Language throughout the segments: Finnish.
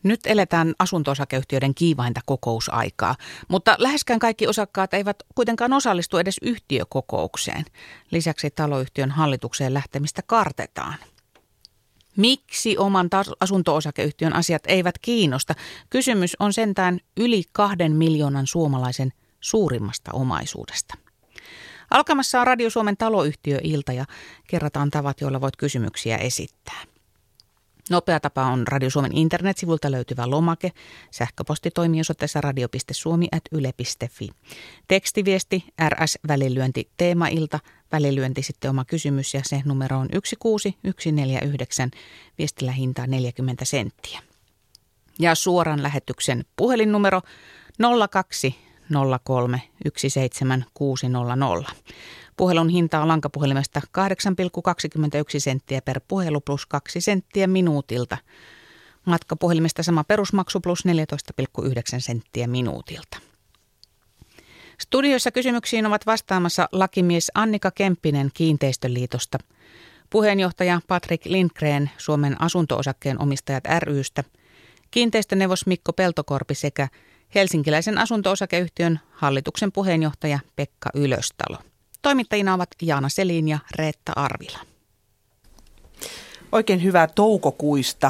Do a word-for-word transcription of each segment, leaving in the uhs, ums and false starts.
Nyt eletään asunto-osakeyhtiöiden kiivainta kokousaikaa, mutta läheskään kaikki osakkaat eivät kuitenkaan osallistu edes yhtiökokoukseen. Lisäksi taloyhtiön hallitukseen lähtemistä kartetaan. Miksi oman asunto-osakeyhtiön asiat eivät kiinnosta? Kysymys on sentään yli kahden miljoonan suomalaisen suurimmasta omaisuudesta. Alkamassa on Radio Suomen taloyhtiöilta ja kerrataan tavat, joilla voit kysymyksiä esittää. Nopea tapa on Radio Suomen internetsivulta löytyvä lomake. Sähköposti toimii osoitteessa radio piste suomi ät yle piste fi. Tekstiviesti rs-välilyönti teemailta, välilyönti sitten oma kysymys ja se numero on yksi kuusi yksi neljä yhdeksän, viestillä hintaa neljäkymmentä senttiä. Ja suoran lähetyksen puhelinnumero nolla kaksi nolla kolme yksi seitsemän kuusi nolla nolla. Puhelun hinta on lankapuhelimesta kahdeksan pilkku kaksikymmentäyksi senttiä per puhelu plus kaksi senttiä minuutilta. Matkapuhelimesta sama perusmaksu plus neljätoista pilkku yhdeksän senttiä minuutilta. Studiossa kysymyksiin ovat vastaamassa lakimies Annika Kemppinen Kiinteistöliitosta, puheenjohtaja Patrik Lindgren Suomen asunto-osakkeen omistajat ry:stä, kiinteistöneuvos Mikko Peltokorpi sekä helsinkiläisen asunto-osakeyhtiön hallituksen puheenjohtaja Pekka Ylöstalo. Toimittajina ovat Jaana Selin ja Reetta Arvila. Oikein hyvää toukokuista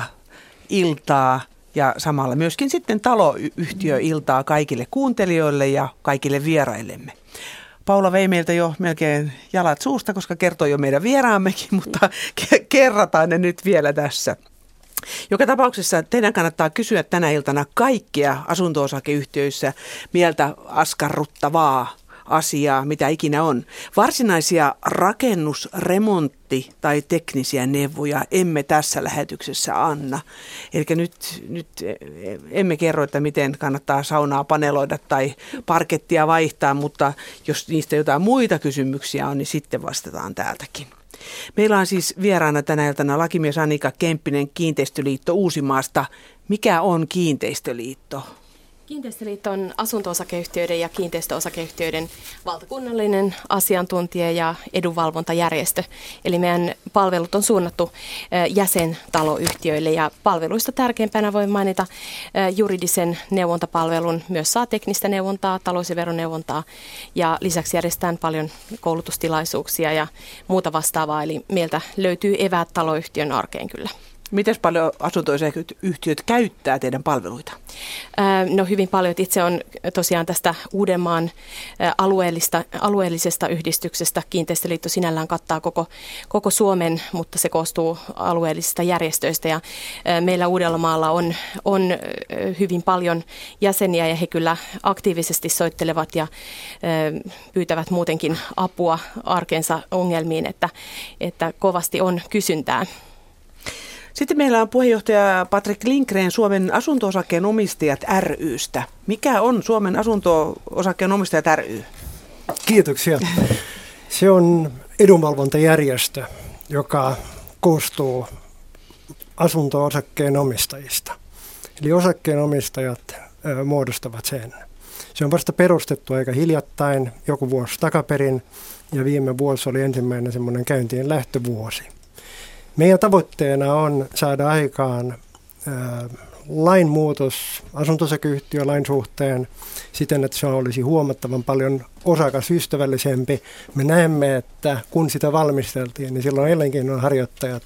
iltaa ja samalla myöskin sitten taloyhtiöiltaa kaikille kuuntelijoille ja kaikille vieraillemme. Paula vei meiltä jo melkein jalat suusta, koska kertoi jo meidän vieraammekin, mutta kerrataan ne nyt vielä tässä. Joka tapauksessa teidän kannattaa kysyä tänä iltana kaikkia asunto-osakeyhtiöissä mieltä askarruttavaa asiaa, mitä ikinä on. Varsinaisia rakennus-, remontti- tai teknisiä neuvoja emme tässä lähetyksessä anna. Eli nyt, nyt emme kerro, että miten kannattaa saunaa paneloida tai parkettia vaihtaa, mutta jos niistä jotain muita kysymyksiä on, niin sitten vastataan täältäkin. Meillä on siis vieraana tänä iltana lakimies Annika Kemppinen Kiinteistöliitto Uusimaasta. Mikä on Kiinteistöliitto? Kiinteistöliitto on asunto-osakeyhtiöiden ja kiinteistöosakeyhtiöiden valtakunnallinen asiantuntija- ja edunvalvontajärjestö. Eli meidän palvelut on suunnattu jäsentaloyhtiöille ja palveluista tärkeimpänä voi mainita juridisen neuvontapalvelun. Myös saa teknistä neuvontaa, talous- ja veroneuvontaa ja lisäksi järjestetään paljon koulutustilaisuuksia ja muuta vastaavaa. Eli meiltä löytyy eväät taloyhtiön arkeen kyllä. Miten paljon asunto-osakeyhtiöt käyttää teidän palveluita? No hyvin paljon. Itse on tosiaan tästä Uudenmaan alueellista, alueellisesta yhdistyksestä. Kiinteistöliitto sinällään kattaa koko, koko Suomen, mutta se koostuu alueellisista järjestöistä. Ja meillä Uudellamaalla on, on hyvin paljon jäseniä ja he kyllä aktiivisesti soittelevat ja pyytävät muutenkin apua arkensa ongelmiin, että, että kovasti on kysyntää. Sitten meillä on puheenjohtaja Patrik Lindgren Suomen asunto-osakkeen omistajat ry:stä. Mikä on Suomen asunto-osakkeen omistajat ry? Kiitoksia. Se on edunvalvontajärjestö, joka koostuu asunto-osakkeen omistajista. Eli osakkeenomistajat ö, muodostavat sen. Se on vasta perustettu aika hiljattain, joku vuosi takaperin, ja viime vuosi oli ensimmäinen semmoinen käyntiin lähtövuosi. Meidän tavoitteena on saada aikaan ää, lainmuutos asunto-osakeyhtiölain suhteen siten, että se olisi huomattavan paljon osakasystävällisempi. Me näemme, että kun sitä valmisteltiin, niin silloin elinkeinonharjoittajat,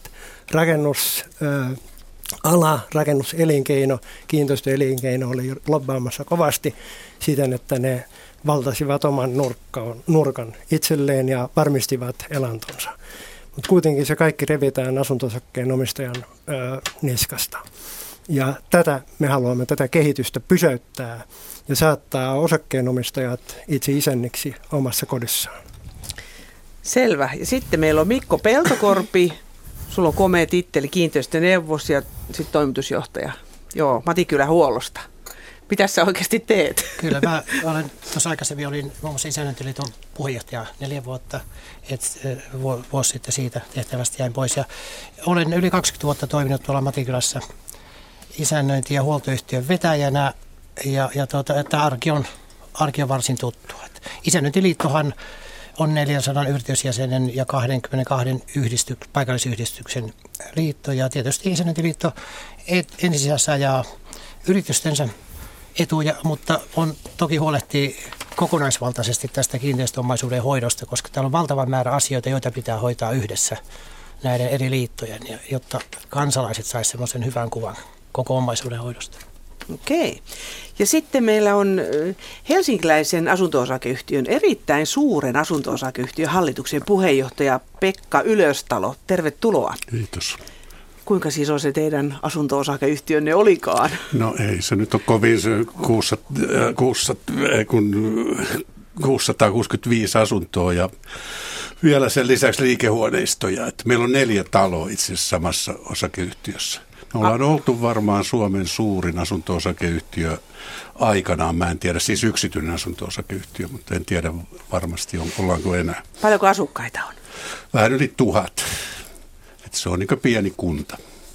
rakennusala, rakennuselinkeino, kiinteistöelinkeino oli lobbaamassa kovasti siten, että ne valtasivat oman nurkkaan, nurkan itselleen ja varmistivat elantonsa. Mutta kuitenkin se kaikki revitään asunto-osakkeen omistajan ö, niskasta. Ja tätä me haluamme, tätä kehitystä pysäyttää ja saattaa osakkeenomistajat itse isänniksi omassa kodissaan. Selvä. Ja sitten meillä on Mikko Peltokorpi. Sulla on komea titteli, kiinteistöneuvos ja sitten toimitusjohtaja. Joo, Matikylä-huollosta. Mitä sä oikeasti teet? Kyllä, mä olen tuossa aikaisemmin olin muun muassa Isännöintiliiton puheenjohtaja neljä vuotta, että vuosi sitten siitä tehtävästä jäin pois. Ja olen yli kaksikymmentä vuotta toiminut tuolla Matikylässä isännöinti- ja huoltoyhtiön vetäjänä, ja, ja tuota, että arki, on, arki on varsin tuttu. Isännöintiliittohan on neljänsadan yritysjäsenen ja kaksikymmentäkaksi yhdisty- paikallisyhdistyksen liitto. Ja tietysti Isännöintiliitto ensisijassa ajaa yritystensä etuja, mutta on toki huolehtii kokonaisvaltaisesti tästä kiinteistöomaisuuden hoidosta, koska täällä on valtava määrä asioita, joita pitää hoitaa yhdessä näiden eri liittojen, jotta kansalaiset saisivat semmoisen hyvän kuvan koko omaisuuden hoidosta. Okei. Ja sitten meillä on helsinkiläisen asunto-osakeyhtiön, erittäin suuren asunto-osakeyhtiön hallituksen puheenjohtaja Pekka Ylöstalo. Tervetuloa. Kiitos. Kuinka siis on se teidän asunto-osakeyhtiönne olikaan? No ei se nyt ole kovin se kuusisataakuusikymmentäviisi asuntoa ja vielä sen lisäksi liikehuoneistoja. Että meillä on neljä taloa itse asiassa samassa osakeyhtiössä. Me ollaan oltu varmaan Suomen suurin asunto-osakeyhtiö aikanaan. Mä en tiedä, siis yksityinen asunto-osakeyhtiö, mutta en tiedä varmasti, ollaanko enää. Paljonko asukkaita on? Vähän yli tuhat. Et se on niin kuin pieni kunta.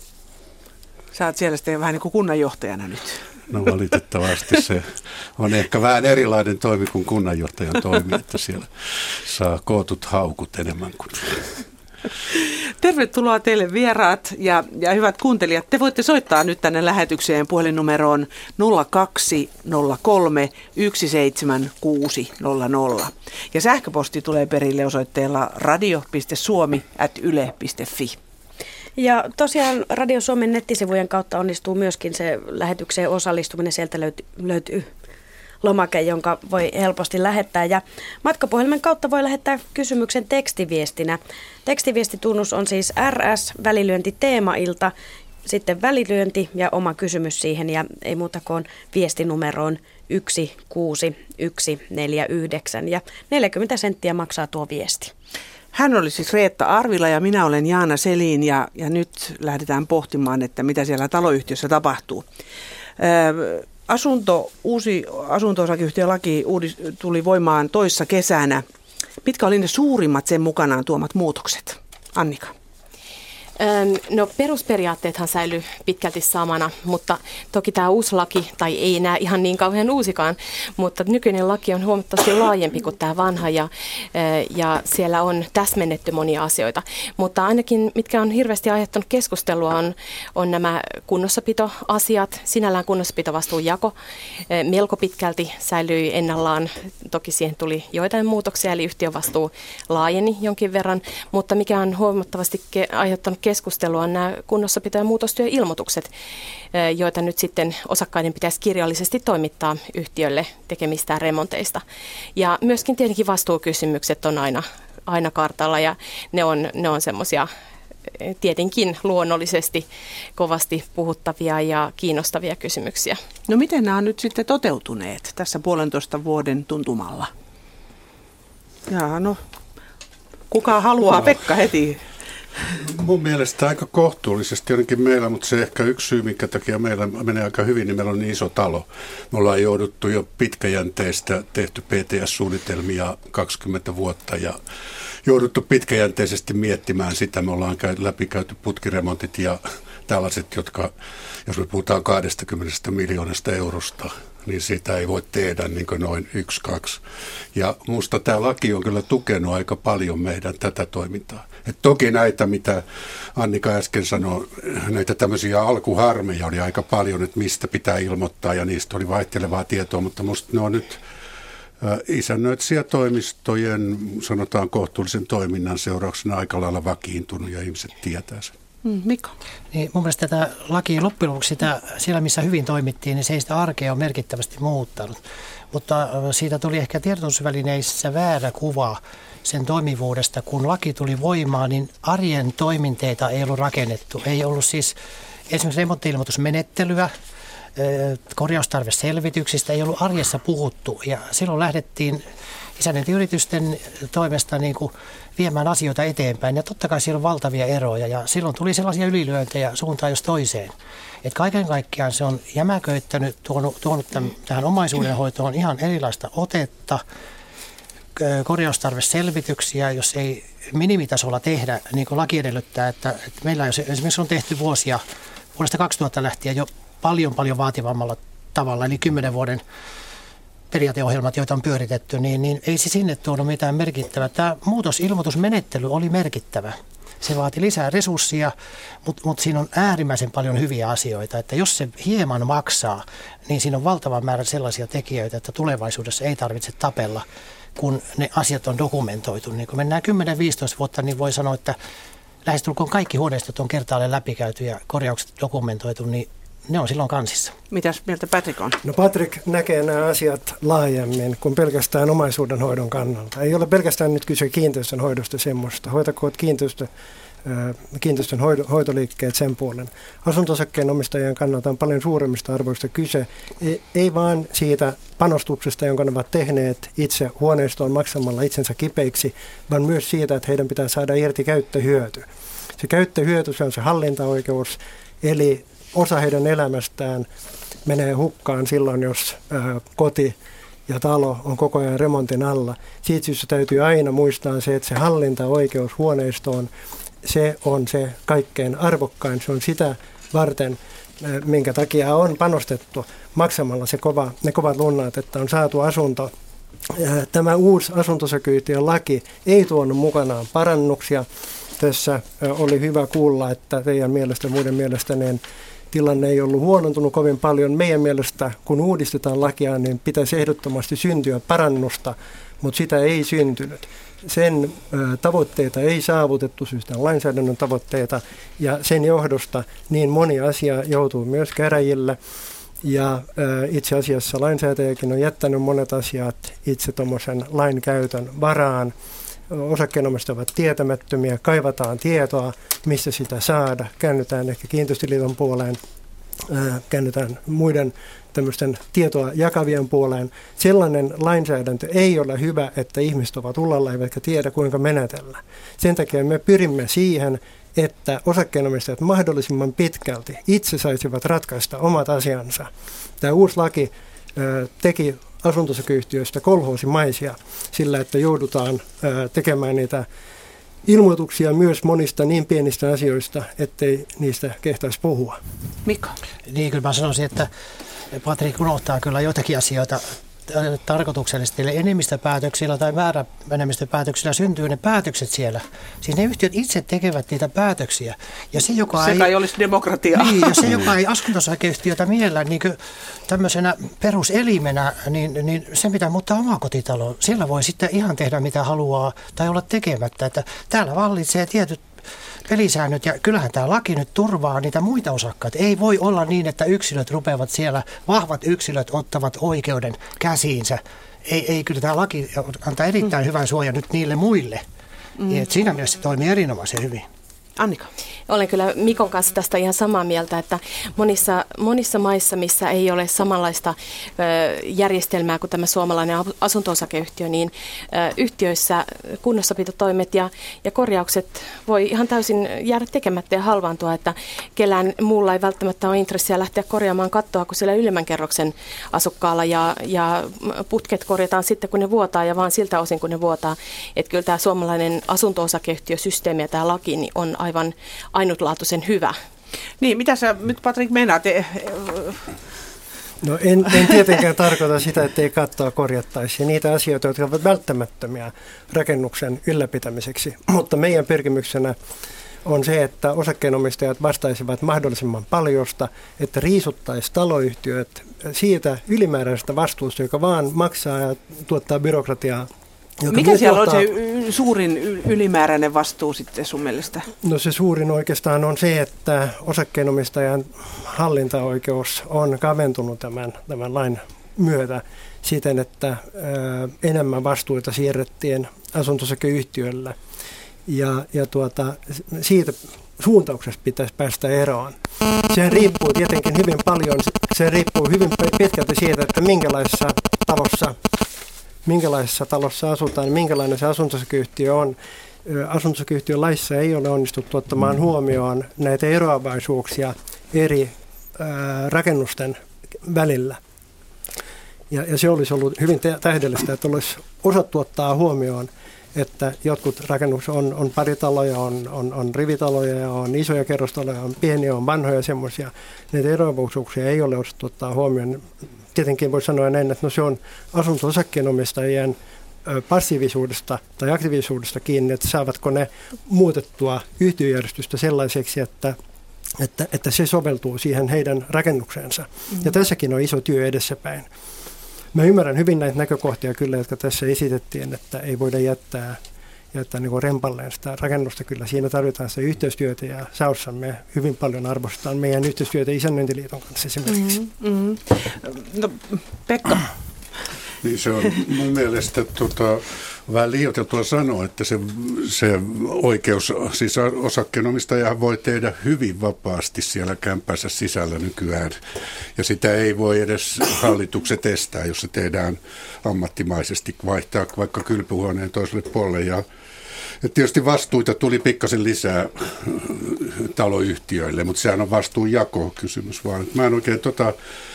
Sä oot siellä sitten vähän niin kuin kunnanjohtajana nyt. No valitettavasti se on ehkä vähän erilainen toimi kuin kunnanjohtajan toimi, että siellä saa kootut haukut enemmän kuin... Tervetuloa teille vieraat ja, ja hyvät kuuntelijat. Te voitte soittaa nyt tänne lähetykseen puhelinnumeroon nolla kaksi nolla kolme yksi seitsemän kuusi nolla nolla. Ja sähköposti tulee perille osoitteella radio piste suomi ät yle piste fi. Ja tosiaan Radio Suomen nettisivujen kautta onnistuu myöskin se lähetykseen osallistuminen. Sieltä löytyy, löytyy lomake, jonka voi helposti lähettää. Ja matkapuhelimen kautta voi lähettää kysymyksen tekstiviestinä. Tekstiviestitunnus on siis R S, välilyönti teemailta, sitten välilyönti ja oma kysymys siihen. Ja ei muuta kuin viestinumeroon yksi kuusi yksi neljä yhdeksän ja neljäkymmentä senttiä maksaa tuo viesti. Hän oli siis Reetta Arvila ja minä olen Jaana Selin ja, ja nyt lähdetään pohtimaan, että mitä siellä taloyhtiössä tapahtuu. Öö, asunto, uusi asunto-osakeyhtiölaki uudis, tuli voimaan toissa kesänä. Mitkä oli ne suurimmat sen mukanaan tuomat muutokset? Annika. No perusperiaatteethan säilyy pitkälti samana, mutta toki tämä uusi laki, tai ei enää ihan niin kauhean uusikaan, mutta nykyinen laki on huomattavasti laajempi kuin tämä vanha ja, ja siellä on täsmennetty monia asioita. Mutta ainakin mitkä on hirveästi aiheuttanut keskustelua on, on nämä kunnossapitoasiat, sinällään kunnossapitovastuun jako melko pitkälti säilyi ennallaan. Toki siihen tuli joitain muutoksia, eli yhtiövastuu laajeni jonkin verran, mutta mikä on huomattavasti ke- aiheuttanut keskustelua on nämä kunnossapito- ja muutostyöilmoitukset, joita nyt sitten osakkaiden pitäisi kirjallisesti toimittaa yhtiölle tekemistään remonteista. Ja myöskin tietenkin vastuukysymykset on aina, aina kartalla ja ne on, ne on semmoisia tietenkin luonnollisesti kovasti puhuttavia ja kiinnostavia kysymyksiä. No miten nämä on nyt sitten toteutuneet tässä puolentoista vuoden tuntumalla? Jaa, no kuka haluaa? No. Pekka heti. Mun mielestä aika kohtuullisesti jotenkin meillä, mutta se ehkä yksi syy, minkä takia meillä menee aika hyvin, niin meillä on niin iso talo. Me ollaan jouduttu jo pitkäjänteistä, tehty P T S-suunnitelmia kaksikymmentä vuotta ja jouduttu pitkäjänteisesti miettimään sitä. Me ollaan läpikäyty putkiremontit ja tällaiset, jotka, jos me puhutaan kaksikymmentä miljoonasta eurosta, niin sitä ei voi tehdä niin kuin noin yksi, kaksi. Ja musta tämä laki on kyllä tukenut aika paljon meidän tätä toimintaa. Et toki näitä, mitä Annika äsken sanoi, näitä tämmöisiä alkuharmeja oli aika paljon, että mistä pitää ilmoittaa ja niistä oli vaihtelevaa tietoa, mutta musta ne on nyt isännöitsijätoimistojen, sanotaan kohtuullisen toiminnan seurauksena aika lailla vakiintunut ja ihmiset tietää sen. Mikko? Niin mun mielestä tätä lakia loppujen lopuksi sitä, siellä, missä hyvin toimittiin, niin se ei sitä arkea ole merkittävästi muuttanut. Mutta siitä tuli ehkä tiedotusvälineissä väärä kuva sen toimivuudesta. Kun laki tuli voimaan, niin arjen toiminteita ei ollut rakennettu. Ei ollut siis esimerkiksi remontti-ilmoitusmenettelyä, korjaustarveselvityksistä, ei ollut arjessa puhuttu. Ja silloin lähdettiin isännöintiyritysten toimesta niin kuin viemään asioita eteenpäin. Ja totta kai siellä on valtavia eroja ja silloin tuli sellaisia ylilyöntejä suuntaan jos toiseen. Että kaiken kaikkiaan se on jämäköittänyt, tuonut, tuonut tämän, tähän omaisuudenhoitoon ihan erilaista otetta, korjaustarveselvityksiä, jos ei minimitasolla tehdä, niin kuin laki edellyttää, että, että meillä esimerkiksi on tehty vuosia, vuodesta kaksituhatta lähtien jo paljon paljon vaativammalla tavalla, eli kymmenen vuoden P periaateohjelmat, joita on pyöritetty, niin, niin ei se sinne tuonut mitään merkittävää. Tämä muutosilmoitusmenettely oli merkittävä. Se vaati lisää resursseja, mutta mut siinä on äärimmäisen paljon hyviä asioita. Että jos se hieman maksaa, niin siinä on valtava määrä sellaisia tekijöitä, että tulevaisuudessa ei tarvitse tapella, kun ne asiat on dokumentoitu. Niin kun mennään kymmenen viisitoista vuotta, niin voi sanoa, että lähestulkoon kaikki huoneistot on kertaalleen läpikäyty ja korjaukset dokumentoitu, niin ne on silloin kansissa. Mitäs mieltä Patrick on? No Patrick näkee nämä asiat laajemmin kuin pelkästään omaisuuden hoidon kannalta. Ei ole pelkästään nyt kyse kiinteistön hoidosta semmoista. Hoitakoot kiinteistö, kiinteistön hoito, hoitoliikkeet sen puolen. Asunto-osakkeen omistajien kannalta on paljon suuremmista arvoista kyse. Ei, ei vaan siitä panostuksesta, jonka ne ovat tehneet itse huoneistoon maksamalla itsensä kipeiksi, vaan myös siitä, että heidän pitää saada irti käyttöhyöty. Se käyttöhyöty, se on se hallintaoikeus, eli osa heidän elämästään menee hukkaan silloin, jos ää, koti ja talo on koko ajan remontin alla. Siitä syystä täytyy aina muistaa se, että se hallintaoikeus huoneistoon, se on se kaikkein arvokkain. Se on sitä varten, ää, minkä takia on panostettu maksamalla se kova, ne kovat lunnaat, että on saatu asunto. Ää, tämä uusi asunto-osakeyhtiön laki ei tuonut mukanaan parannuksia. Tässä ää, oli hyvä kuulla, että teidän mielestä ja muiden mielestä niin tilanne ei ollut huonontunut kovin paljon. Meidän mielestä, kun uudistetaan lakia, niin pitäisi ehdottomasti syntyä parannusta, mutta sitä ei syntynyt. Sen ö, tavoitteita ei saavutettu, siis tämän lainsäädännön tavoitteita, ja sen johdosta niin moni asia joutuu myös käräjille. Ja ö, itse asiassa lainsäätäjäkin on jättänyt monet asiat itse tuommoisen lain käytön varaan. Osakkeenomistajat ovat tietämättömiä, kaivataan tietoa, mistä sitä saada. Käännytään ehkä kiinteistöliiton puoleen, ää, käännytään muiden tämmöisten tietoa jakavien puoleen. Sellainen lainsäädäntö ei ole hyvä, että ihmiset ovat ullalla eivätkä tiedä, kuinka menetellä. Sen takia me pyrimme siihen, että osakkeenomistajat mahdollisimman pitkälti itse saisivat ratkaista omat asiansa. Tämä uusi laki ää, teki asunto-osakeyhtiöistä kolhoosimaisia sillä, että joudutaan ää, tekemään niitä ilmoituksia myös monista niin pienistä asioista, ettei niistä kehtaisi puhua. Mikko? Niin, kyllä mä sanoisin, että Patrik unohtaa kyllä joitakin asioita tarkoituksellisesti, eli enemmistöpäätöksillä tai määräenemmistöpäätöksillä syntyy ne päätökset siellä. Siis ne yhtiöt itse tekevät niitä päätöksiä. Ja se, joka se ei, kai olisi demokratiaa. Niin, ja se, joka ei asunto-osakeyhtiötä miellä niin tämmöisenä peruselimenä, niin, niin se mitä muuttaa omakotitaloon, siellä voi sitten ihan tehdä mitä haluaa tai olla tekemättä. Että täällä vallitsee tietyt pelisäännöt, ja kyllähän tämä laki nyt turvaa niitä muita osakkaita. Ei voi olla niin, että yksilöt rupeavat siellä, vahvat yksilöt ottavat oikeuden käsiinsä. Ei, ei kyllä tämä laki antaa erittäin mm. hyvän suojan nyt niille muille. Mm. Et siinä mielessä se toimii erinomaisen hyvin. Annika? Olen kyllä Mikon kanssa tästä ihan samaa mieltä, että monissa, monissa maissa, missä ei ole samanlaista ö, järjestelmää kuin tämä suomalainen asunto-osakeyhtiö, niin ö, yhtiöissä kunnossapitotoimet ja, ja korjaukset voi ihan täysin jäädä tekemättä ja halvaantua, että kellään muulla ei välttämättä ole intressiä lähteä korjaamaan kattoa kuin siellä ylemmän kerroksen asukkaalla, ja, ja putket korjataan sitten kun ne vuotaa ja vaan siltä osin kun ne vuotaa. Että kyllä tämä suomalainen asunto-osakeyhtiösysteemi ja tämä laki niin on aivan ainutlaatuisen hyvä. Niin, mitä sä nyt Patrik meinaat? No en, en tietenkään tarkoita sitä, että ei kattoa korjattaisi ja niitä asioita, jotka ovat välttämättömiä rakennuksen ylläpitämiseksi. Mutta meidän pyrkimyksenä on se, että osakkeenomistajat vastaisivat mahdollisimman paljosta, että riisuttaisi taloyhtiöt siitä ylimääräisestä vastuusta, joka vaan maksaa ja tuottaa byrokratiaa. Mikä siellä johtaa... on se suurin ylimääräinen vastuu sitten sun mielestä? No se suurin oikeastaan on se, että osakkeenomistajan hallintaoikeus on kaventunut tämän, tämän lain myötä siten, että ää, enemmän vastuita siirrettiin asunto-osakeyhtiölle. Ja, ja tuota, siitä suuntauksesta pitäisi päästä eroon. Se riippuu tietenkin hyvin paljon, se riippuu hyvin pitkälti siitä, että minkälaisessa talossa minkälaisessa talossa asutaan, minkälainen se asunto-osakeyhtiö on. Asunto-osakeyhtiön laissa ei ole onnistuttu ottamaan huomioon näitä eroavaisuuksia eri ää, rakennusten välillä. Ja, ja se olisi ollut hyvin tähdellistä, että olisi osattu ottaa huomioon, että jotkut rakennukset on, on paritaloja, on, on, on rivitaloja ja on isoja kerrostaloja, on pieniä, on vanhoja semmoisia. Näitä eroavaisuuksia ei ole osattu ottaa huomioon. Tietenkin voi sanoa näin, että no se on asunto-osakkeenomistajien passiivisuudesta tai aktiivisuudesta kiinni, että saavatko ne muutettua yhtiöjärjestystä sellaiseksi, että, että, että se soveltuu siihen heidän rakennukseensa. Mm-hmm. Ja tässäkin on iso työ edessäpäin. Mä ymmärrän hyvin näitä näkökohtia kyllä, jotka tässä esitettiin, että ei voida jättää, jättää niin kuin rempalleen sitä rakennusta. Kyllä siinä tarvitaan sitä yhteistyötä ja Saossa me hyvin paljon arvostetaan meidän yhteistyötä Isännöintiliiton kanssa esimerkiksi. Mm-hmm. Mm-hmm. No, Pekka. Niin se on mun mielestä tota, vähän liioiteltua sanoa, että se, se oikeus, siis osakkeenomistaja voi tehdä hyvin vapaasti siellä kämppänsä sisällä nykyään. Ja sitä ei voi edes hallitukset estää, jos se tehdään ammattimaisesti, vaihtaa vaikka kylpyhuoneen toiselle puolelle. Ja, ja tietysti vastuita tuli pikkasen lisää taloyhtiöille, mutta sehän on vastuunjako kysymys vaan. Mä en oikein tota...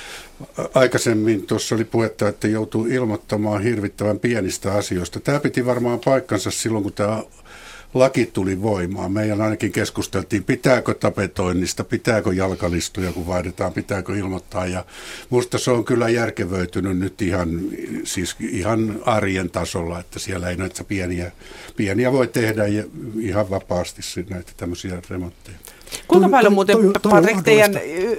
Aikaisemmin tuossa oli puhetta, että joutuu ilmoittamaan hirvittävän pienistä asioista. Tämä piti varmaan paikkansa silloin, kun tämä laki tuli voimaan. Meidän ainakin keskusteltiin, pitääkö tapetoinnista, pitääkö jalkalistuja, kun vaihdetaan, pitääkö ilmoittaa. Ja musta se on kyllä järkevöitynyt nyt ihan, siis ihan arjen tasolla, että siellä ei näitä pieniä, pieniä voi tehdä ja ihan vapaasti näitä tämmöisiä remontteja. Kuinka paljon muuten, Patrik, teidän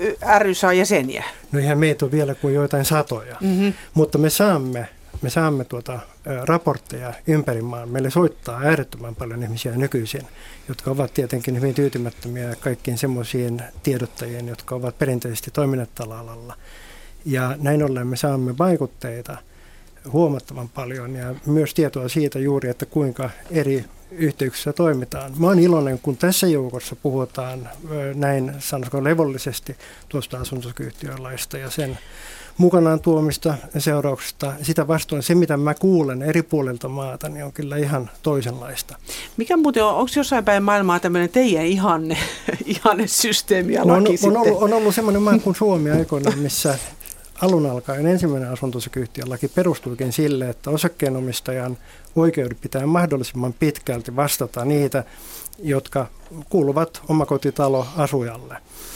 ry saa jäseniä? No ihan meitä on vielä kuin joitain satoja, mm-hmm. mutta me saamme, me saamme tuota, raportteja ympäri maan. Meille soittaa äärettömän paljon ihmisiä nykyisin, jotka ovat tietenkin hyvin tyytymättömiä kaikkiin semmoisiin tiedottajien, jotka ovat perinteisesti toimineet tällä alalla. Ja näin ollen me saamme vaikutteita huomattavan paljon ja myös tietoa siitä juuri, että kuinka eri yhteyksissä toimitaan. Mä oon iloinen, kun tässä joukossa puhutaan näin, sanoisiko levollisesti tuosta asunto-osakeyhtiölaista ja sen mukanaan tuomista seurauksista. Sitä vastoin se, mitä mä kuulen eri puolilta maata, niin on kyllä ihan toisenlaista. Mikä muuten on, onko jossain päin maailmaa tämmöinen teidän ihanne, ihanne systeemi ja laki no, on, sitten? On ollut, on ollut semmoinen maa kuin Suomi aikoinaan, missä alun alkaen ensimmäinen asunto-osakeyhtiölaki perustuikin sille, että osakkeenomistajan oikeudet pitää mahdollisimman pitkälti vastata niitä, jotka kuuluvat omakotitaloasujalle.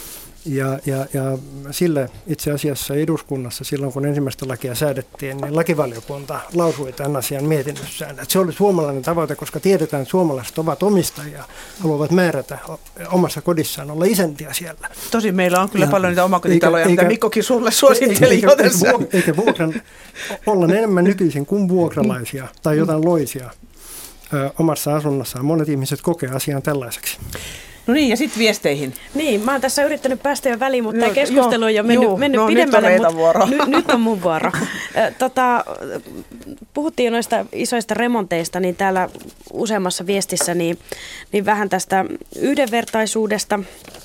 Ja, ja, ja sille itse asiassa eduskunnassa silloin, kun ensimmäistä lakia säädettiin, niin lakivaliokunta lausui tämän asian mietinnössään. Että se oli suomalainen tavoite, koska tiedetään, että suomalaiset ovat omistajia, haluavat määrätä omassa kodissaan olla isäntiä siellä. Tosin meillä on kyllä ja, paljon niitä omakotitaloja, eikä, mitä Mikkokin sulle suositteli. Eikä, eikä, eikä, eikä vuokran, olla enemmän nykyisin kuin vuokralaisia tai jotain loisia ö, omassa asunnossaan. Monet ihmiset kokee asian tällaiseksi. No niin, ja sitten viesteihin. Niin, mä oon tässä yrittänyt päästä jo väliin, mutta no, tämä keskustelu on jo mennyt, joo, mennyt no, pidemmälle, nyt mutta nyt, nyt on mun vuoro. tota, puhuttiin jo noista isoista remonteista, niin täällä useammassa viestissä niin, niin vähän tästä yhdenvertaisuudesta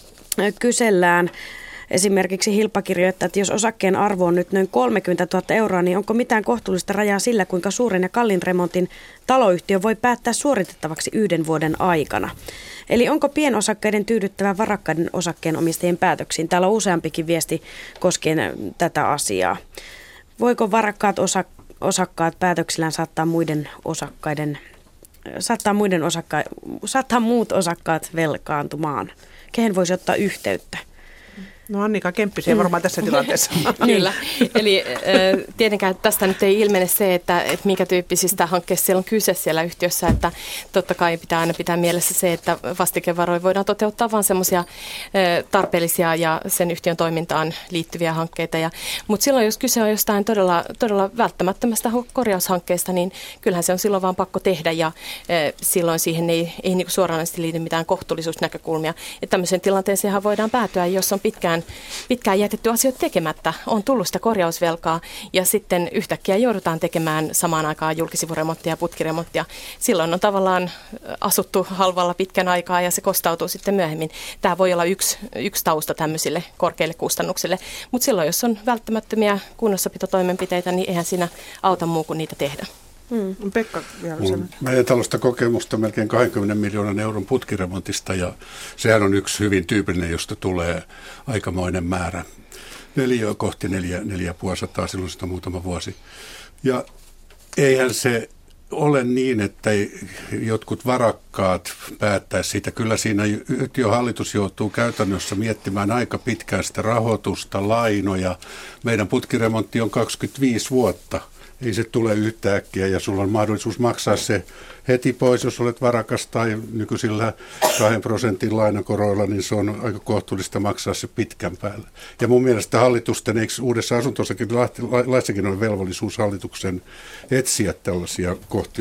kysellään. Esimerkiksi Hilpa kirjoittaa, että jos osakkeen arvo on nyt noin kolmekymmentätuhatta euroa, niin onko mitään kohtuullista rajaa sillä, kuinka suuren ja kallin remontin taloyhtiö voi päättää suoritettavaksi yhden vuoden aikana? Eli onko pienosakkaiden tyydyttävä varakkaiden osakkeenomistajien päätöksiin? Täällä on useampikin viesti koskien tätä asiaa. Voiko varakkaat osa, osakkaat päätöksillään saattaa muiden osakkaiden, saattaa muiden osakka, saattaa muut osakkaat velkaantumaan? Kehen voisi ottaa yhteyttä? No Annika Kemppisiä varmaan tässä tilanteessa. Kyllä. Eli tietenkään tästä nyt ei ilmene se, että, että minkä tyyppisistä hankkeista siellä on kyse siellä yhtiössä. Että totta kai pitää aina pitää mielessä se, että vastikevaroja voidaan toteuttaa vain semmoisia tarpeellisia ja sen yhtiön toimintaan liittyviä hankkeita. Ja, mutta silloin, jos kyse on jostain todella, todella välttämättömästä korjaushankkeesta, niin kyllähän se on silloin vaan pakko tehdä. Ja silloin siihen ei, ei niin kuin suoranaisesti liity mitään kohtuullisuusnäkökulmia. Ja tämmöiseen tilanteeseen voidaan päätyä, jos on pitkään pitkään jätetty asioita tekemättä, on tullut sitä korjausvelkaa ja sitten yhtäkkiä joudutaan tekemään samaan aikaan julkisivuremonttia ja putkiremonttia. Silloin on tavallaan asuttu halvalla pitkän aikaa ja se kostautuu sitten myöhemmin. Tämä voi olla yksi, yksi tausta tämmöisille korkeille kustannuksille, mutta silloin jos on välttämättömiä kunnossapitotoimenpiteitä, niin eihän siinä auta muu kuin niitä tehdä. Mm. Pekka vielä meidän talosta kokemusta melkein kaksikymmentä miljoonan euron putkiremontista ja sehän on yksi hyvin tyypillinen, josta tulee aikamoinen määrä. Neliöä kohti neljä, neljä puolisataa silloin sitä muutama vuosi. Ja eihän se ole niin, että jotkut varakkaat päättäisi siitä. Kyllä siinä yhtiön hallitus joutuu käytännössä miettimään aika pitkään sitä rahoitusta, lainoja. Meidän putkiremontti on kaksikymmentäviisi vuotta. Ei se tule yhtäkkiä ja sulla on mahdollisuus maksaa se heti pois, jos olet varakas tai nykyisillä kahden prosentin lainakoroilla, niin se on aika kohtuullista maksaa se pitkän päälle. Ja mun mielestä hallitusten, eikö uudessa asunto-osakelaissakin ole velvollisuus hallituksen etsiä tällaisia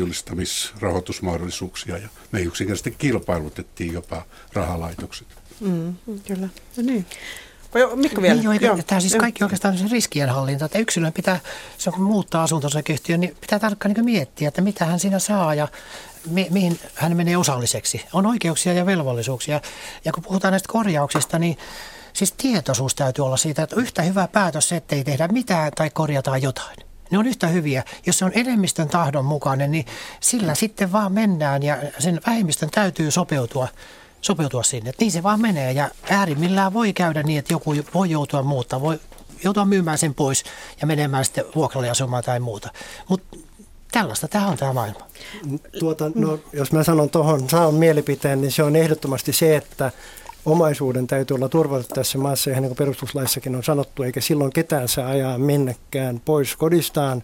kohtuullistamisrahoitusmahdollisuuksia ja me yksinkertaisesti kilpailutettiin jopa rahalaitokset. Mm, kyllä, no niin. Mikko vielä? Niin, joo, tämä siis kaikki oikeastaan se riskienhallinta, että yksilön pitää, se kun muuttaa asunto-osakeyhtiön, niin pitää tarkkaan niin miettiä, että mitä hän siinä saa ja mi- mihin hän menee osalliseksi. On oikeuksia ja velvollisuuksia. Ja kun puhutaan näistä korjauksista, niin siis tietoisuus täytyy olla siitä, että yhtä hyvä päätös se, että ei tehdä mitään tai korjataan jotain. Ne on yhtä hyviä. Jos se on enemmistön tahdon mukainen, niin sillä sitten vaan mennään ja sen vähemmistön täytyy sopeutua. sopeutua sinne. Että niin se vaan menee ja äärimmillään voi käydä niin, että joku voi joutua muuttaa, voi joutua myymään sen pois ja menemään sitten vuokralle asumaan tai muuta. Mutta tällaista tämä on tämä maailma. Tuota, no, jos mä sanon tuohon saan mielipiteen, niin se on ehdottomasti se, että omaisuuden täytyy olla turvattu tässä maassa, ihan niin kuin perustuslaissakin on sanottu, eikä silloin ketään saa ajaa minnekään pois kodistaan.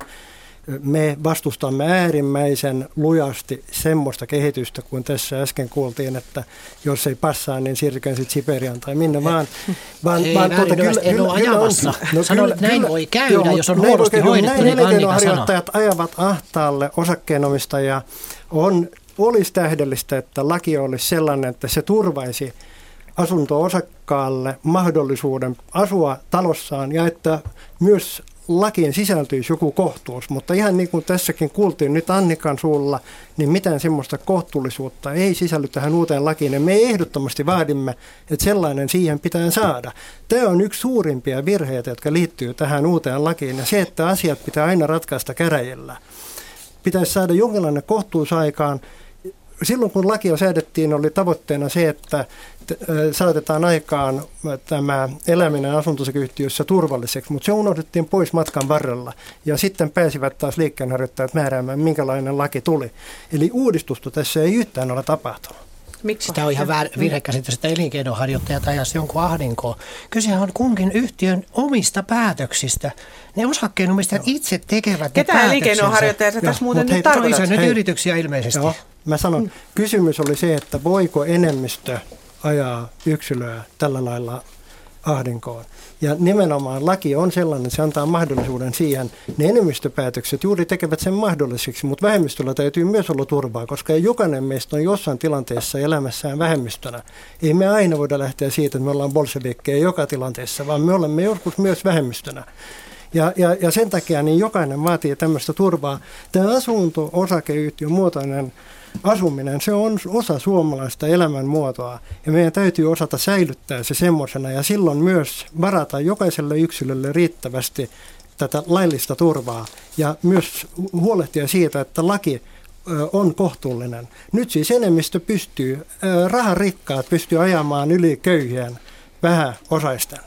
Me vastustamme äärimmäisen lujasti semmoista kehitystä, kun tässä äsken kuultiin, että jos ei passaa, niin siirrykään sitten Siperiaan tai minne vaan. vaan, ei, vaan tuota, kyllä, en ole ajamassa. No, Sanon, että näin voi käydä, joo, jos on huonosti hoidettu, niin elinkeinoharjoittajat ajavat ahtaalle osakkeenomistajia. On, olisi tähdellistä, että laki olisi sellainen, että se turvaisi asunto-osakkaalle mahdollisuuden asua talossaan ja että myös lakiin sisältyisi joku kohtuus, mutta ihan niin kuin tässäkin kuultiin nyt Annikan suulla, niin mitään semmoista kohtuullisuutta ei sisälly tähän uuteen lakiin. Ja me ehdottomasti vaadimme, että sellainen siihen pitää saada. Tämä on yksi suurimpia virheitä, jotka liittyy tähän uuteen lakiin. Ja se, että asiat pitää aina ratkaista käräjillä. Pitäisi saada jonkinlainen kohtuus aikaan. Silloin kun lakia säädettiin, oli tavoitteena se, että saatetaan aikaan tämä eläminen asunto-osakeyhtiössä turvalliseksi, mutta se unohdettiin pois matkan varrella ja sitten pääsivät taas liikkeenharjoittajat määräämään, minkälainen laki tuli. Eli uudistusta tässä ei yhtään ole tapahtunut. Miksi? Sitä on ihan virhekäsitys, että elinkeinoharjoittajat ajaisi jonkun ahdinkoon. Kysehän on kunkin yhtiön omista päätöksistä. Ne osakkeenomistajat itse tekevät Ketä ne päätöksensä. Ketä elinkeinoharjoittajat tässä muuten nyt tarkoitat? Nyt yrityksiä ilmeisesti. Joo. Mä sanon, hmm. kysymys oli se, että voiko enemmistö ajaa yksilöä tällä lailla ahdinkoon. Ja nimenomaan laki on sellainen, se antaa mahdollisuuden siihen. Ne enemmistöpäätökset juuri tekevät sen mahdolliseksi, mutta vähemmistöllä täytyy myös olla turvaa, koska jokainen meistä on jossain tilanteessa elämässään vähemmistönä. Ei me aina voida lähteä siitä, että me ollaan bolshevikkeja joka tilanteessa, vaan me olemme joskus myös vähemmistönä. Ja, ja, ja sen takia niin jokainen vaatii tämmöistä turvaa. Tämä asunto-osakeyhtiön muotoinen asuminen, se on osa suomalaista elämänmuotoa ja meidän täytyy osata säilyttää se semmoisena ja silloin myös varata jokaiselle yksilölle riittävästi tätä laillista turvaa ja myös huolehtia siitä, että laki on kohtuullinen. Nyt siis enemmistö pystyy, raharikkaat pystyy ajamaan yli köyhien vähäosaisten.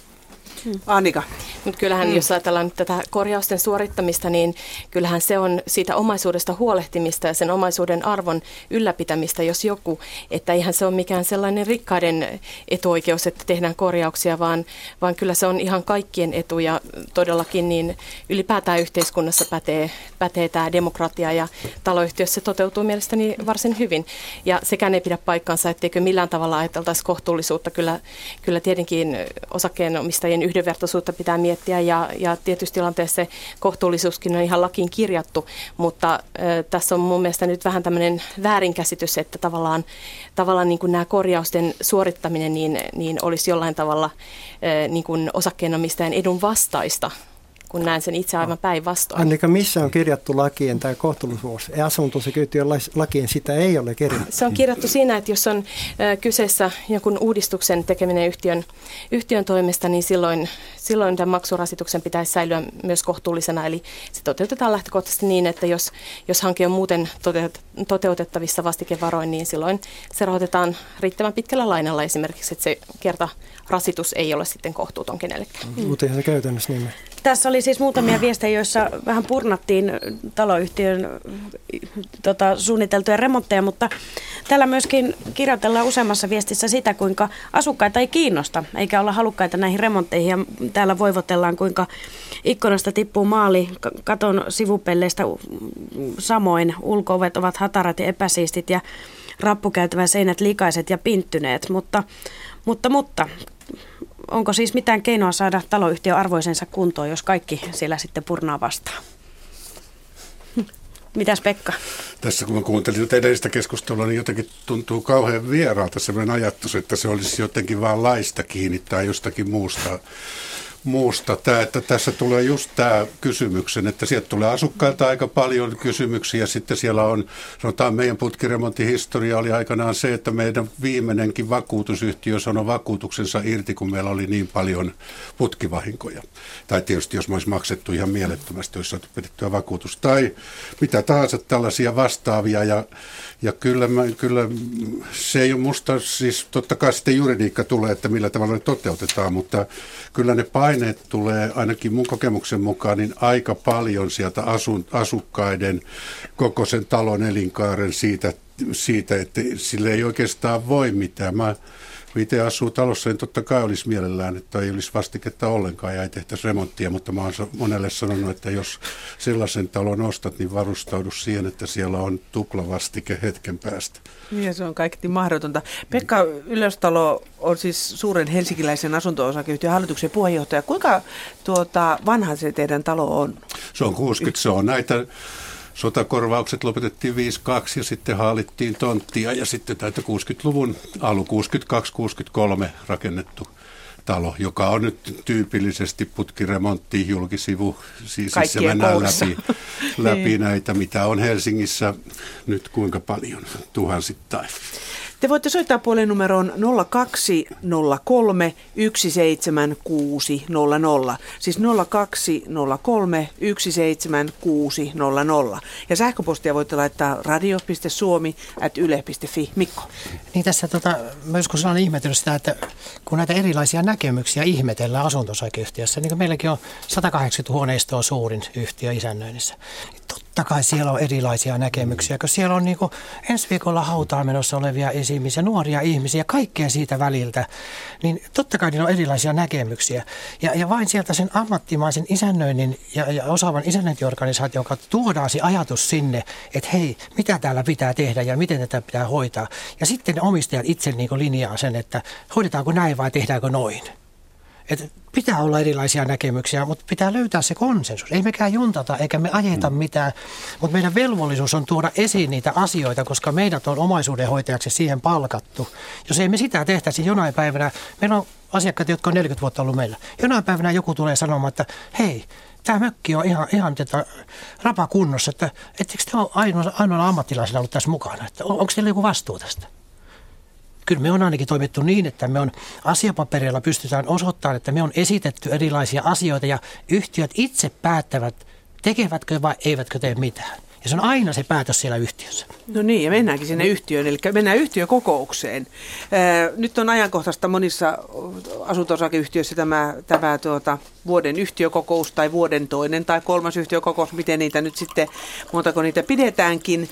Annika. Mutta kyllähän, mm. jos ajatellaan tätä korjausten suorittamista, niin kyllähän se on siitä omaisuudesta huolehtimista ja sen omaisuuden arvon ylläpitämistä, jos joku, että eihän se ole mikään sellainen rikkaiden etuoikeus, että tehdään korjauksia, vaan, vaan kyllä se on ihan kaikkien etu ja todellakin niin ylipäätään yhteiskunnassa pätee, pätee tämä demokratia ja taloyhtiössä se toteutuu mielestäni varsin hyvin. Ja sekään ei pidä paikkaansa, etteikö millään tavalla ajateltaisi kohtuullisuutta. Kyllä, kyllä tietenkin osakkeenomistajien yhdenvertaisuutta pitää miettiä ja, ja tietysti tilanteessa se kohtuullisuuskin on ihan lakiin kirjattu, mutta ö, tässä on mun mielestä nyt vähän tämmöinen väärinkäsitys, että tavallaan, tavallaan niin kuin nämä korjausten suorittaminen niin, niin olisi jollain tavalla ö, niin kuin osakkeenomistajan edun vastaista, kun näen sen itse aivan päinvastoin. Annika, missä on kirjattu lakiin tämä kohtuullisuus? Asunto-osakeyhtiön lakiin sitä ei ole kirjattu. Se on kirjattu siinä, että jos on ö, kyseessä jonkun uudistuksen tekeminen yhtiön, yhtiön toimesta, niin silloin, silloin tämän maksurasituksen pitäisi säilyä myös kohtuullisena. Eli se toteutetaan lähtökohtaisesti niin, että jos, jos hanke on muuten toteutettavissa vastikevaroin, niin silloin se rahoitetaan riittävän pitkällä lainalla esimerkiksi, että se kerta rasitus ei ole sitten kohtuuton kenellekään. Mm. Mutta eihän se käytännössä niin. Tässä oli siis muutamia viestejä, joissa vähän purnattiin taloyhtiön tota, suunniteltuja remontteja, mutta täällä myöskin kirjoitellaan useammassa viestissä sitä, kuinka asukkaita ei kiinnosta, eikä olla halukkaita näihin remontteihin. Ja täällä voivotellaan, kuinka ikkunasta tippuu maali, katon sivupelleistä samoin, ulko-ovet ovat hatarat ja epäsiistit ja rappukäytävän seinät likaiset ja pinttyneet, mutta, mutta, mutta onko siis mitään keinoa saada taloyhtiö arvoisensa kuntoon, jos kaikki siellä sitten purnaa vastaan? Mitäs Pekka? Tässä kun mä kuuntelin edellistä keskustelua, niin jotenkin tuntuu kauhean vieraalta sellainen ajatus, että se olisi jotenkin vaan laista kiinni tai jostakin muusta. Muusta. Tämä, että tässä tulee just tämä kysymyksen, että sieltä tulee asukkailta aika paljon kysymyksiä. Sitten siellä on, sanotaan meidän putkiremontin historia oli aikanaan se, että meidän viimeinenkin vakuutusyhtiö sanoi vakuutuksensa irti, kun meillä oli niin paljon putkivahinkoja. Tai tietysti jos me olisi maksettu ihan mielettömästi, olisi saatu pidettyä vakuutus. Tai mitä tahansa tällaisia vastaavia. Ja, ja kyllä, mä, kyllä se ei ole musta, siis totta kai sitten juridiikka tulee, että millä tavalla ne toteutetaan, mutta kyllä ne paineet tulee ainakin mun kokemuksen mukaan niin aika paljon sieltä asun, asukkaiden koko sen talon elinkaaren siitä, siitä, että sille ei oikeastaan voi mitään. Mä itse asuu talossa, niin totta kai olisi mielellään, että ei olisi vastiketta ollenkaan ja ei tehtäisi remonttia, mutta mä oon monelle sanonut, että jos sellaisen talon ostat, niin varustaudu siihen, että siellä on tuplavastike hetken päästä. Ja se on kaikki mahdotonta. Pekka Ylöstalo on siis suuren helsinkiläisen asunto-osakeyhtiön hallituksen puheenjohtaja. Kuinka tuota, vanha se teidän talo on? Se on kuusikymmentä, se on näitä. Sotakorvaukset lopetettiin viisikymmentäkaksi ja sitten haalittiin tonttia ja sitten täytä kuusikymmentäluvun alu kuusikymmentäkaksi kuusikymmentäkolme rakennettu talo, joka on nyt tyypillisesti putkiremontti, julkisivu, siis se mennään läpi, läpi näitä, mitä on Helsingissä nyt kuinka paljon, tuhansittain. Te voitte soittaa puolen numeroon nolla kaksi nolla kolme yksi seitsemän kuusi nolla nolla, siis nolla kaksi nolla kolme yksi seitsemän kuusi nolla nolla. Ja sähköpostia voitte laittaa radio piste suomi ät yle piste fi. Mikko. Niin tässä tota, mä joskus olen ihmetellyt sitä, että kun näitä erilaisia näkemyksiä ihmetellään asunto-osakeyhtiössä, niin kuin meilläkin on sata kahdeksankymmentä huoneistoa suurin yhtiö isännöinnissä, niin totta kai siellä on erilaisia näkemyksiä, kun siellä on niin kuin ensi viikolla hautaan menossa olevia esimisiä, nuoria ihmisiä, kaikkea siitä väliltä, niin totta kai niillä on erilaisia näkemyksiä. Ja, ja vain sieltä sen ammattimaisen isännöinnin ja, ja osaavan isännöintiorganisaation kautta tuodaan se ajatus sinne, että hei, mitä täällä pitää tehdä ja miten tätä pitää hoitaa. Ja sitten ne omistajat itse niin kuin linjaa sen, että hoidetaanko näin vai tehdäänkö noin. Että pitää olla erilaisia näkemyksiä, mutta pitää löytää se konsensus. Ei mekään juntata eikä me ajeta mitään, mutta meidän velvollisuus on tuoda esiin niitä asioita, koska meidät on omaisuudenhoitajaksi siihen palkattu. Jos ei me sitä tehtäisi jonain päivänä, meillä on asiakkaita, jotka on neljäkymmentä vuotta ollut meillä. Jonain päivänä joku tulee sanomaan, että hei, tämä mökki on ihan, ihan tätä rapakunnossa, että ettekö te ole ainoa, ainoana ammattilaisena ollut tässä mukana, että on, onko teillä joku vastuu tästä? Kyllä me on ainakin toimittu niin, että me on asiapapereilla pystytään osoittamaan, että me on esitetty erilaisia asioita ja yhtiöt itse päättävät, tekevätkö vai eivätkö tee mitään. Ja se on aina se päätös siellä yhtiössä. No niin, ja mennäänkin sinne yhtiöön, eli mennään yhtiökokoukseen. Nyt on ajankohtaista monissa asunto-osakeyhtiöissä tämä, tämä tuota, vuoden yhtiökokous tai vuoden toinen tai kolmas yhtiökokous, miten niitä nyt sitten, montako niitä pidetäänkin.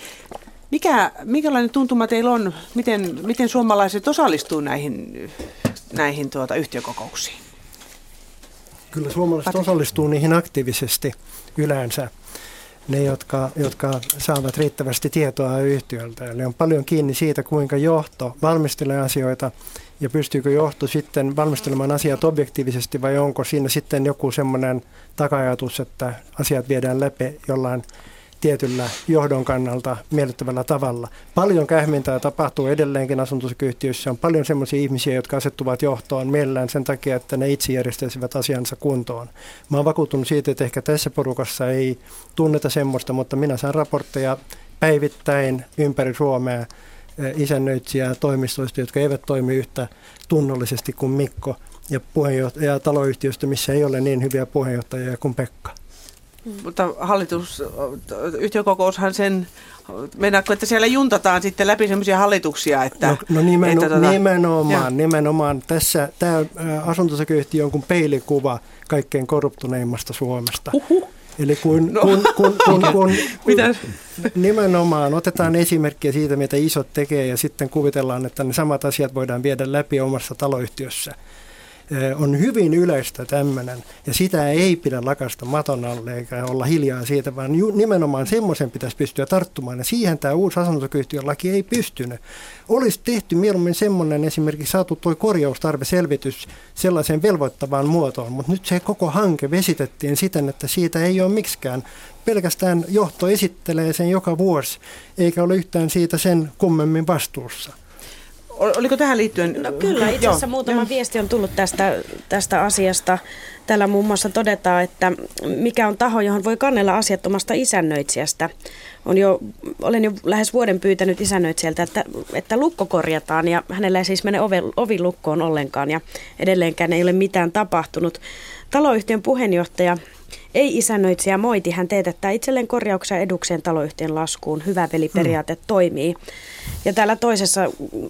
Mikä, minkälainen tuntuma teillä on, miten, miten suomalaiset osallistuu näihin, näihin tuota, yhtiökokouksiin? Kyllä suomalaiset osallistuu niihin aktiivisesti yleensä. Ne, jotka, jotka saavat riittävästi tietoa yhtiöltä. Eli on paljon kiinni siitä, kuinka johto valmistelee asioita ja pystyykö johto sitten valmistelemaan asiat objektiivisesti vai onko siinä sitten joku semmoinen taka-ajatus, että asiat viedään läpi jollain tietyllä johdon kannalta miellyttävällä tavalla. Paljon kähmintää tapahtuu edelleenkin asunto-osakeyhtiöissä. On paljon sellaisia ihmisiä, jotka asettuvat johtoon mielellään sen takia, että ne itse järjestäisivät asiansa kuntoon. Mä oon vakuuttunut siitä, että ehkä tässä porukassa ei tunneta semmoista, mutta minä saan raportteja päivittäin ympäri Suomea isännöitsijää toimistoista, jotka eivät toimi yhtä tunnollisesti kuin Mikko ja, puheenjohtaja, ja taloyhtiöstä, missä ei ole niin hyviä puheenjohtajia kuin Pekka. Mutta hallitus, yhtiökokoushan sen, mennäänkö, että siellä juntataan sitten läpi sellaisia hallituksia, että... No, no nimen, että tuota, nimenomaan, nimenomaan. Tässä tämä asunto-osakeyhtiö on kuin peilikuva kaikkein korruptuneimmasta Suomesta. Uhuh. Eli kun, no. kun, kun, kun, kun, kun Mitä? nimenomaan otetaan esimerkkiä siitä, mitä isot tekee, ja sitten kuvitellaan, että ne samat asiat voidaan viedä läpi omassa taloyhtiössä. On hyvin yleistä tämmöinen, ja sitä ei pidä lakasta maton alle eikä olla hiljaa siitä, vaan ju, nimenomaan semmoisen pitäisi pystyä tarttumaan, ja siihen tämä uusi asunto-osakeyhtiön laki ei pystynyt. Olisi tehty mieluummin semmoinen, esimerkiksi saatu tuo korjaustarveselvitys sellaiseen velvoittavaan muotoon, mutta nyt se koko hanke vesitettiin siten, että siitä ei ole miksikään. Pelkästään johto esittelee sen joka vuosi, eikä ole yhtään siitä sen kummemmin vastuussa. Oliko tähän liittyen? No kyllä, itse asiassa muutama viesti on tullut tästä, tästä asiasta. Täällä muun muassa todetaan, että mikä on taho, johon voi kannella asiattomasta isännöitsijästä. On jo, olen jo lähes vuoden pyytänyt isännöitsijältä, että, että lukko korjataan, ja hänellä ei siis mene ove, ovi lukkoon ollenkaan, ja edelleenkään ei ole mitään tapahtunut. Taloyhtiön puheenjohtaja ei isännöitsijä moiti, hän teetättää itselleen korjauksia edukseen taloyhtiön laskuun. Hyvä veliperiaate hmm. toimii. Ja täällä toisessa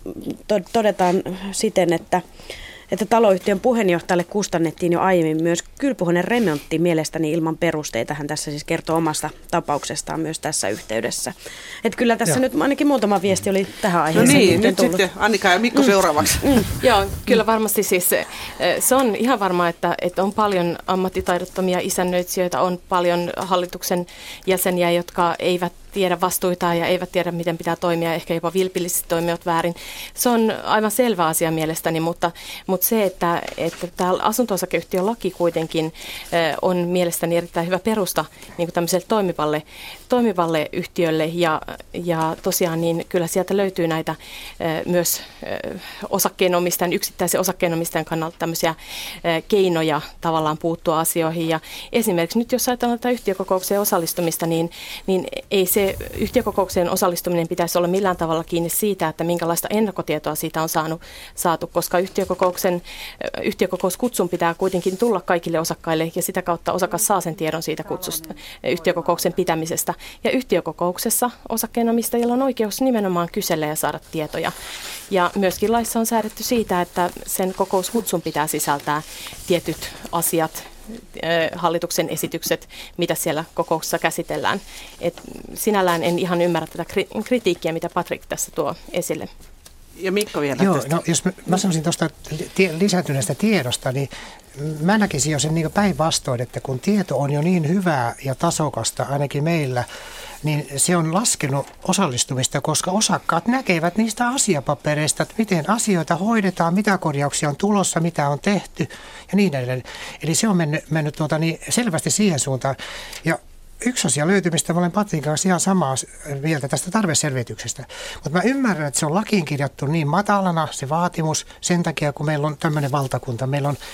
todetaan siten, että, että taloyhtiön puheenjohtajalle kustannettiin jo aiemmin myös kylpyhuoneen remontti mielestäni ilman perusteita. Hän tässä siis kertoo omasta tapauksestaan myös tässä yhteydessä. Että kyllä tässä Joo. nyt ainakin muutama viesti oli tähän aiheeseen. No niin, nyt tullut. Sitten Annika ja Mikko mm. seuraavaksi. Mm. Joo, kyllä varmasti siis se on ihan varmaa, että, että on paljon ammattitaidottomia isännöitsijöitä, on paljon hallituksen jäseniä, jotka eivät tiedä vastuita ja eivät tiedä, miten pitää toimia, ehkä jopa vilpillisesti toimivat väärin. Se on aivan selvä asia mielestäni, mutta, mutta se, että, että tämä asunto-osakeyhtiön laki kuitenkin on mielestäni erittäin hyvä perusta niin kuin tämmöiselle toimivalle, toimivalle yhtiölle ja, ja tosiaan niin kyllä sieltä löytyy näitä myös osakkeenomistajan, yksittäisen osakkeenomistajan kannalta tämmöisiä keinoja tavallaan puuttua asioihin ja esimerkiksi nyt jos ajatellaan tätä yhtiökokoukseen osallistumista, niin, niin ei se yhtiökokoukseen osallistuminen pitäisi olla millään tavalla kiinni siitä, että minkälaista ennakkotietoa siitä on saanut, saatu, koska yhtiökokouksen, yhtiökokouskutsun pitää kuitenkin tulla kaikille osakkaille ja sitä kautta osakas saa sen tiedon siitä kutsusta, yhtiökokouksen pitämisestä. Ja yhtiökokouksessa osakkeenomistajilla on oikeus nimenomaan kysellä ja saada tietoja. Ja myöskin laissa on säädetty siitä, että sen kokouskutsun pitää sisältää tietyt asiat, hallituksen esitykset, mitä siellä kokouksessa käsitellään. Et sinällään en ihan ymmärrä tätä kritiikkiä, mitä Patrik tässä tuo esille. Ja Mikko vielä Joo, tästä. no, jos mä, mä sanoisin tuosta tie, lisääntyneestä tiedosta, niin mä näkisin jo sen niin päinvastoin, että kun tieto on jo niin hyvää ja tasokasta, ainakin meillä, niin se on laskenut osallistumista, koska osakkaat näkevät niistä asiapapereista, että miten asioita hoidetaan, mitä korjauksia on tulossa, mitä on tehty ja niin edelleen. Eli se on mennyt, mennyt tuota niin selvästi siihen suuntaan. Ja yksi asia löytymistä, mä olen Patrikin kanssa ihan samaa mieltä tästä tarveselvityksestä. Mutta mä ymmärrän, että se on lakiin kirjattu niin matalana se vaatimus sen takia, kun meillä on tämmöinen valtakunta. Meillä on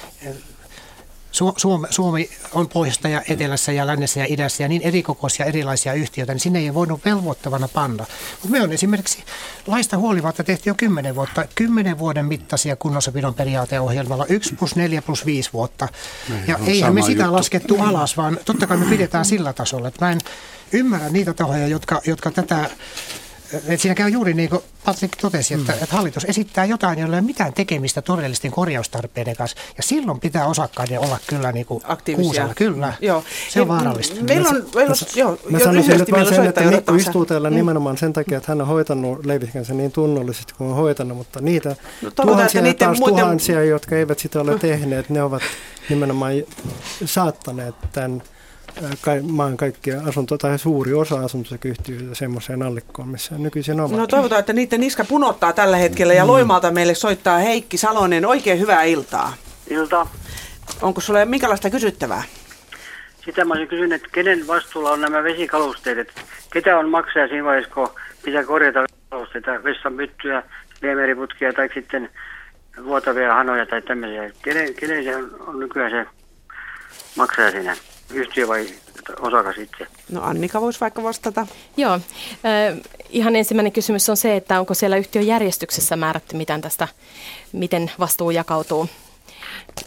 Suomi, Suomi on pohjoista ja etelässä ja lännessä ja idässä ja niin erikokoisia erilaisia yhtiöitä, niin sinne ei voinut velvoittavana panna. Mutta me on esimerkiksi laista huolimatta tehty jo kymmenen vuotta, kymmenen vuoden mittaisia kunnossapidon periaateohjelmalla, yksi plus neljä plus viisi vuotta. Näin, ja eihän me sitä juttu. laskettu alas, vaan totta kai me pidetään sillä tasolla. Että mä en ymmärrä niitä tahoja, jotka, jotka tätä... Et siinä käy juuri niin kuin Patrik totesi, että, mm. että hallitus esittää jotain, jolla ei ole mitään tekemistä todellisten korjaustarpeiden kanssa. Ja silloin pitää osakkaiden olla kyllä niin kuin kuusella. Kyllä, joo. Se on vaarallista. Meillä on, meillä on, joo, mä sanoisin nyt vaan sen, että Mikko istuu täällä mm. nimenomaan sen takia, että hän on hoitanut Leiviskänsä niin tunnollisesti kuin on hoitanut, mutta niitä no, tuhansia ja taas muuten... tuhansia, jotka eivät sitä ole tehneet, ne ovat nimenomaan saattaneet tämän maan kaikkia asunto- tai suuri osa asunto-osakeyhtiöitä semmoiseen allikkoon, missä nykyisin ovat. No toivotaan, että niiden niska punottaa tällä hetkellä ja mm. Loimaalta meille soittaa Heikki Salonen. Oikein hyvää iltaa. Iltaa. Onko sulle minkälaista kysyttävää? Sitä mä olisin kysynyt, että kenen vastuulla on nämä vesikalusteet, että ketä on maksaja siinä vaiheessa, kun pitää korjata kalusteita, vessanpyttyjä, viemeriputkia tai sitten vuotavia hanoja tai tämmöisiä. Kenen, kenen se on, on nykyään se maksaja siinä? Yhtiö vai osakas itse? No Annika voisi vaikka vastata. Joo. Äh, ihan ensimmäinen kysymys on se, että onko siellä yhtiön järjestyksessä määrätty mitään tästä, miten vastuu jakautuu?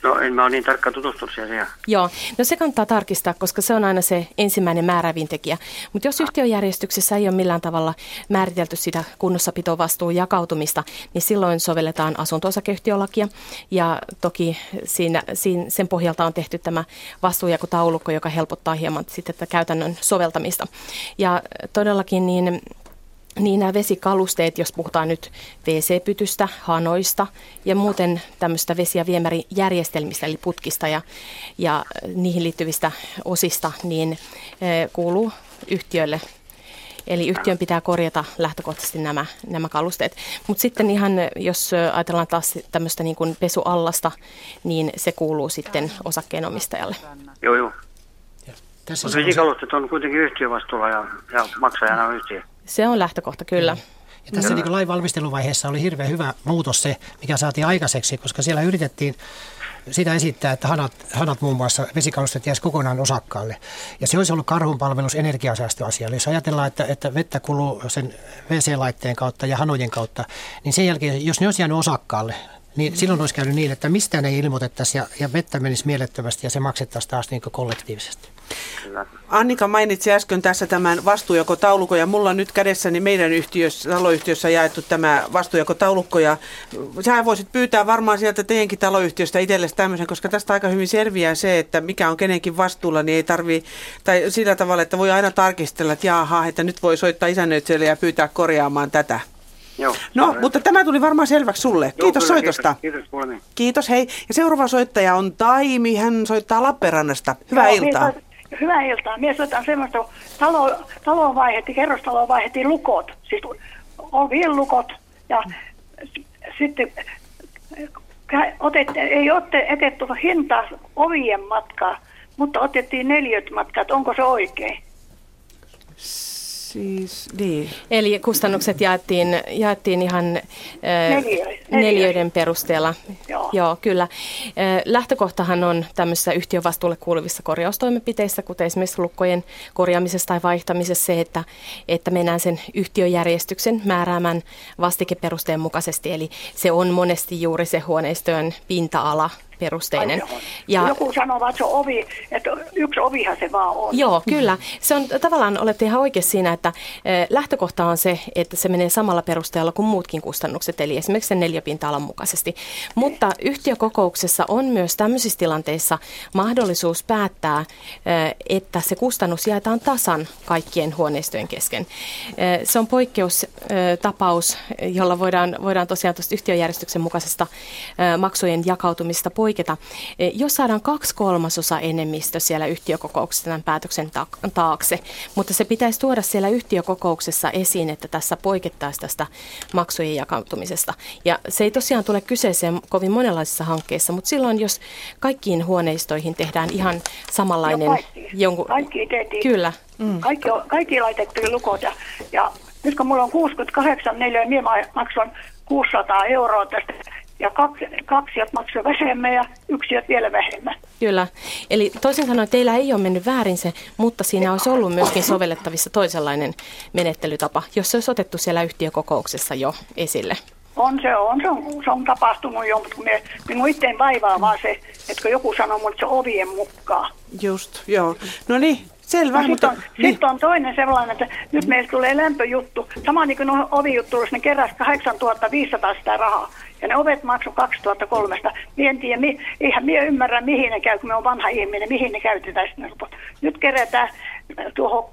No en mä ole niin tarkkaan tutustunut siihen. Joo, no se kannattaa tarkistaa, koska se on aina se ensimmäinen määräävin tekijä. Mutta jos yhtiöjärjestyksessä ei ole millään tavalla määritelty sitä kunnossapitovastuun jakautumista, niin silloin sovelletaan asunto-osakeyhtiölakia. Ja toki siinä, siinä, sen pohjalta on tehty tämä vastuunjakotaulukko, joka helpottaa hieman sitten tätä käytännön soveltamista. Ja todellakin niin... Niin nämä vesikalusteet, jos puhutaan nyt wee see-pytystä, hanoista ja muuten tämmöistä vesi- ja viemärijärjestelmistä, eli putkista ja, ja niihin liittyvistä osista, niin e, kuuluu yhtiölle. Eli yhtiön pitää korjata lähtökohtaisesti nämä, nämä kalusteet. Mutta sitten ihan, jos ajatellaan taas tämmöistä niin kuin pesuallasta, niin se kuuluu sitten osakkeenomistajalle. Joo, joo. Mutta vesikalustet on kuitenkin yhtiövastuulla ja, ja maksajana on yhtiö. Se on lähtökohta, kyllä. Ja tässä niin lain valmisteluvaiheessa oli hirveän hyvä muutos se, mikä saatiin aikaiseksi, koska siellä yritettiin sitä esittää, että hanat, hanat muun muassa vesikalustet jäisi kokonaan osakkaalle. Ja se olisi ollut karhunpalvelus energiasäästöasialle. Jos ajatellaan, että, että vettä kuluu sen wee see-laitteen kautta ja hanojen kautta, niin sen jälkeen, jos ne olisi jäänyt osakkaalle, niin silloin olisi käynyt niin, että mistään ei ilmoitettaisi ja, ja vettä menisi mielettömästi ja se maksettaisiin taas niin kollektiivisesti. Annika mainitsi äsken tässä tämän vastuujakotaulukon ja mulla on nyt kädessäni meidän yhtiössä, taloyhtiössä jaettu tämä vastuujakotaulukko ja sä voisit pyytää varmaan sieltä teidänkin taloyhtiöstä itsellesi tämmöisen, koska tästä aika hyvin selviää se, että mikä on kenenkin vastuulla, niin ei tarvii, tai sillä tavalla, että voi aina tarkistella, että jaha, että nyt voi soittaa isännöitsijälle ja pyytää korjaamaan tätä. Joo, no, mutta tämä tuli varmaan selväksi sulle. Joo, kiitos kyllä, soitosta. Kiitos, kiitos, kiitos, hei. Ja seuraava soittaja on Taimi, hän soittaa Lappeenrannasta. Hyvää Joo, iltaa. Mies, hyvää iltaa. Mies soitan semmoista, talo, taloon vaihdettiin, kerrostaloon vaihdettiin lukot, siis ovien lukot ja sitten otet, ei otte, etetty hintaa ovien matkaa, mutta otettiin neliöt matkaa, onko se oikein? Siis, niin. Eli kustannukset jaettiin, jaettiin ihan Neliö, neliöiden perusteella. Joo. Joo, kyllä. Lähtökohtahan on tämmöisissä yhtiövastuulle kuuluvissa korjaustoimenpiteissä, kuten esimerkiksi lukkojen korjaamisessa tai vaihtamisessa se, että, että mennään sen yhtiöjärjestyksen määräämän vastikeperusteen mukaisesti. Eli se on monesti juuri se huoneistojen pinta-ala perusteinen. Ja joku sanoo, että se on ovi, että yksi ovihan se vaan on. Joo, kyllä. Se on tavallaan, olette ihan oikeassa siinä, että lähtökohta on se, että se menee samalla perusteella kuin muutkin kustannukset, eli esimerkiksi sen neliöpinta-alan mukaisesti. Mutta yhtiökokouksessa on myös tämmöisissä tilanteissa mahdollisuus päättää, että se kustannus jaetaan tasan kaikkien huoneistojen kesken. Se on poikkeustapaus, jolla voidaan, voidaan tosiaan tuosta yhtiöjärjestyksen mukaisesta maksujen jakautumista poiketa. Jos saadaan kaksi kolmasosa enemmistö siellä yhtiökokouksessa tämän päätöksen taakse, mutta se pitäisi tuoda siellä yhtiökokouksessa esiin, että tässä poikettaisiin tästä maksujen jakautumisesta. Ja se ei tosiaan tule kyseeseen kovin monenlaisissa hankkeissa, mutta silloin, jos kaikkiin huoneistoihin tehdään ihan samanlainen... No kaikki, jonkun... kaikki tehtiin. Kyllä. Mm. Kaikki, kaikki laitettiin lukot ja, ja nyt kun mulla on kuusikymmentäkahdeksan neliöä, minä maksan kuusisataa euroa tästä. Ja kaksi, kaksi maksoi vähemmän ja yksi vielä vähemmän. Kyllä. Eli toisin sanoen teillä ei ole mennyt väärin se, mutta siinä olisi ollut myöskin sovellettavissa toisenlainen menettelytapa, jos se olisi otettu siellä yhtiökokouksessa jo esille. On se on, se on, se on tapahtunut jo, mutta me, minun itteen vaivaa vaan se, että kun joku sanoo mulle, että se ovien mukaan. Just, joo. No niin. Selvä, no, mutta... Sitten on, niin. sit on toinen sellainen, että nyt meillä tulee lämpöjuttu. Sama niin kuin no, ovijuttu, jos ne keräsi kahdeksantuhatta viisisataa sitä rahaa. Ja ne ovet maksoi kaksituhattakolmesataa. Mie en tiedä, mi, eihän minä ymmärrä, mihin ne käy, kun me on vanha ihminen, mihin ne käytetään sitten. Nyt kerätään tuohon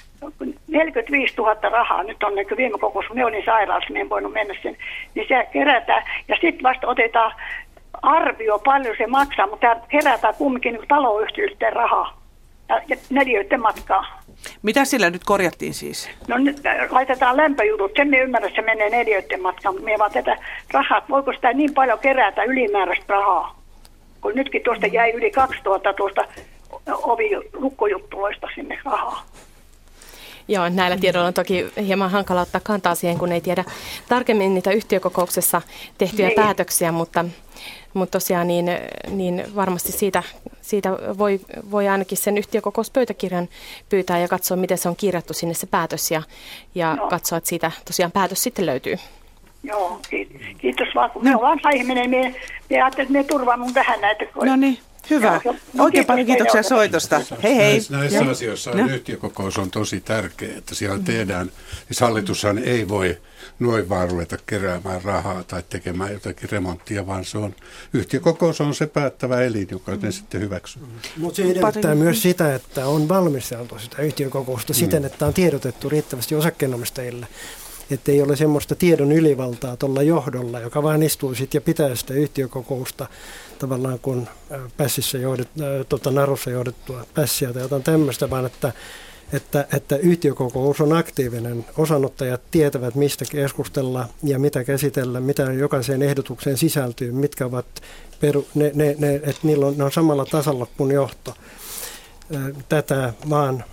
neljäkymmentäviisituhatta rahaa. Nyt on niin viime kokous, kun me olin sairaalassa, me en voinut mennä sen. Niin se kerätään ja sitten vasta otetaan arvio, paljon se maksaa, mutta kerätään kumminkin niin taloyhtiöiden rahaa. Ja neliöiden matkaa. Mitä sillä nyt korjattiin siis? No nyt laitetaan lämpöjutut. Sen me ymmärrän, että se menee neliöiden matkaan, mutta me vaan tätä rahaa. Voiko sitä niin paljon kerätä ylimääräistä rahaa? Kun nytkin tuosta jäi yli kaksituhatta tuosta ovi-lukkojuttuloista sinne rahaa. Joo, näillä tiedoilla on toki hieman hankala ottaa kantaa siihen, kun ei tiedä tarkemmin niitä yhtiökokouksessa tehtyjä niin. päätöksiä, mutta, mutta tosiaan niin, niin varmasti siitä, siitä voi, voi ainakin sen yhtiökokouspöytäkirjan pyytää ja katsoa, miten se on kirjattu sinne se päätös ja, ja no. katsoa, että siitä tosiaan päätös sitten löytyy. Joo, kiitos vaan. Kun me ollaan ihminen, me, me ajattelin, että me turvaannut tähän näitä. No niin, hyvä. Joo, Oikein paljon kiitoksia soitosta. Hei hei. Näissä, näissä asioissa on yhtiökokous on tosi tärkeä, että siellä tehdään. Siis hallitushan ei voi noin vaan ruveta keräämään rahaa tai tekemään jotakin remonttia, vaan se on, yhtiökokous on se päättävä elin, joka ne sitten hyväksyy. Mutta se edellyttää myös sitä, että on valmisteltu sitä yhtiökokousta siten, että on tiedotettu riittävästi osakkeenomistajille. Että ei ole semmoista tiedon ylivaltaa tuolla johdolla, joka vaan istuu sit ja pitää sitä yhtiökokousta tavallaan kun pässissä johdet, tota, narussa johdettua pässiä tai jotain tämmöistä, vaan että, että, että yhtiökokous on aktiivinen. Osanottajat tietävät, mistä keskustella ja mitä käsitellä, mitä jokaiseen ehdotukseen sisältyy, mitkä ovat, peru, ne, ne, ne, että niillä on, ne on samalla tasolla kuin johto. Tätä vaan,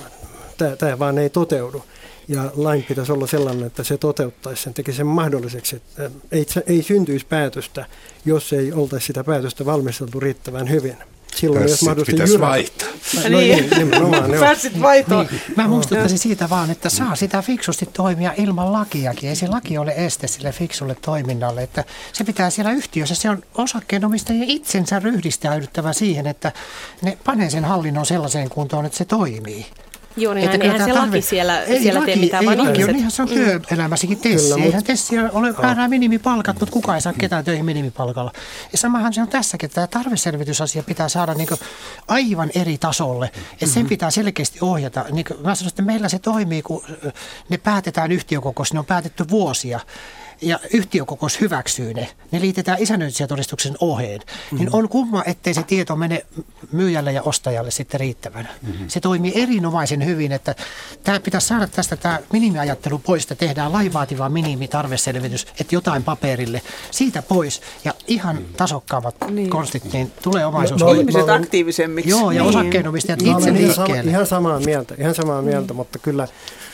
tämä vaan ei toteudu. Ja lain pitäisi olla sellainen, että se toteuttaisi sen, tekisi sen mahdolliseksi. Että ei, ei syntyisi päätöstä, jos ei oltaisi sitä päätöstä valmisteltu riittävän hyvin. Silloin Pässit jos pitäisi jyrä... vaihtaa. No niin, nimenomaan. Pässit vaihtoon. Niin. Mä muistuttaisin siitä vaan, että saa sitä fiksusti toimia ilman lakiakin. Ei se laki ole este sille fiksulle toiminnalle. Että se pitää siellä yhtiössä. Se on osakkeenomistajien itsensä ryhdistäydyttävä siihen, että ne panee sen hallinnon sellaiseen kuntoon, että se toimii. Joo, niin eihän se tarve... laki siellä, ei, siellä laki, tee mitään, ei, vaan laki ihmiset. on ihan, se on työelämässäkin tessi. Kyllä, Eihän tessi ole määrää minimipalkat, mutta kukaan ei saa ketään töihin minimipalkalla. Ja samahan se on tässäkin, että tämä tarveselvitysasia pitää saada niin kuin aivan eri tasolle. Että sen pitää selkeästi ohjata. Niin kuin mä sanoin, että meillä se toimii, kun ne päätetään yhtiökokous, ne on päätetty vuosia. Ja yhtiökokous hyväksyy ne, ne liitetään isännöitsijätodistuksen oheen, mm-hmm. niin on kumma, ettei se tieto mene myyjälle ja ostajalle sitten riittävänä. Mm-hmm. Se toimii erinomaisen hyvin, että tämä pitäisi saada tästä tämä minimiajattelu pois, että tehdään lainvaativa minimitarveselvitys, että jotain paperille, siitä pois ja ihan tasokkaammat niin. konstit, niin tulee omaisuus. No, no, ihmiset aktiivisemmiksi. Joo, ja niin. osakkeenomistajat no, itse ihan, liikkeelle. sama, ihan samaa mieltä, ihan samaa mieltä, mm. mutta kyllä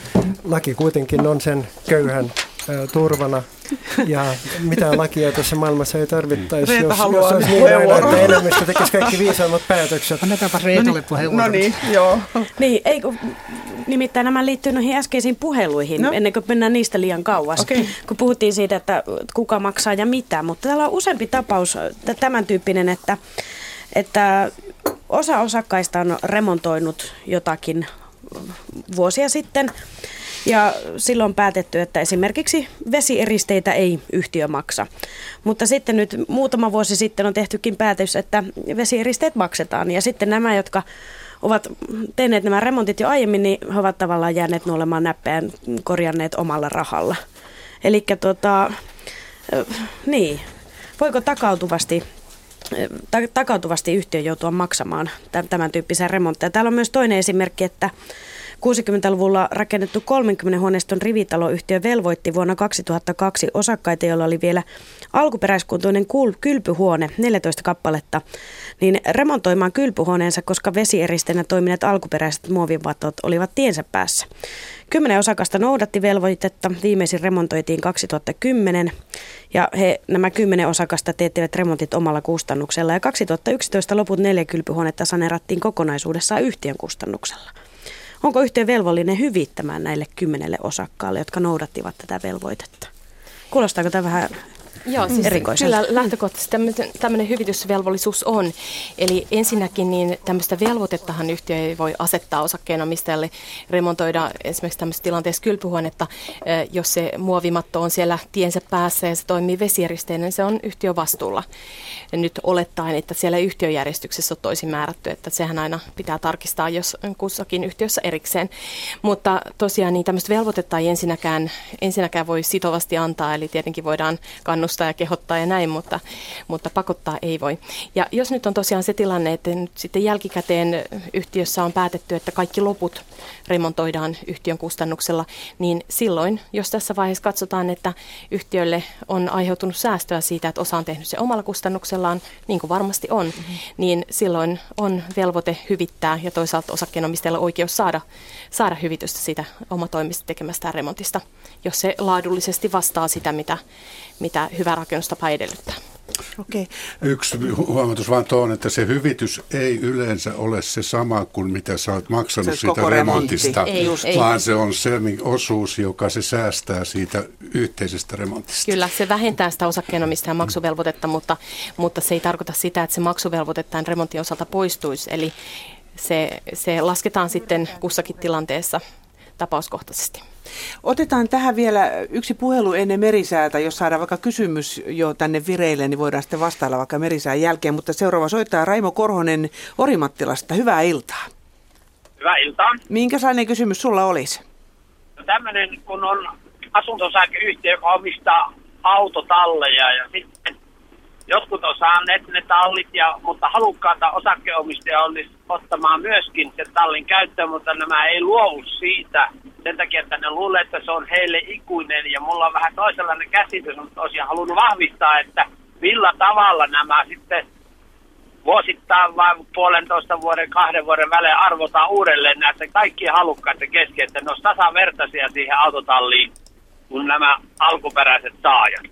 laki kuitenkin on sen köyhän turvana ja mitään lakia tässä maailmassa ei tarvittaisi, jos, jos olisi niin aina, että enemmistö tekisi kaikki viisaimmat päätökset. Annetaanpa Reetalle puheenvuoro. No niin, joo. Niin, ei, kun, nimittäin nämä liittyy noihin äskeisiin puheluihin, no. ennen kuin mennään niistä liian kauas. Okay. Kun puhuttiin siitä, että kuka maksaa ja mitä, mutta täällä on useampi tapaus tämän tyyppinen, että, että osa osakkaista on remontoinut jotakin vuosia sitten. Ja silloin on päätetty, että esimerkiksi vesieristeitä ei yhtiö maksa. Mutta sitten nyt muutama vuosi sitten on tehtykin päätös, että vesieristeet maksetaan. Ja sitten nämä, jotka ovat tehneet nämä remontit jo aiemmin, niin he ovat tavallaan jääneet nuolemaan näppejä korjanneet omalla rahalla. Eli tota, niin, voiko takautuvasti... takautuvasti yhtiö joutua maksamaan tämän tyyppisen remontteja. Täällä on myös toinen esimerkki, että kuusikymmentäluvulla rakennettu kolmenkymmenen huoneiston rivitaloyhtiö velvoitti vuonna kaksituhattakaksi osakkaita, joilla oli vielä alkuperäiskuntoinen kylpyhuone, neljätoista kappaletta, niin remontoimaan kylpyhuoneensa, koska vesieristeenä toimineet alkuperäiset muovivatot olivat tiensä päässä. Kymmenen osakasta noudatti velvoitetta, viimeisin remontoitiin kaksituhattakymmenen ja he, nämä kymmenen osakasta teettivät remontit omalla kustannuksella ja kaksituhattayksitoista loput neljä kylpyhuonetta saneerattiin kokonaisuudessaan yhtiön kustannuksella. Onko yhtiö velvollinen hyvittämään näille kymmenelle osakkaalle, jotka noudattivat tätä velvoitetta? Kuulostaako tämä vähän Joo, siis erikoiselta? Kyllä lähtökohtaisesti tämmöinen hyvitysvelvollisuus on. Eli ensinnäkin niin tämmöistä velvoitettahan yhtiö ei voi asettaa osakkeenomistajalle remontoida esimerkiksi tämmöisessä tilanteessa kylpyhuonetta, jos se muovimatto on siellä tiensä päässä ja se toimii vesieristeenä, niin se on yhtiön vastuulla. Ja nyt olettaen, että siellä yhtiöjärjestyksessä on toisin määrätty, että sehän aina pitää tarkistaa, jos kussakin yhtiössä erikseen. Mutta tosiaan niin tämmöistä velvoitetta ei ensinnäkään, ensinnäkään voi sitovasti antaa, eli tietenkin voidaan kannustaa ja kehottaa ja näin, mutta, mutta pakottaa ei voi. Ja jos nyt on tosiaan se tilanne, että nyt sitten jälkikäteen yhtiössä on päätetty, että kaikki loput remontoidaan yhtiön kustannuksella, niin silloin, jos tässä vaiheessa katsotaan, että yhtiölle on aiheutunut säästöä siitä, että osa on tehnyt se omalla kustannuksellaan, niin kuin varmasti on, mm-hmm. niin silloin on velvoite hyvittää ja toisaalta osakkeenomistajalla oikeus saada, saada hyvitystä siitä omatoimisesti tekemästään remontista, jos se laadullisesti vastaa sitä, mitä, mitä hyvä rakennustapa edellyttää. Okay. Yksi huomautus vaan tuon, että se hyvitys ei yleensä ole se sama kuin mitä sä oot maksanut siitä remontista, ei, vaan ei. se on se osuus, joka se säästää siitä yhteisestä remontista. Kyllä, se vähentää sitä osakkeenomistajan maksuvelvoitetta, mutta, mutta se ei tarkoita sitä, että se maksuvelvoite tämän remontin osalta poistuisi. Eli se, se lasketaan sitten kussakin tilanteessa tapauskohtaisesti. Otetaan tähän vielä yksi puhelu ennen merisäätä, jos saadaan vaikka kysymys jo tänne vireille, niin voidaan sitten vastailla vaikka merisään jälkeen. Mutta seuraava soittaa Raimo Korhonen Orimattilasta. Hyvää iltaa. Hyvää iltaa. Minkälainen kysymys sulla olisi? No tämmöinen, kun on asunto-osakeyhtiö, joka omistaa autotalleja ja sitten jotkut on saaneet ne tallit, ja, mutta halukkaata osakkeenomistajia olisi ottamaan myöskin sen tallin käyttöön, mutta nämä ei luovu siitä sen takia, että ne luulee, että se on heille ikuinen. Ja mulla on vähän toisenlainen käsitys, mutta olisin halunnut vahvistaa, että millä tavalla nämä sitten vuosittain vai puolentoista vuoden, kahden vuoden välein arvotaan uudelleen näiden kaikkien halukkaiden kesken, että ne olisi tasavertaisia siihen autotalliin kuin nämä alkuperäiset saajat.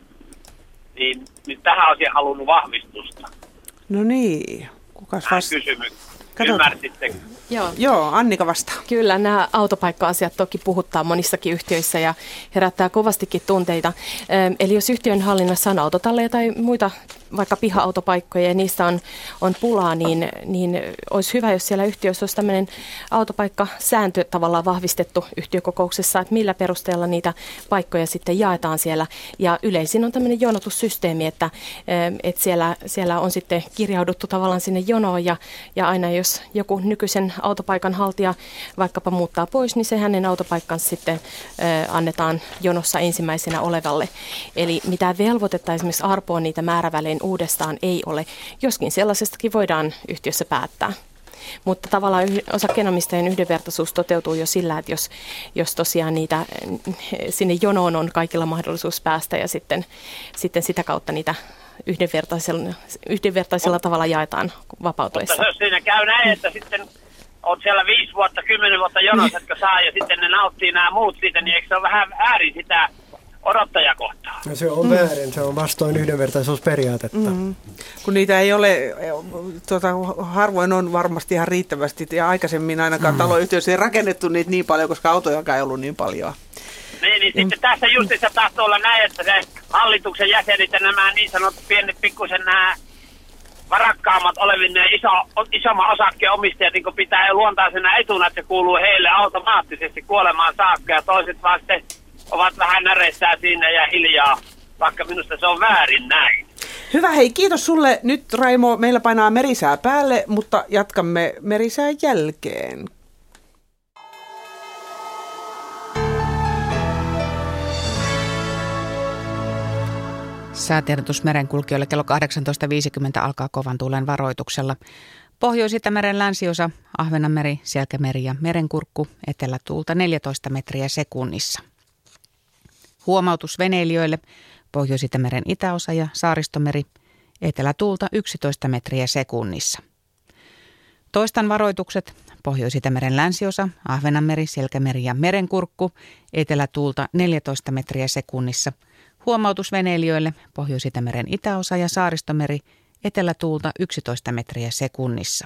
Niin, niin tähän olisin halunnut vahvistusta. No niin, kukas vastaa? Kysymys. Ymmärsitte? Joo. Joo, Annika vastaa. Kyllä, nämä autopaikka-asiat toki puhuttaa monissakin yhtiöissä ja herättää kovastikin tunteita. Eli jos yhtiön hallinnassa on autotalleja tai muita vaikka piha-autopaikkoja ja niistä on, on pulaa, niin, niin olisi hyvä, jos siellä yhtiössä olisi tämmöinen autopaikkasääntö tavallaan vahvistettu yhtiökokouksessa, että millä perusteella niitä paikkoja sitten jaetaan siellä. Ja yleisin on tämmöinen jonotussysteemi, että, että siellä, siellä on sitten kirjauduttu tavallaan sinne jonoon ja, ja aina jos joku nykyisen autopaikan haltija vaikkapa muuttaa pois, niin se hänen autopaikkansa sitten annetaan jonossa ensimmäisenä olevalle. Eli mitään velvoitetta esimerkiksi arpoa niitä määrävälein uudestaan ei ole, joskin sellaisestakin voidaan yhtiössä päättää. Mutta tavallaan osakkeenomistajien yhdenvertaisuus toteutuu jo sillä, että jos, jos tosiaan niitä sinne jonoon on kaikilla mahdollisuus päästä ja sitten, sitten sitä kautta niitä yhdenvertaisella, yhdenvertaisella tavalla jaetaan vapautuessa. Mutta jos siinä käy näin, että sitten olet siellä viisi vuotta, kymmenen vuotta jonossa, jotka saa ja sitten ne nauttii nämä muut siitä, niin eikö se ole vähän väärin sitä odottajakohtaa? No se on mm. väärin, se on vastoin yhdenvertaisuusperiaatetta. Mm. Kun niitä ei ole, tuota, harvoin on varmasti ihan riittävästi ja aikaisemmin ainakaan mm. taloyhtiöissä ei rakennettu niitä niin paljon, koska autojakaan ei ollut niin paljon. Niin, niin sitten mm. tässä justissa tahtoo olla näin, että se hallituksen jäsenet ja nämä niin sanotut pienet pikkusen nämä varakkaammat olevinen iso, isomman osakkeen omistajat niin pitää luontaisena etuna, että se kuuluu heille automaattisesti kuolemaan saakka ja toiset vaan sitten ovat vähän näreissään siinä ja hiljaa, vaikka minusta se on väärin näin. Hyvä, hei, kiitos sulle. Nyt Raimo, meillä painaa merisää päälle, mutta jatkamme merisään jälkeen. Säätiedotus merenkulkijoille kello kahdeksantoista viisikymmentä alkaa kovan tuulen varoituksella. Pohjois-Itämeren länsiosa, Ahvenanmeri, Selkämeri ja Merenkurkku, etelätuulta neljätoista metriä sekunnissa. Huomautus veneilijöille, Pohjois-Itämeren itäosa ja Saaristomeri, etelätuulta yksitoista metriä sekunnissa. Toistan varoitukset, Pohjois-Itämeren länsiosa, Ahvenanmeri, Selkämeri ja Merenkurkku, etelätuulta neljätoista metriä sekunnissa. Huomautus veneilijöille, Pohjois-Itämeren itäosa ja Saaristomeri, etelätuulta yksitoista metriä sekunnissa.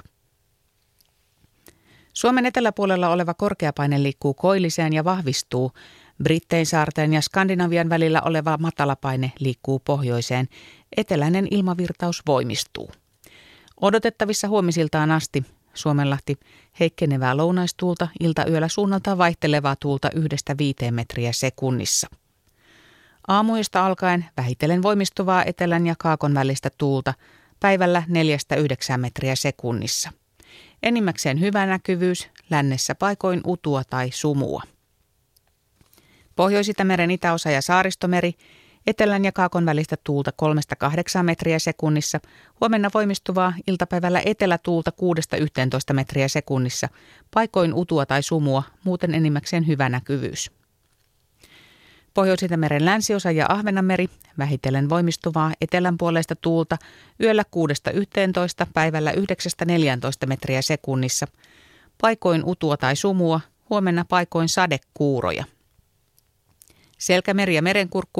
Suomen eteläpuolella oleva korkeapaine liikkuu koilliseen ja vahvistuu. Britteinsaarten ja Skandinavian välillä oleva matalapaine liikkuu pohjoiseen. Eteläinen ilmavirtaus voimistuu. Odotettavissa huomisiltaan asti Suomenlahti heikkenevää lounaistuulta, iltayöllä suunnaltaan vaihtelevaa tuulta yhdestä viiteen metriä sekunnissa. Aamuista alkaen vähitellen voimistuvaa etelän ja kaakon välistä tuulta, päivällä neljästä yhdeksään metriä sekunnissa. Enimmäkseen hyvä näkyvyys, lännessä paikoin utua tai sumua. Pohjois-Itämeren itäosa ja Saaristomeri, etelän ja kaakon välistä tuulta kolmesta kahdeksaan metriä sekunnissa, huomenna voimistuvaa iltapäivällä etelätuulta kuudesta yhteentoista metriä sekunnissa, paikoin utua tai sumua, muuten enimmäkseen hyvä näkyvyys. Pohjois-Itämeren länsiosa ja Ahvenanmeri, vähitellen voimistuvaa etelänpuoleista tuulta, yöllä kuudesta yhteentoista, päivällä yhdeksästä neljääntoista metriä sekunnissa, paikoin utua tai sumua, huomenna paikoin sadekuuroja. Selkämeri ja Merenkurkku,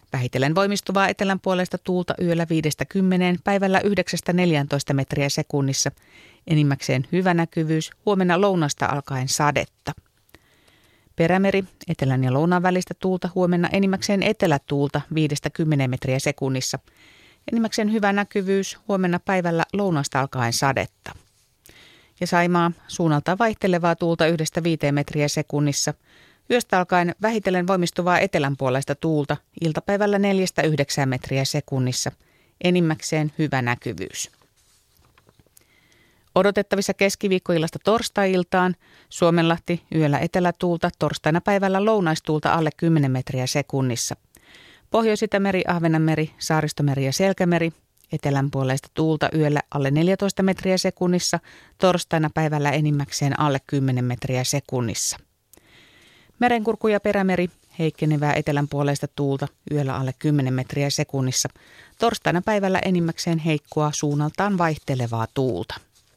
Vähitellen voimistuvaa etelän puolesta tuulta yöllä viidestä kymmeneen, päivällä yhdeksästä neljääntoista metriä sekunnissa. Enimmäkseen hyvä näkyvyys, huomenna lounasta alkaen sadetta. Perämeri, etelän ja lounaan välistä tuulta, huomenna enimmäkseen etelätuulta viidestä kymmeneen metriä sekunnissa. Enimmäkseen hyvä näkyvyys, huomenna päivällä lounasta alkaen sadetta. Ja Saimaa, suunnaltaan vaihtelevaa tuulta yhdestä viiteen metriä sekunnissa. Yöstä alkaen vähitellen voimistuvaa etelänpuoleista tuulta, iltapäivällä neljästä yhdeksään metriä sekunnissa. Enimmäkseen hyvä näkyvyys. Odotettavissa keskiviikkoillasta torstai-iltaan, Suomenlahti yöllä etelätuulta, torstaina päivällä lounaistuulta alle kymmenen metriä sekunnissa. Pohjois-Itämeri, Ahvenanmeri, Saaristomeri ja Selkämeri, etelänpuoleista tuulta yöllä alle neljätoista metriä sekunnissa, torstaina päivällä enimmäkseen alle kymmenen metriä sekunnissa. Merenkurkku ja Perämeri, heikkenevää etelänpuoleista tuulta yöllä alle kymmenen metriä sekunnissa, torstaina päivällä enimmäkseen heikkoa suunnaltaan vaihtelevaa tuulta.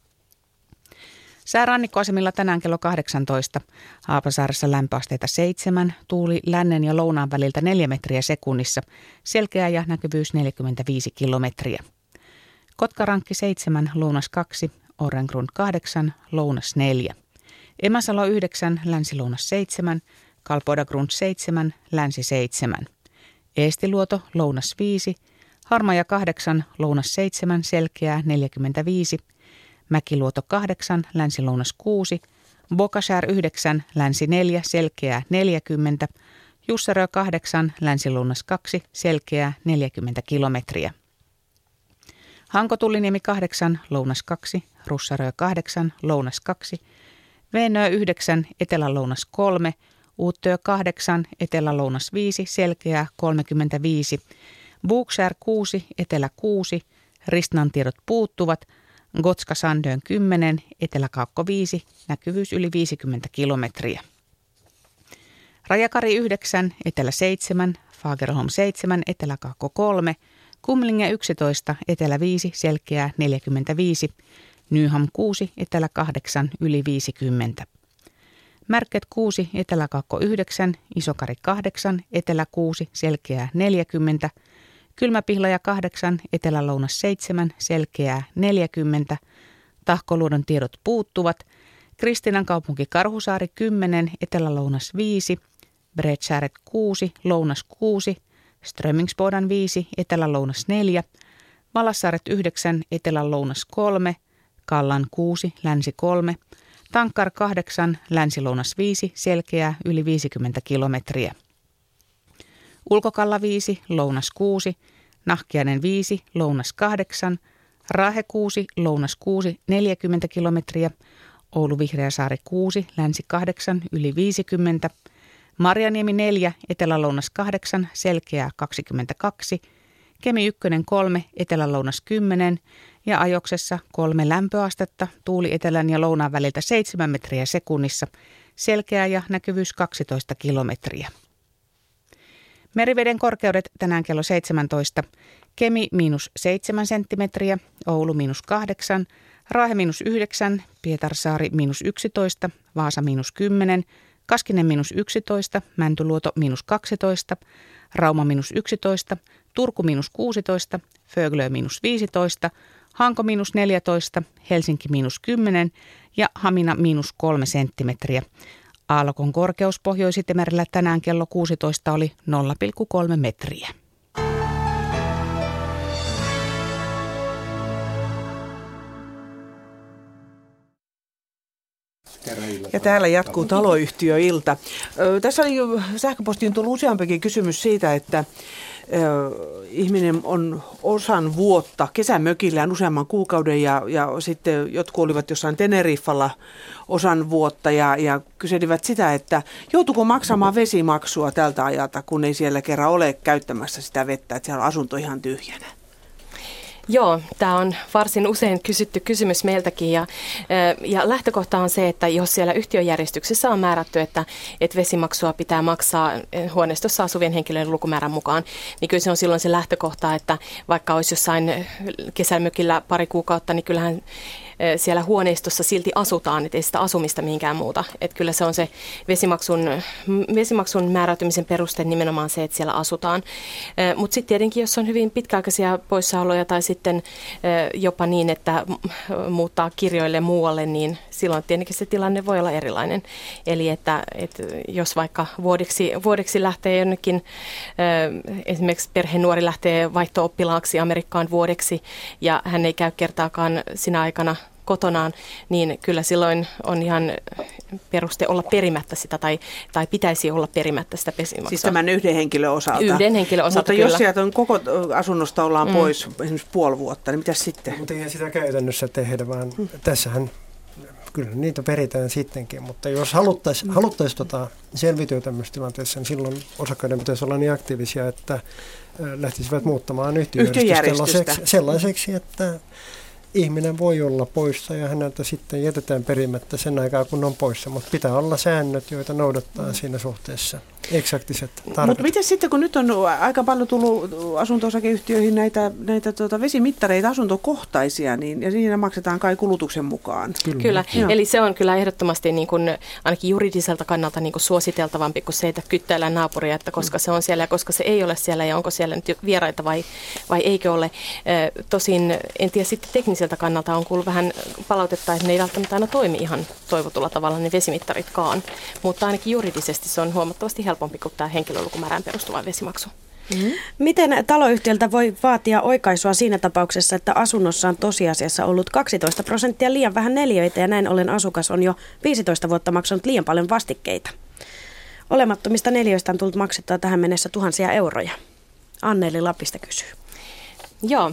Sää rannikkoasemilla tänään kello kahdeksantoista. Haapasaaressa lämpöasteita seitsemän, tuuli lännen ja lounaan väliltä neljä metriä sekunnissa, selkeä ja näkyvyys neljäkymmentäviisi kilometriä. Kotkarankki seitsemän, lounas kaksi, Orrengrund kahdeksan, lounas neljä. Emäsalo yhdeksän, länsi-lounas seitsemän, Kalpoidagrund seitsemän, länsi seitsemän. Eestiluoto, lounas viisi, Harmaja kahdeksan, lounas seitsemän, selkeää neljäkymmentäviisi. Mäkiluoto kahdeksan, länsi-lounas kuusi, Bokashär yhdeksän, länsi neljä, selkeää neljäkymmentä, Jussarö kahdeksan, länsi-lounas kaksi, selkeää neljäkymmentä kilometriä. Hanko-Tulliniemi kahdeksan, lounas kaksi, Russarö kahdeksan, lounas kaksi, Veenö yhdeksän, etelä-lounas kolme, Uuttöö kahdeksan, etelä-lounas viisi, selkeää kolmekymmentäviisi, Bukshär kuusi, etelä kuusi, Ristnan tiedot puuttuvat, Gotska Sandön kymmenen, Etelä-Kaakko viisi, näkyvyys yli viisikymmentä kilometriä. Rajakari yhdeksän, Etelä seitsemän, Fagerholm seitsemän, Etelä-Kaakko kolme, Kumlinge yksitoista, Etelä viisi, selkeää neljäkymmentäviisi, Nyham kuusi, Etelä kahdeksan, yli viisikymmentä. Märket kuusi, Etelä-Kaakko yhdeksän, Isokari kahdeksan, Etelä kuusi, selkeää neljäkymmentä, Kylmäpihlaja kahdeksan, Etelä-lounas seitsemän, selkeää neljäkymmentä, Tahkoluodon tiedot puuttuvat, Kristiinan kaupunki Karhusaari kymmenen, Etelä-lounas viisi, Bredshäret kuusi, lounas kuusi, Strömingsbodan viisi, Etelä-lounas neljä, Valassaaret yhdeksän, Etelä-lounas kolme, Kallan kuusi, länsi kolme, Tankkar kahdeksan, länsi-lounas viisi, selkeää yli viisikymmentä kilometriä. Ulkokalla viisi, lounas kuusi, Nahkiainen viisi, lounas kahdeksan, Raahe kuusi, lounas kuusi, neljäkymmentä kilometriä, Oulu Vihreäsaari kuusi, länsi kahdeksan, yli viisikymmentä, Marjaniemi neljä, etelä-lounas kahdeksan, selkeää kaksikymmentäkaksi, Kemi yksi kolme, etelä-lounas kymmenen ja Ajoksessa kolme lämpöastetta, tuuli etelän ja lounaan väliltä seitsemän metriä sekunnissa, selkeää ja näkyvyys kaksitoista kilometriä. Meriveden korkeudet tänään kello seitsemäntoista. Kemi miinus seitsemän senttimetriä, Oulu miinus kahdeksan, Raahe miinus yhdeksän, Pietarsaari miinus yksitoista, Vaasa miinus kymmenen, Kaskinen miinus yksitoista, Mäntyluoto miinus kaksitoista, Rauma miinus yksitoista, Turku miinus kuusitoista, Föglö miinus viisitoista, Hanko miinus neljätoista, Helsinki miinus kymmenen ja Hamina miinus kolme senttimetriä. Aallokon korkeus Pohjois-Itämerellä tänään kello kuusitoista oli nolla pilkku kolme metriä. Ja täällä jatkuu taloyhtiöilta. Tässä oli sähköpostiin tullut useampikin kysymys siitä, että ihminen on osan vuotta kesämökillään useamman kuukauden ja, ja sitten jotkut olivat jossain Teneriffalla osan vuotta ja, ja kyselivät sitä, että joutuuko maksamaan vesimaksua tältä ajalta, kun ei siellä kerran ole käyttämässä sitä vettä, että siellä on asunto ihan tyhjänä. Joo, tämä on varsin usein kysytty kysymys meiltäkin ja, ja lähtökohta on se, että jos siellä yhtiöjärjestyksessä on määrätty, että, että vesimaksua pitää maksaa huoneistossa asuvien henkilöiden lukumäärän mukaan, niin kyllä se on silloin se lähtökohta, että vaikka olisi jossain kesämökillä pari kuukautta, niin kyllähän siellä huoneistossa silti asutaan, että ei sitä asumista mihinkään muuta. Että kyllä se on se vesimaksun, vesimaksun määräytymisen peruste nimenomaan se, että siellä asutaan. Mutta sitten tietenkin, jos on hyvin pitkäaikaisia poissaoloja tai sitten jopa niin, että muuttaa kirjoille muualle, niin silloin tietenkin se tilanne voi olla erilainen. Eli että, että jos vaikka vuodeksi, vuodeksi lähtee jonnekin, esimerkiksi perheenuori lähtee vaihto-oppilaaksi Amerikkaan vuodeksi ja hän ei käy kertaakaan sinä aikana kotonaan, niin kyllä silloin on ihan peruste olla perimättä sitä tai, tai pitäisi olla perimättä sitä vesimaksua. Siis tämän yhden henkilön osalta. Yhden henkilön osalta, Mutta kyllä. jos sieltä on koko asunnosta ollaan mm. pois esimerkiksi puoli vuotta, niin mitä sitten? Mutta ei sitä käytännössä tehdä, vaan mm. tässähän kyllä niitä peritään sittenkin, mutta jos haluttaisiin haluttais tota selviytyä tämmöisessä tilanteessa, niin silloin osakkaiden pitäisi olla niin aktiivisia, että lähtisivät muuttamaan yhtiöjärjestystä sellaiseksi, että ihminen voi olla poissa ja häneltä sitten jätetään perimättä sen aikaa, kun on poissa, mutta pitää olla säännöt, joita noudattaa mm. siinä suhteessa. Eksaktiset tarkat. Mutta miten sitten, kun nyt on aika paljon tullut asunto-osakeyhtiöihin näitä, näitä tuota vesimittareita asuntokohtaisia, niin ja siinä maksetaan kai kulutuksen mukaan. Kyllä, kyllä. Eli se on kyllä ehdottomasti niin kuin, ainakin juridiselta kannalta niin kuin suositeltavampi kuin se, että kyttäillään naapuria, että koska se on siellä ja koska se ei ole siellä ja onko siellä nyt vieraita vai, vai eikö ole. Tosin en tiedä sitten tekniseltä kannalta on kuullut vähän palautetta, että ne ei välttämättä aina toimi ihan toivotulla tavalla ne vesimittaritkaan, mutta ainakin juridisesti se on huomattavasti helpompi kuin tämä henkilölukumäärään perustuva vesimaksu. Mm-hmm. Miten taloyhtiöltä voi vaatia oikaisua siinä tapauksessa, että asunnossa on tosiasiassa ollut kaksitoista prosenttia liian vähän neliöitä ja näin ollen asukas on jo viisitoista vuotta maksanut liian paljon vastikkeita? Olemattomista neliöistä on tullut maksettua tähän mennessä tuhansia euroja. Anneli Lapista kysyy. Joo,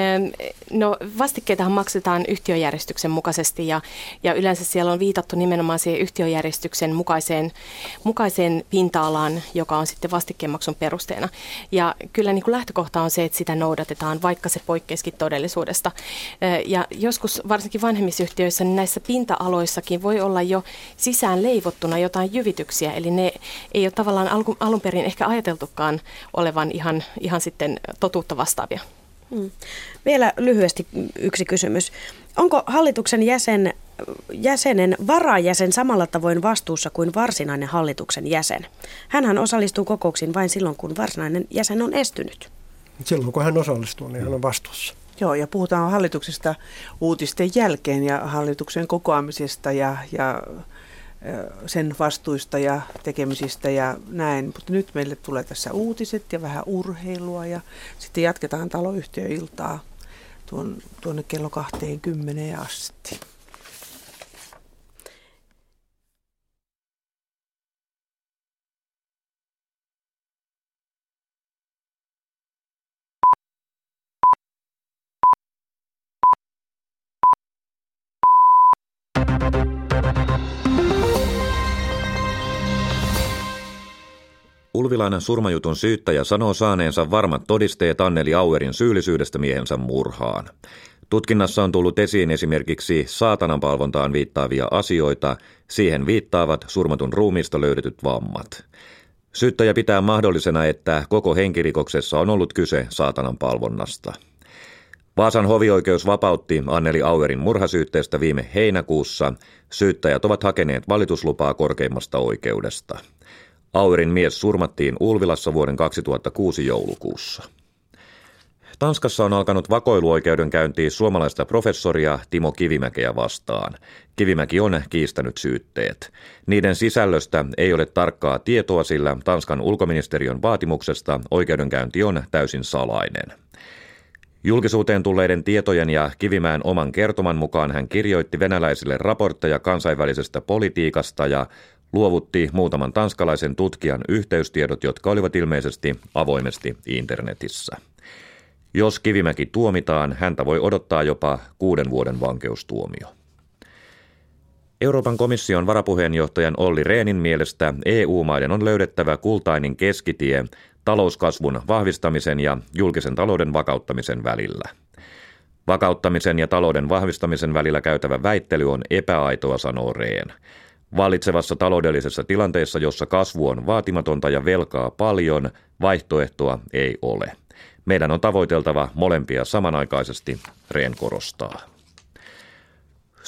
no vastikkeitahan maksetaan yhtiöjärjestyksen mukaisesti ja, ja yleensä siellä on viitattu nimenomaan siihen yhtiöjärjestyksen mukaiseen, mukaiseen pinta-alaan, joka on sitten vastikkeenmaksun perusteena. Ja kyllä niin kuin lähtökohta on se, että sitä noudatetaan, vaikka se poikkeisikin todellisuudesta. Ja joskus varsinkin vanhemmissa yhtiöissä, niin näissä pinta-aloissakin voi olla jo sisään leivottuna jotain jyvityksiä, eli ne ei ole tavallaan alun, alun perin ehkä ajateltukaan olevan ihan, ihan sitten totuutta vastaavia. Hmm. Vielä lyhyesti yksi kysymys. Onko hallituksen jäsen, jäsenen varajäsen samalla tavoin vastuussa kuin varsinainen hallituksen jäsen? Hänhän osallistuu kokouksiin vain silloin, kun varsinainen jäsen on estynyt. Silloin, kun hän osallistuu, niin hän on vastuussa. Joo, ja puhutaan hallituksesta uutisten jälkeen ja hallituksen kokoamisesta ja, ja sen vastuista ja tekemisistä ja näin. Mutta nyt meille tulee tässä uutiset ja vähän urheilua ja sitten jatketaan taloyhtiöiltaa tuon, tuonne kello kaksikymmentä asti. Ulvilan surmajutun syyttäjä sanoo saaneensa varmat todisteet Anneli Auerin syyllisyydestä miehensä murhaan. Tutkinnassa on tullut esiin esimerkiksi saatananpalvontaan viittaavia asioita, siihen viittaavat surmatun ruumiista löydetyt vammat. Syyttäjä pitää mahdollisena, että koko henkirikoksessa on ollut kyse saatananpalvonnasta. Vaasan hovioikeus vapautti Anneli Auerin murhasyytteestä viime heinäkuussa. Syyttäjät ovat hakeneet valituslupaa korkeimmasta oikeudesta. Auerin mies surmattiin Ulvilassa vuoden kaksituhattakuusi joulukuussa. Tanskassa on alkanut vakoiluoikeudenkäynti suomalaista professoria Timo Kivimäkeä vastaan. Kivimäki on kiistänyt syytteet. Niiden sisällöstä ei ole tarkkaa tietoa, sillä Tanskan ulkoministeriön vaatimuksesta oikeudenkäynti on täysin salainen. Julkisuuteen tulleiden tietojen ja Kivimäen oman kertoman mukaan hän kirjoitti venäläisille raportteja kansainvälisestä politiikasta ja luovutti muutaman tanskalaisen tutkijan yhteystiedot, jotka olivat ilmeisesti avoimesti internetissä. Jos Kivimäki tuomitaan, häntä voi odottaa jopa kuuden vuoden vankeustuomio. Euroopan komission varapuheenjohtajan Olli Rehnin mielestä E U-maiden on löydettävä kultainen keskitie talouskasvun vahvistamisen ja julkisen talouden vakauttamisen välillä. Vakauttamisen ja talouden vahvistamisen välillä käytävä väittely on epäaitoa, sanoo Rehn. Vallitsevassa taloudellisessa tilanteessa, jossa kasvu on vaatimatonta ja velkaa paljon, vaihtoehtoa ei ole. Meidän on tavoiteltava molempia samanaikaisesti, Rehn korostaa.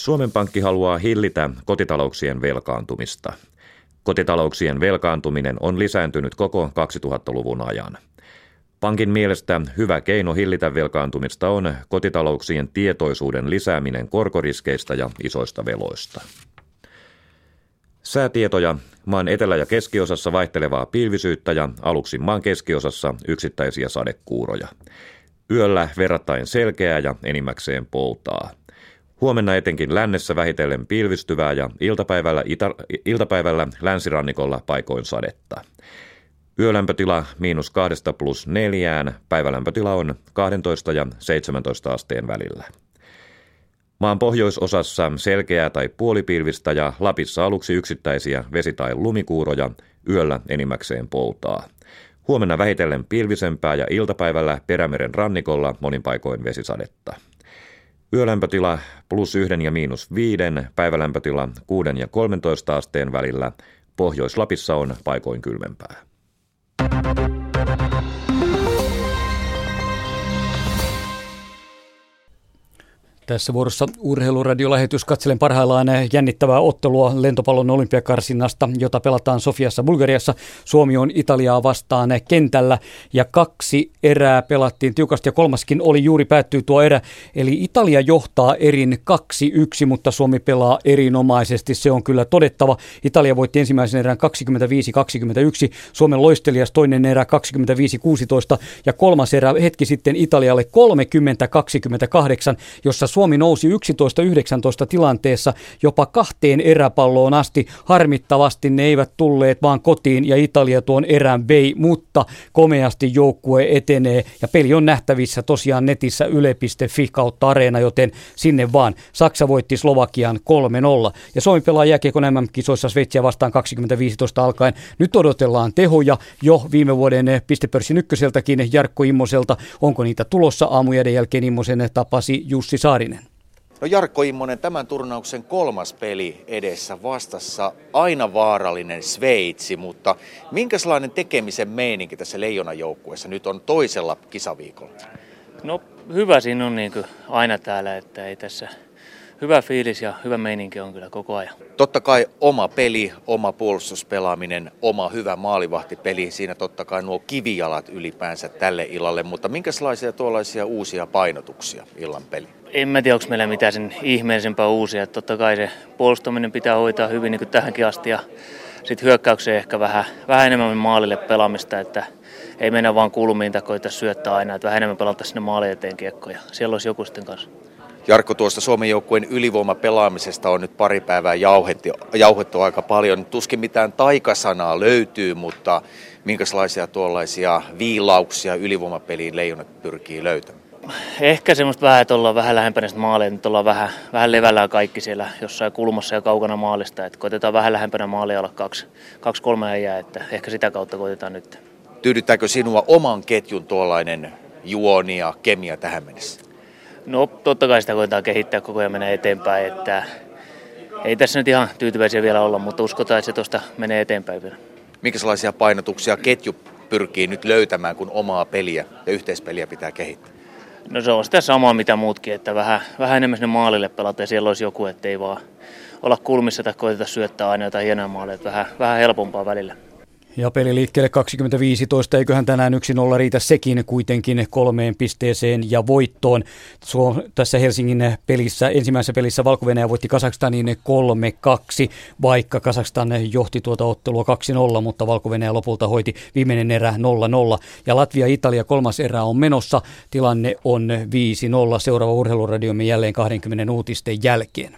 Suomen Pankki haluaa hillitä kotitalouksien velkaantumista. Kotitalouksien velkaantuminen on lisääntynyt koko kaksituhattaluvun ajan. Pankin mielestä hyvä keino hillitä velkaantumista on kotitalouksien tietoisuuden lisääminen korkoriskeistä ja isoista veloista. Säätietoja: maan etelä- ja keskiosassa vaihtelevaa pilvisyyttä ja aluksi maan keskiosassa yksittäisiä sadekuuroja. Yöllä verrattain selkeää ja enimmäkseen poutaa. Huomenna etenkin lännessä vähitellen pilvistyvää ja iltapäivällä, itä, iltapäivällä länsirannikolla paikoin sadetta. Yölämpötila miinus kahdesta plus neljään, päivälämpötila on kaksitoista ja seitsemäntoista asteen välillä. Maan pohjoisosassa selkeää tai puolipilvistä ja Lapissa aluksi yksittäisiä vesi- tai lumikuuroja, yöllä enimmäkseen poutaa. Huomenna vähitellen pilvisempää ja iltapäivällä Perämeren rannikolla monin paikoin vesisadetta. Yölämpötila plus yhden ja miinus viiden, päivälämpötila kuuden ja kolmentoista asteen välillä. Pohjois-Lapissa on paikoin kylmempää. Tässä vuorossa urheiluradiolähetys. Katselen parhaillaan jännittävää ottelua lentopallon olympiakarsinnasta, jota pelataan Sofiassa, Bulgariassa. Suomi on Italiaa vastaan kentällä ja kaksi erää pelattiin tiukasti ja kolmaskin oli juuri päättyy tuo erä. Eli Italia johtaa erin kaksi yksi, mutta Suomi pelaa erinomaisesti. Se on kyllä todettava. Italia voitti ensimmäisen erän kaksikymmentäviisi kaksikymmentäyksi, Suomen loistelias toinen erä kaksikymmentäviisi kuusitoista ja kolmas erä hetki sitten Italialle kolmekymmentä kaksikymmentäkahdeksan, jossa Suomi nousi yksitoista yhdeksäntoista tilanteessa jopa kahteen eräpalloon asti. Harmittavasti ne eivät tulleet vaan kotiin ja Italia tuon erän vei, mutta komeasti joukkue etenee ja peli on nähtävissä tosiaan netissä yle piste fi kautta areena, joten sinne vaan. Saksa voitti Slovakian kolme nolla ja Suomi pelaa jääkiekon M M-kisoissa Sveitsiä vastaan kaksikymmentäviisitoista alkaen. Nyt odotellaan tehoja jo viime vuoden pistepörssin ykköseltäkin Jarkko Immoselta. Onko niitä tulossa? Aamujäiden jälkeen Immosen tapasi Jussi Saarinen. No Jarkko Immonen, tämän turnauksen kolmas peli edessä, vastassa aina vaarallinen Sveitsi, mutta minkälainen tekemisen meininki tässä Leijonan joukkueessa nyt on toisella kisaviikolla? No hyvä siinä on niin kuin aina täällä, että ei tässä hyvä fiilis ja hyvä meininki on kyllä koko ajan. Totta kai oma peli, oma puolustuspelaaminen, oma hyvä maalivahtipeli, siinä totta kai nuo kivijalat ylipäänsä tälle illalle, mutta minkälaisia tuollaisia uusia painotuksia illan peli? En mä tiedä, onko meillä mitään sen ihmeellisempää uusia. Totta kai se puolustaminen pitää hoitaa hyvin niin kuin tähänkin asti ja sitten hyökkäykseen ehkä vähän, vähän enemmän maalille pelaamista, että ei mennä vaan kulmiin tai koita syöttää aina, että vähän enemmän pelataan sinne maalin eteen kiekkoja. Siellä olisi joku sitten kanssa. Jarkko, tuosta Suomen joukkueen ylivoimapelaamisesta on nyt pari päivää jauhettu, jauhettu aika paljon. Tuskin mitään taikasanaa löytyy, mutta minkälaisia tuollaisia viilauksia ylivoimapeliin Leijonat pyrkii löytämään? Ehkä semmoista vähän, että ollaan vähän lähempänä sitä maalia, nyt ollaan vähän, vähän levällään kaikki siellä jossain kulmassa ja kaukana maalista. Että koitetaan vähän lähempänä maalia olla kaksi, kaksi kolme äijää, että ehkä sitä kautta koitetaan nyt. Tyydyttääkö sinua oman ketjun tuollainen juoni ja kemia tähän mennessä? No totta kai sitä koetaan kehittää koko ajan mennä eteenpäin, että ei tässä nyt ihan tyytyväisiä vielä olla, mutta uskotaan, että se tuosta menee eteenpäin vielä. Minkälaisia painotuksia ketju pyrkii nyt löytämään, kun omaa peliä ja yhteispeliä pitää kehittää? No se on sitä samaa mitä muutkin, että vähän, vähän enemmän sinne maalille pelata ja siellä olisi joku, ettei vaan olla kulmissa tai koeteta syöttää aina jotain hienoa maalia, että vähän, vähän helpompaa välillä. Ja peli liikkeelle kaksikymmentäviisitoista, eiköhän tänään yksi nolla riitä sekin kuitenkin kolmeen pisteeseen ja voittoon. Suom- tässä Helsingin pelissä, ensimmäisessä pelissä Valko-Venäjä voitti Kazakstanin kolme kaksi, vaikka Kazakstan johti tuota ottelua kaksi nolla, mutta Valko-Venäjä lopulta hoiti viimeinen erä nolla nolla. Ja Latvia-Italia kolmas erä on menossa, tilanne on viisi nolla. Seuraava urheiluradiomme jälleen kaksikymmentä uutisten jälkeen.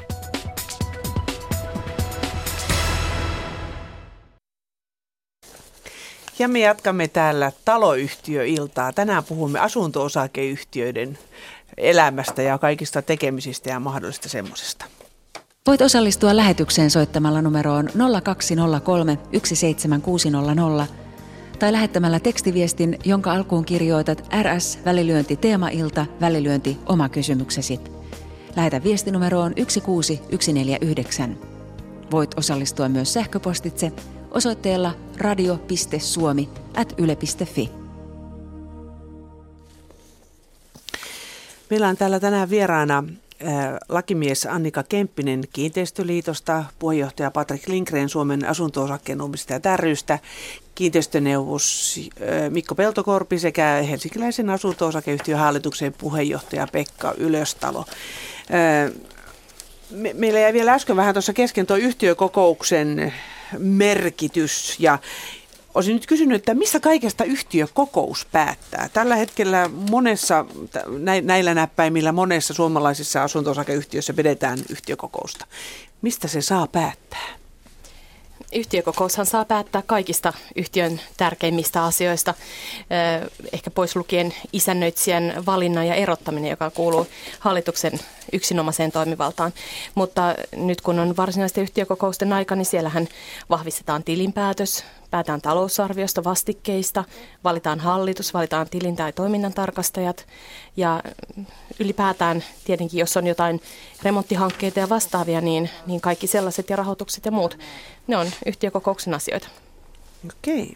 Ja me jatkamme täällä taloyhtiöiltaa. Tänään puhumme asunto-osakeyhtiöiden elämästä ja kaikista tekemisistä ja mahdollisista semmoisesta. Voit osallistua lähetykseen soittamalla numeroon nolla kaksi nolla kolme yksi seitsemän kuusi nolla nolla tai lähettämällä tekstiviestin, jonka alkuun kirjoitat R S välilyönti teemailta välilyönti oma kysymyksesi. Lähetä viestinumeroon yksi kuusi yksi neljä yhdeksän. Voit osallistua myös sähköpostitse osoitteella radio piste suomi ät yle piste fi. Meillä on täällä tänään vieraana lakimies Annika Kemppinen Kiinteistöliitosta, puheenjohtaja Patrik Lindgren Suomen asunto-osakkeenomistajat ry:stä, kiinteistöneuvos Mikko Peltokorpi sekä helsinkiläisen asunto-osakeyhtiön hallituksen puheenjohtaja Pekka Ylöstalo. Me, meillä jäi vielä äsken vähän tuossa kesken tuo yhtiökokouksen merkitys ja olisin nyt kysynyt, että missä kaikesta yhtiökokous päättää? Tällä hetkellä monessa, näillä näppäimillä monessa suomalaisissa asunto-osakeyhtiöissä pidetään yhtiökokousta. Mistä se saa päättää? Yhtiökokoushan saa päättää kaikista yhtiön tärkeimmistä asioista, ehkä pois lukien isännöitsijän valinnan ja erottaminen, joka kuuluu hallituksen yksinomaiseen toimivaltaan. Mutta nyt kun on varsinaisten yhtiökokousten aika, niin siellähän vahvistetaan tilinpäätös, päätään talousarviosta, vastikkeista, valitaan hallitus, valitaan tilin- tai toiminnantarkastajat ja ylipäätään tietenkin, jos on jotain remonttihankkeita ja vastaavia, niin, niin kaikki sellaiset ja rahoitukset ja muut, ne on yhtiökokouksen asioita. Okei.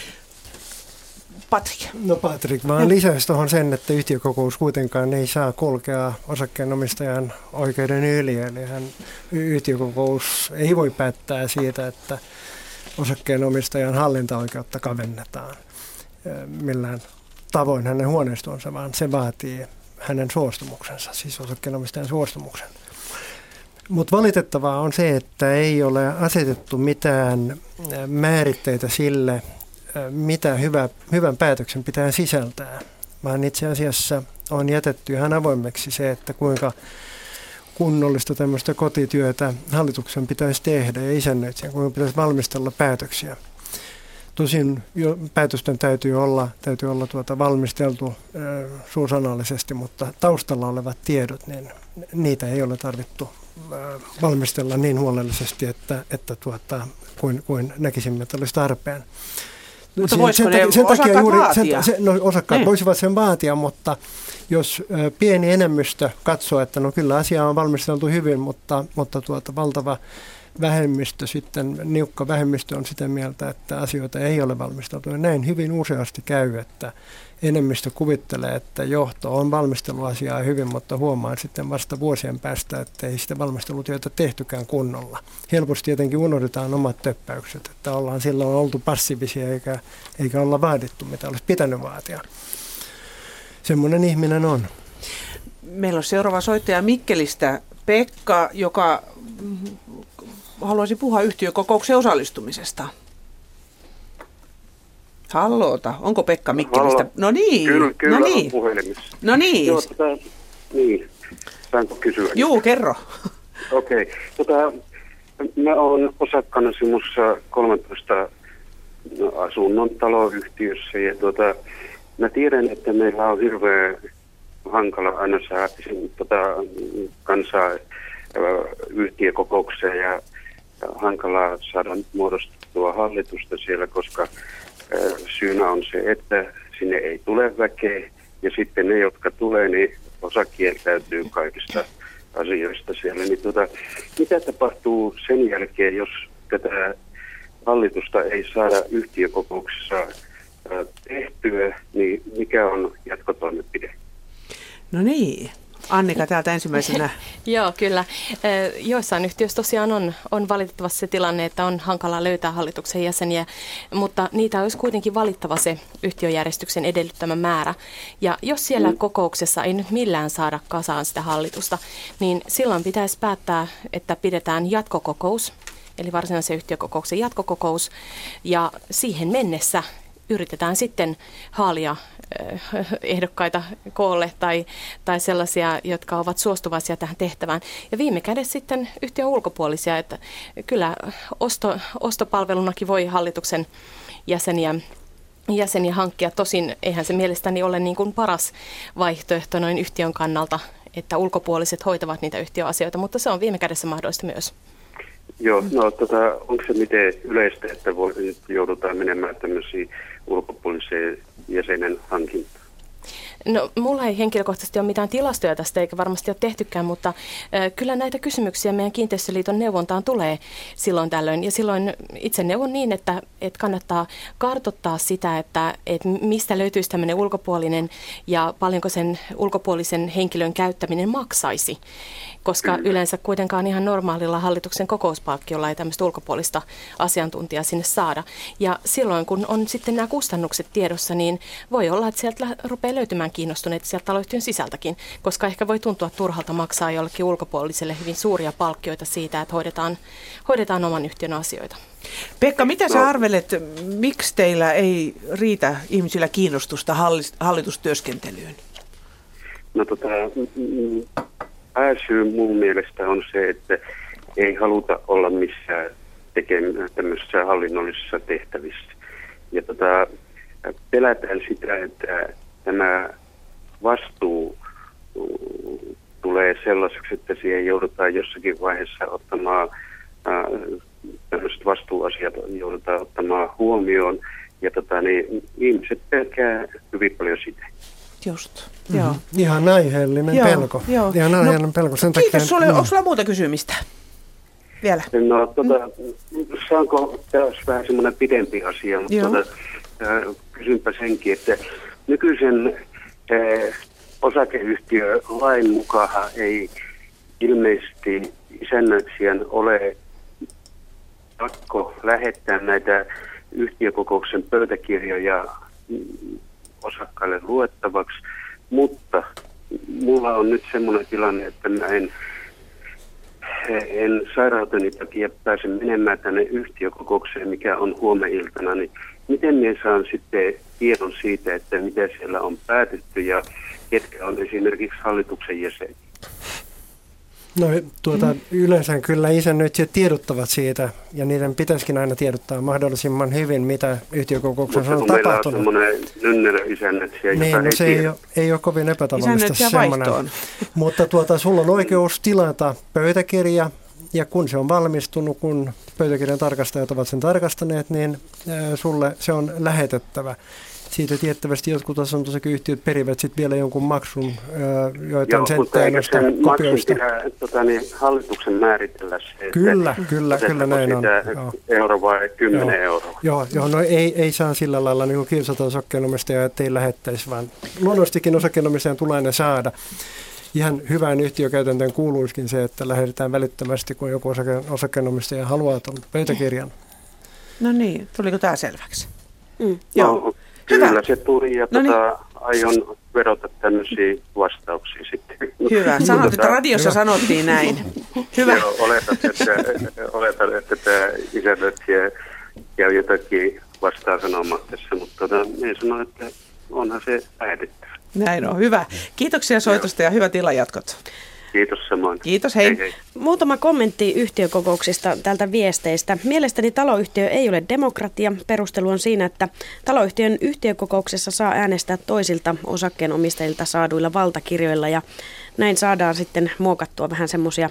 Patrik. No Patrik, vaan lisäisi tuohon sen, että yhtiökokous kuitenkaan ei saa kulkea osakkeenomistajan oikeuden yli. Eli hän, yhtiökokous ei voi päättää siitä, että osakkeenomistajan hallintaoikeutta kavennetaan millään tavoin hänen huoneistonsa, vaan se vaatii hänen suostumuksensa, siis osakkeenomistajan suostumuksen. Mutta valitettavaa on se, että ei ole asetettu mitään määritteitä sille, mitä hyvä, hyvän päätöksen pitää sisältää, vaan itse asiassa on jätetty ihan avoimeksi se, että kuinka kunnollista tämmöistä kotityötä hallituksen pitäisi tehdä ja isännöitsijän, kuinka pitäisi valmistella päätöksiä. Tosin jo päätösten täytyy olla, täytyy olla tuota valmisteltu äh, suusanallisesti, mutta taustalla olevat tiedot, niin niitä ei ole tarvittu äh, valmistella niin huolellisesti, että, että tuota, kuin, kuin näkisimme, että olisi tarpeen. Mutta sen, voisiko sen, ne sen osakkaat takia juuri, vaatia? Sen, no, osakkaat niin. voisivat sen vaatia, mutta jos ö, pieni enemmistö katsoo, että no kyllä asia on valmisteltu hyvin, mutta, mutta tuota, valtava vähemmistö sitten, niukka vähemmistö on sitä mieltä, että asioita ei ole valmisteltu. Ja näin hyvin useasti käy, että enemmistö kuvittelee, että johto on valmistellut asiaa hyvin, mutta huomaa sitten vasta vuosien päästä, että ei sitä valmistelutyötä tehtykään kunnolla. Helposti tietenkin unohdetaan omat töppäykset, että ollaan silloin oltu passiivisia eikä, eikä olla vaadittu, mitä olisi pitänyt vaatia. Semmoinen ihminen on. Meillä on seuraava soittaja Mikkelistä, Pekka, joka haluaisi puhua yhtiökokouksen osallistumisesta. Halloota, onko Pekka Mikkelistä? Hallo. No niin. Kyllä, kyllä no niin. on puhelimessa. No niin. Joo, tota, niin. Saanko kysyä? Juu, kerro. Okei. Okay. Tota, mä oon osakkaana semmoisessa kolmetoista asunnon taloyhtiössä ja tota, mä tiedän, että meillä on hirveän hankala aina saada tota, kansaa yhtiökokoukseen ja hankalaa saada muodostettua hallitusta siellä, koska syynä on se, että sinne ei tule väkeä ja sitten ne, jotka tulee, niin osa kieltäytyy kaikista asioista siellä. Niin tota, mitä tapahtuu sen jälkeen, jos tätä hallitusta ei saada yhtiökokouksessa tehtyä, niin mikä on jatkotoimenpide? No niin. Annika täältä ensimmäisenä. Joo, kyllä. Joissain yhtiöissä tosiaan on, on valitettavasti se tilanne, että on hankalaa löytää hallituksen jäseniä, mutta niitä olisi kuitenkin valittava se yhtiöjärjestyksen edellyttämä määrä. Ja jos siellä mm. kokouksessa ei nyt millään saada kasaan sitä hallitusta, niin silloin pitäisi päättää, että pidetään jatkokokous, eli varsinaisen yhtiökokouksen jatkokokous, ja siihen mennessä yritetään sitten haalia ehdokkaita koolle tai, tai sellaisia, jotka ovat suostuvaisia tähän tehtävään. Ja viime kädessä sitten yhtiön ulkopuolisia, että kyllä osto, ostopalvelunakin voi hallituksen jäseniä, jäseniä hankkia. Tosin eihän se mielestäni ole niin kuin paras vaihtoehto noin yhtiön kannalta, että ulkopuoliset hoitavat niitä yhtiöasioita, mutta se on viime kädessä mahdollista myös. Joo, no tota, onko se miten yleistä, että voi, nyt joudutaan menemään tämmöisiin ulkopuoliseen jäsenen hankintaan? No, mulla ei henkilökohtaisesti ole mitään tilastoja tästä, eikä varmasti ole tehtykään, mutta äh, kyllä näitä kysymyksiä meidän Kiinteistöliiton neuvontaan tulee silloin tällöin. Ja silloin itse neuvon niin, että, että kannattaa kartoittaa sitä, että, että mistä löytyisi tämmöinen ulkopuolinen ja paljonko sen ulkopuolisen henkilön käyttäminen maksaisi. Koska yleensä kuitenkaan ihan normaalilla hallituksen kokouspalkkiolla ei tämmöistä ulkopuolista asiantuntijaa sinne saada. Ja silloin, kun on sitten nämä kustannukset tiedossa, niin voi olla, että sieltä rupeaa löytymään kiinnostuneita sieltä taloyhtiön sisältäkin, koska ehkä voi tuntua turhalta maksaa jollekin ulkopuoliselle hyvin suuria palkkioita siitä, että hoidetaan, hoidetaan oman yhtiön asioita. Pekka, mitä sä arvelet, miksi teillä ei riitä ihmisillä kiinnostusta hallitustyöskentelyyn? No tota... Pääsyy mun mielestä on se, että ei haluta olla missään tekemään tämmöisissä hallinnollisissa tehtävissä. Ja tota, pelätään sitä, että tämä vastuu tulee sellaiseksi, että siihen joudutaan jossakin vaiheessa ottamaan, tämmöiset vastuuasiat joudutaan ottamaan huomioon. Ja tota, niin ihmiset pelkää hyvin paljon sitä. Just, mm-hmm. joo. Ihan aiheellinen joo, pelko. Joo. Ihan aiheellinen no, pelko. Sen kiitos takia, sulle. No. Onko sulla muuta kysymistä vielä? No tota, mm. saanko, tämä olisi vähän semmoinen pidempi asia, mutta tota, äh, kysynpä senkin, että nykyisen äh, osakeyhtiölain mukaan ei ilmeisesti isännöitsijän ole pakko lähettää näitä yhtiökokouksen pöytäkirjoja osakkaille luettavaksi, mutta mulla on nyt semmoinen tilanne, että mä en, en sairauteni takia pääse menemään tänne yhtiökokoukseen, mikä on huomeniltana, niin miten minä saan sitten tiedon siitä, että mitä siellä on päätetty ja ketkä on esimerkiksi hallituksen jäseniä? No tuota, mm. yleensä kyllä isännöitsijät tiedottavat siitä, ja niiden pitäisikin aina tiedottaa mahdollisimman hyvin, mitä yhtiökokouksessa on tapahtunut. Mutta meillä on semmoinen nynnerö isännöitsijä, niin, jota no, ei se ei ole, ei ole kovin epätavallista semmoinen. Mutta tuota, sulla on oikeus tilata pöytäkirja, ja kun se on valmistunut, kun pöytäkirjan tarkastajat ovat sen tarkastaneet, niin sulle se on lähetettävä. Siitä tiettävästi jotkut asunto-osakeyhtiöt perivät sitten vielä jonkun maksun joitain senttejä noista kopioista. Joo, mutta eikö tota, niin hallituksen määritellä se, kyllä, että kyllä, kyllä näin on. Euro vai kymmenen joo. euroa? Joo, joo, no ei, ei saa sillä lailla niin kuin kiusata osakkeenomistajaa, ettei lähettäisi, vaan luonnollisestikin osakkeenomistajan tulee ne saada. Ihan hyvään yhtiökäytäntöön kuuluisikin se, että lähetetään välittömästi, kun joku osake, osakkeenomistaja haluaa tuon pöytäkirjan. No niin, tuliko tämä selväksi? Mm. Joo. Hyvä. Kyllä se tuli ja tuota, aion vedota tämmöisiä vastauksia sitten. Hyvä. Sanot, että radiossa hyvä. Sanottiin näin. Hyvä. Joo, oletan, että, oletan, että tämä isännöitsijä käy jotakin vastaan sanomaan tässä, mutta tuota, minä sanon, että onhan se päätetty. Näin on. Hyvä. Kiitoksia soitosta ja hyvät illanjatkot. Kiitos samoin. Kiitos, hei. hei, hei. Muutama kommentti yhtiökokouksista tältä viesteistä. Mielestäni taloyhtiö ei ole demokratia. Perustelu on siinä, että taloyhtiön yhtiökokouksessa saa äänestää toisilta osakkeenomistajilta saaduilla valtakirjoilla ja näin saadaan sitten muokattua vähän semmoisia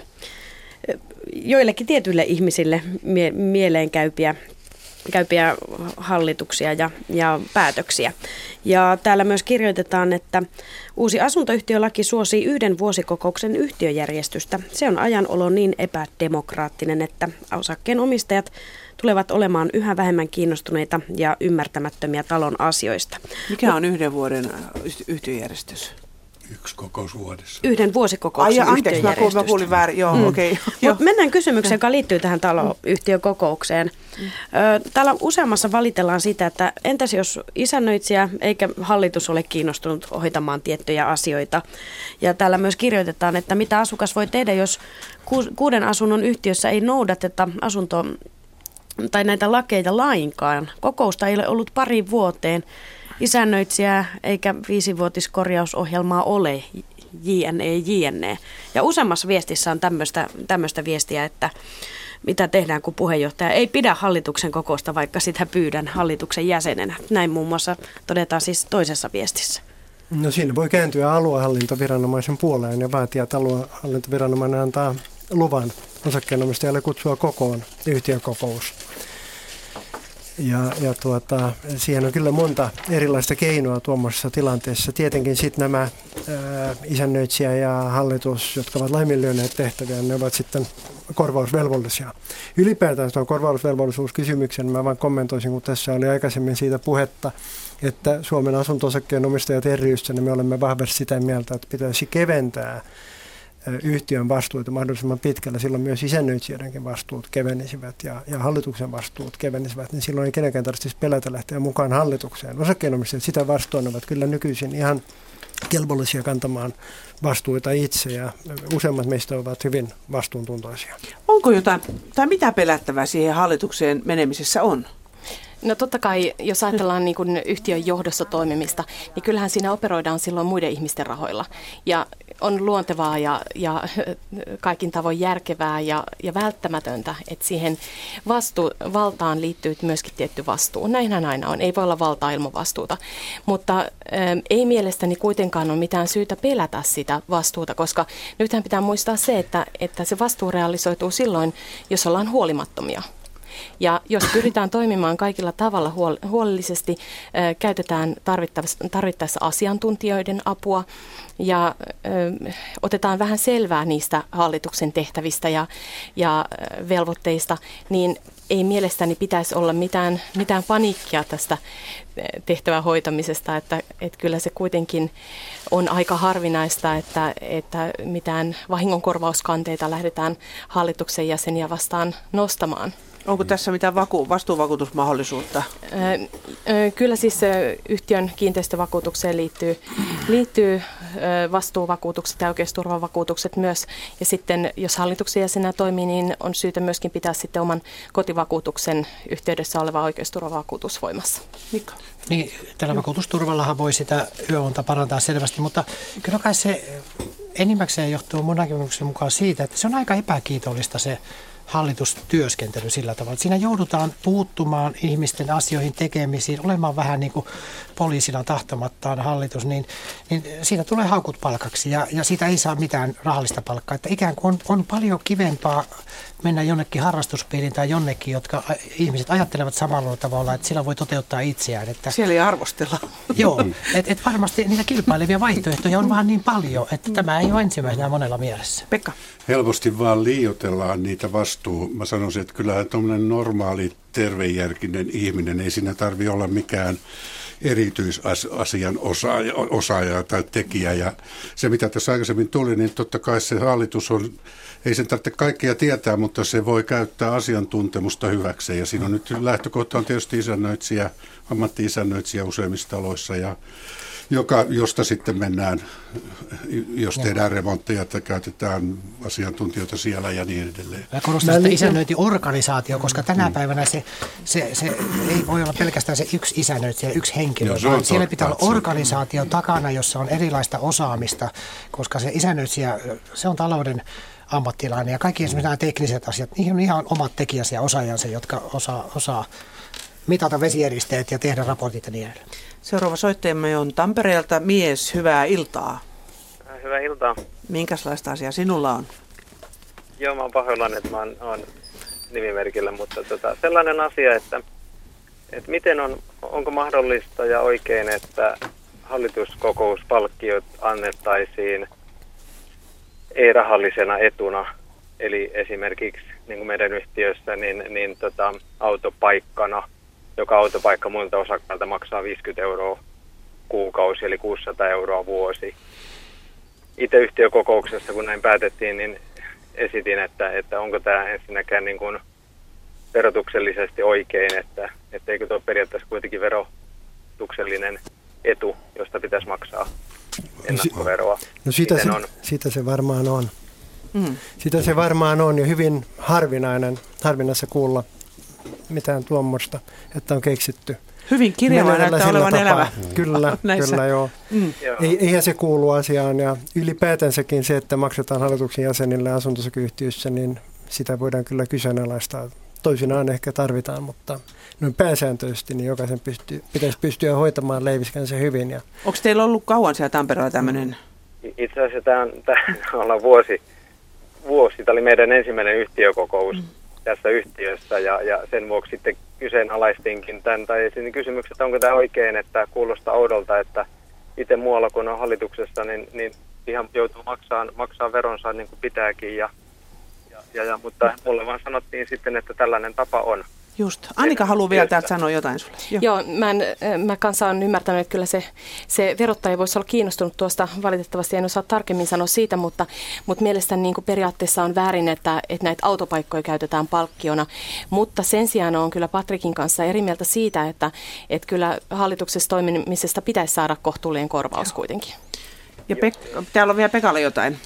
joillekin tietyille ihmisille mie- mieleenkäypiä käypiä hallituksia ja, ja päätöksiä. Ja täällä myös kirjoitetaan, että uusi asuntoyhtiölaki suosii yhden vuosikokouksen yhtiöjärjestystä. Se on ajanolon niin epädemokraattinen, että osakkeenomistajat tulevat olemaan yhä vähemmän kiinnostuneita ja ymmärtämättömiä talon asioista. Mikä on yhden vuoden yhtiöjärjestys? Yksi kokous vuodessa. Yhden vuosikokouksen Ai, anteeksi, mä, mä kuulin väärin. Joo, mm. okei. Okay. Mennään kysymykseen, joka liittyy tähän taloyhtiökokoukseen. Mm. Täällä useammassa valitellaan sitä, että entäs jos isännöitsijä eikä hallitus ole kiinnostunut hoitamaan tiettyjä asioita. Ja täällä myös kirjoitetaan, että mitä asukas voi tehdä, jos kuuden asunnon yhtiössä ei noudateta asunto- tai näitä lakeita lainkaan. Kokousta ei ole ollut pari vuoteen. Isännöitsijää eikä viisivuotiskorjausohjelmaa ole, jne, jne. Ja useammassa viestissä on tämmöistä, tämmöistä viestiä, että mitä tehdään, kun puheenjohtaja ei pidä hallituksen kokousta, vaikka sitä pyydän hallituksen jäsenenä. Näin muun muassa todetaan siis toisessa viestissä. No siinä voi kääntyä aluehallintoviranomaisen puoleen ja vaatia, että aluehallintoviranomainen antaa luvan osakkeenomistajalle kutsua kokoon yhtiökokous. Ja, ja tuota, siihen on kyllä monta erilaista keinoa tuommoisessa tilanteessa. Tietenkin sitten nämä ää, isännöitsijä ja hallitus, jotka ovat laiminlyöneet tehtäviä, ne ovat sitten korvausvelvollisia. Ylipäätään tuon korvausvelvollisuuskysymyksen mä vaan kommentoisin, kun tässä oli aikaisemmin siitä puhetta, että Suomen asunto-osakkeen omistajat ry:ssä, niin me olemme vahvasti sitä mieltä, että pitäisi keventää yhtiön vastuuta mahdollisimman pitkällä. Silloin myös isännöitsijöidenkin vastuut kevenisivät ja, ja hallituksen vastuut kevenisivät, niin silloin ei kenenkään tarvitsisi pelätä lähteä mukaan hallitukseen. Osakkeenomistajat sitä vastoin ovat kyllä nykyisin ihan kelvollisia kantamaan vastuuta itse ja useimmat meistä ovat hyvin vastuuntuntoisia. Onko jotain, tai mitä pelättävää siihen hallitukseen menemisessä on? No totta kai, jos ajatellaan niin kuin yhtiön johdossa toimimista, niin kyllähän siinä operoidaan silloin muiden ihmisten rahoilla. Ja on luontevaa ja, ja kaikin tavoin järkevää ja, ja välttämätöntä, että siihen vastu, valtaan liittyy myöskin tietty vastuu. Näinhän aina on, ei voi olla valtaa ilman vastuuta. Mutta ä, ei mielestäni kuitenkaan ole mitään syytä pelätä sitä vastuuta, koska nythän pitää muistaa se, että, että se vastuu realisoituu silloin, jos ollaan huolimattomia. Ja jos pyritään toimimaan kaikilla tavalla huolellisesti, äh, käytetään tarvittaessa, tarvittaessa asiantuntijoiden apua ja äh, otetaan vähän selvää niistä hallituksen tehtävistä ja, ja velvoitteista, niin ei mielestäni pitäisi olla mitään, mitään paniikkia tästä tehtävän hoitamisesta, että, että kyllä se kuitenkin on aika harvinaista, että, että mitään vahingonkorvauskanteita lähdetään hallituksen jäseniä vastaan nostamaan. Onko tässä mitään vaku- vastuuvakuutusmahdollisuutta? Kyllä siis yhtiön kiinteistövakuutukseen liittyy, liittyy vastuuvakuutukset ja oikeusturvavakuutukset myös. Ja sitten jos hallituksen jäsenä toimii, niin on syytä myöskin pitää sitten oman kotivakuutuksen yhteydessä oleva oikeusturvavakuutus voimassa. Mika? Niin, tällä vakuutusturvallahan voi sitä yöunta parantaa selvästi, mutta kyllä kai se enimmäkseen johtuu mun näkemyksen mukaan siitä, että se on aika epäkiitollista se hallitustyöskentely sillä tavalla, että siinä joudutaan puuttumaan ihmisten asioihin, tekemisiin, olemaan vähän niin kuin poliisina tahtomattaan hallitus, niin, niin siitä tulee haukut palkaksi ja, ja siitä ei saa mitään rahallista palkkaa. Että ikään kuin on, on paljon kivempaa mennä jonnekin harrastuspiiriin tai jonnekin, jotka ihmiset ajattelevat samalla tavalla, että sillä voi toteuttaa itseään. Että, siellä ei arvostella. Joo, että et varmasti niitä kilpailevia vaihtoehtoja on vaan niin paljon, että tämä ei ole ensimmäisenä monella mielessä. Pekka? Helposti vaan liioitellaan niitä vastuu. Mä sanoisin, että kyllähän tuommoinen normaali, tervejärkinen ihminen, ei siinä tarvitse olla mikään erityisasian osaaja, osaaja tai tekijä. Ja se, mitä tässä aikaisemmin tuli, niin totta kai se hallitus on, ei sen tarvitse kaikkea tietää, mutta se voi käyttää asiantuntemusta hyväkseen. Ja siinä on nyt lähtökohta on tietysti isännöitsijä, ammatti-isännöitsijä useimmissa taloissa, ja joka, josta sitten mennään, jos tehdään remontteja, että käytetään asiantuntijoita siellä ja niin edelleen. Mä korostan sitä isännöintiorganisaatio, koska tänä päivänä se, se, se ei voi olla pelkästään se yksi isännöitsijä, yksi henkilö, Joo, vaan siellä pitää olla organisaatio takana, jossa on erilaista osaamista, koska se isännöitsijä, se on talouden ammattilainen ja kaikki esimerkiksi nämä tekniset asiat, niihin on ihan omat tekijänsä ja osaajansa, jotka osaa, osaa mitata vesieristeet ja tehdä raportit ja niin edelleen. Seuraava soittajamme on Tampereelta. Mies, hyvää iltaa. Hyvää iltaa. Minkälaista asiaa sinulla on? Joo, mä oon pahoillani, että mä oon, oon nimimerkillä, mutta tota, sellainen asia, että, että miten on, onko mahdollista ja oikein, että hallituskokouspalkkiot annettaisiin ei-rahallisena etuna, eli esimerkiksi niin kuin meidän yhtiössä, niin, niin tota, autopaikkana, joka autopaikka muilta osakkailta maksaa viisikymmentä euroa kuukausi, eli kuusisataa euroa vuosi. Itse yhtiökokouksessa, kun näin päätettiin, niin esitin, että, että onko tämä ensinnäkään niin kuin verotuksellisesti oikein, että etteikö tuo periaatteessa kuitenkin verotuksellinen etu, josta pitäisi maksaa ennakkoveroa. No sitä se, sitä se varmaan on. Mm. Sitä se varmaan on ja hyvin harvinainen, harvinaista kuulla mitään tuommoista, että on keksitty. Hyvin kirjava näyttää olevan tapaa. Elävä. Kyllä, kyllä joo. Mm. Ei, eihän se kuulu asiaan ja ylipäätänsäkin se, että maksetaan hallituksen jäsenille asunto-osakeyhtiöissä, niin sitä voidaan kyllä kyseenalaistaa. Toisinaan ehkä tarvitaan, mutta noin pääsääntöisesti niin jokaisen pystyy, pitäisi pystyä hoitamaan leiviskänsä hyvin. Ja onko teillä ollut kauan siellä Tampereella tämmöinen? Itse asiassa tämä on, tämä ollaan vuosi, vuosi. Tämä oli meidän ensimmäinen yhtiökokous. Mm. tässä yhtiössä ja, ja sen vuoksi sitten kyseenalaistinkin tämän, tai esitin kysymyksen, että onko tämä oikein, että kuulostaa oudolta, että itse muualla kun on hallituksessa, niin, niin ihan joutuu maksamaan, maksaa veronsa niin kuin pitääkin, ja, ja, ja, ja, mutta mulle vaan sanottiin sitten, että tällainen tapa on. Just. Annika haluaa vielä täältä sanoa jotain sulle. Joo, Joo mä, en, mä kanssa olen ymmärtänyt, että kyllä se, se verottaja voisi olla kiinnostunut tuosta, valitettavasti en osaa tarkemmin sanoa siitä, mutta, mutta mielestäni niin kuin periaatteessa on väärin, että, että näitä autopaikkoja käytetään palkkiona, mutta sen sijaan on kyllä Patrikin kanssa eri mieltä siitä, että, että kyllä hallituksessa toimimisesta pitäisi saada kohtuullinen korvaus Joo. kuitenkin. Ja Pek- täällä on vielä Pekalle jotain.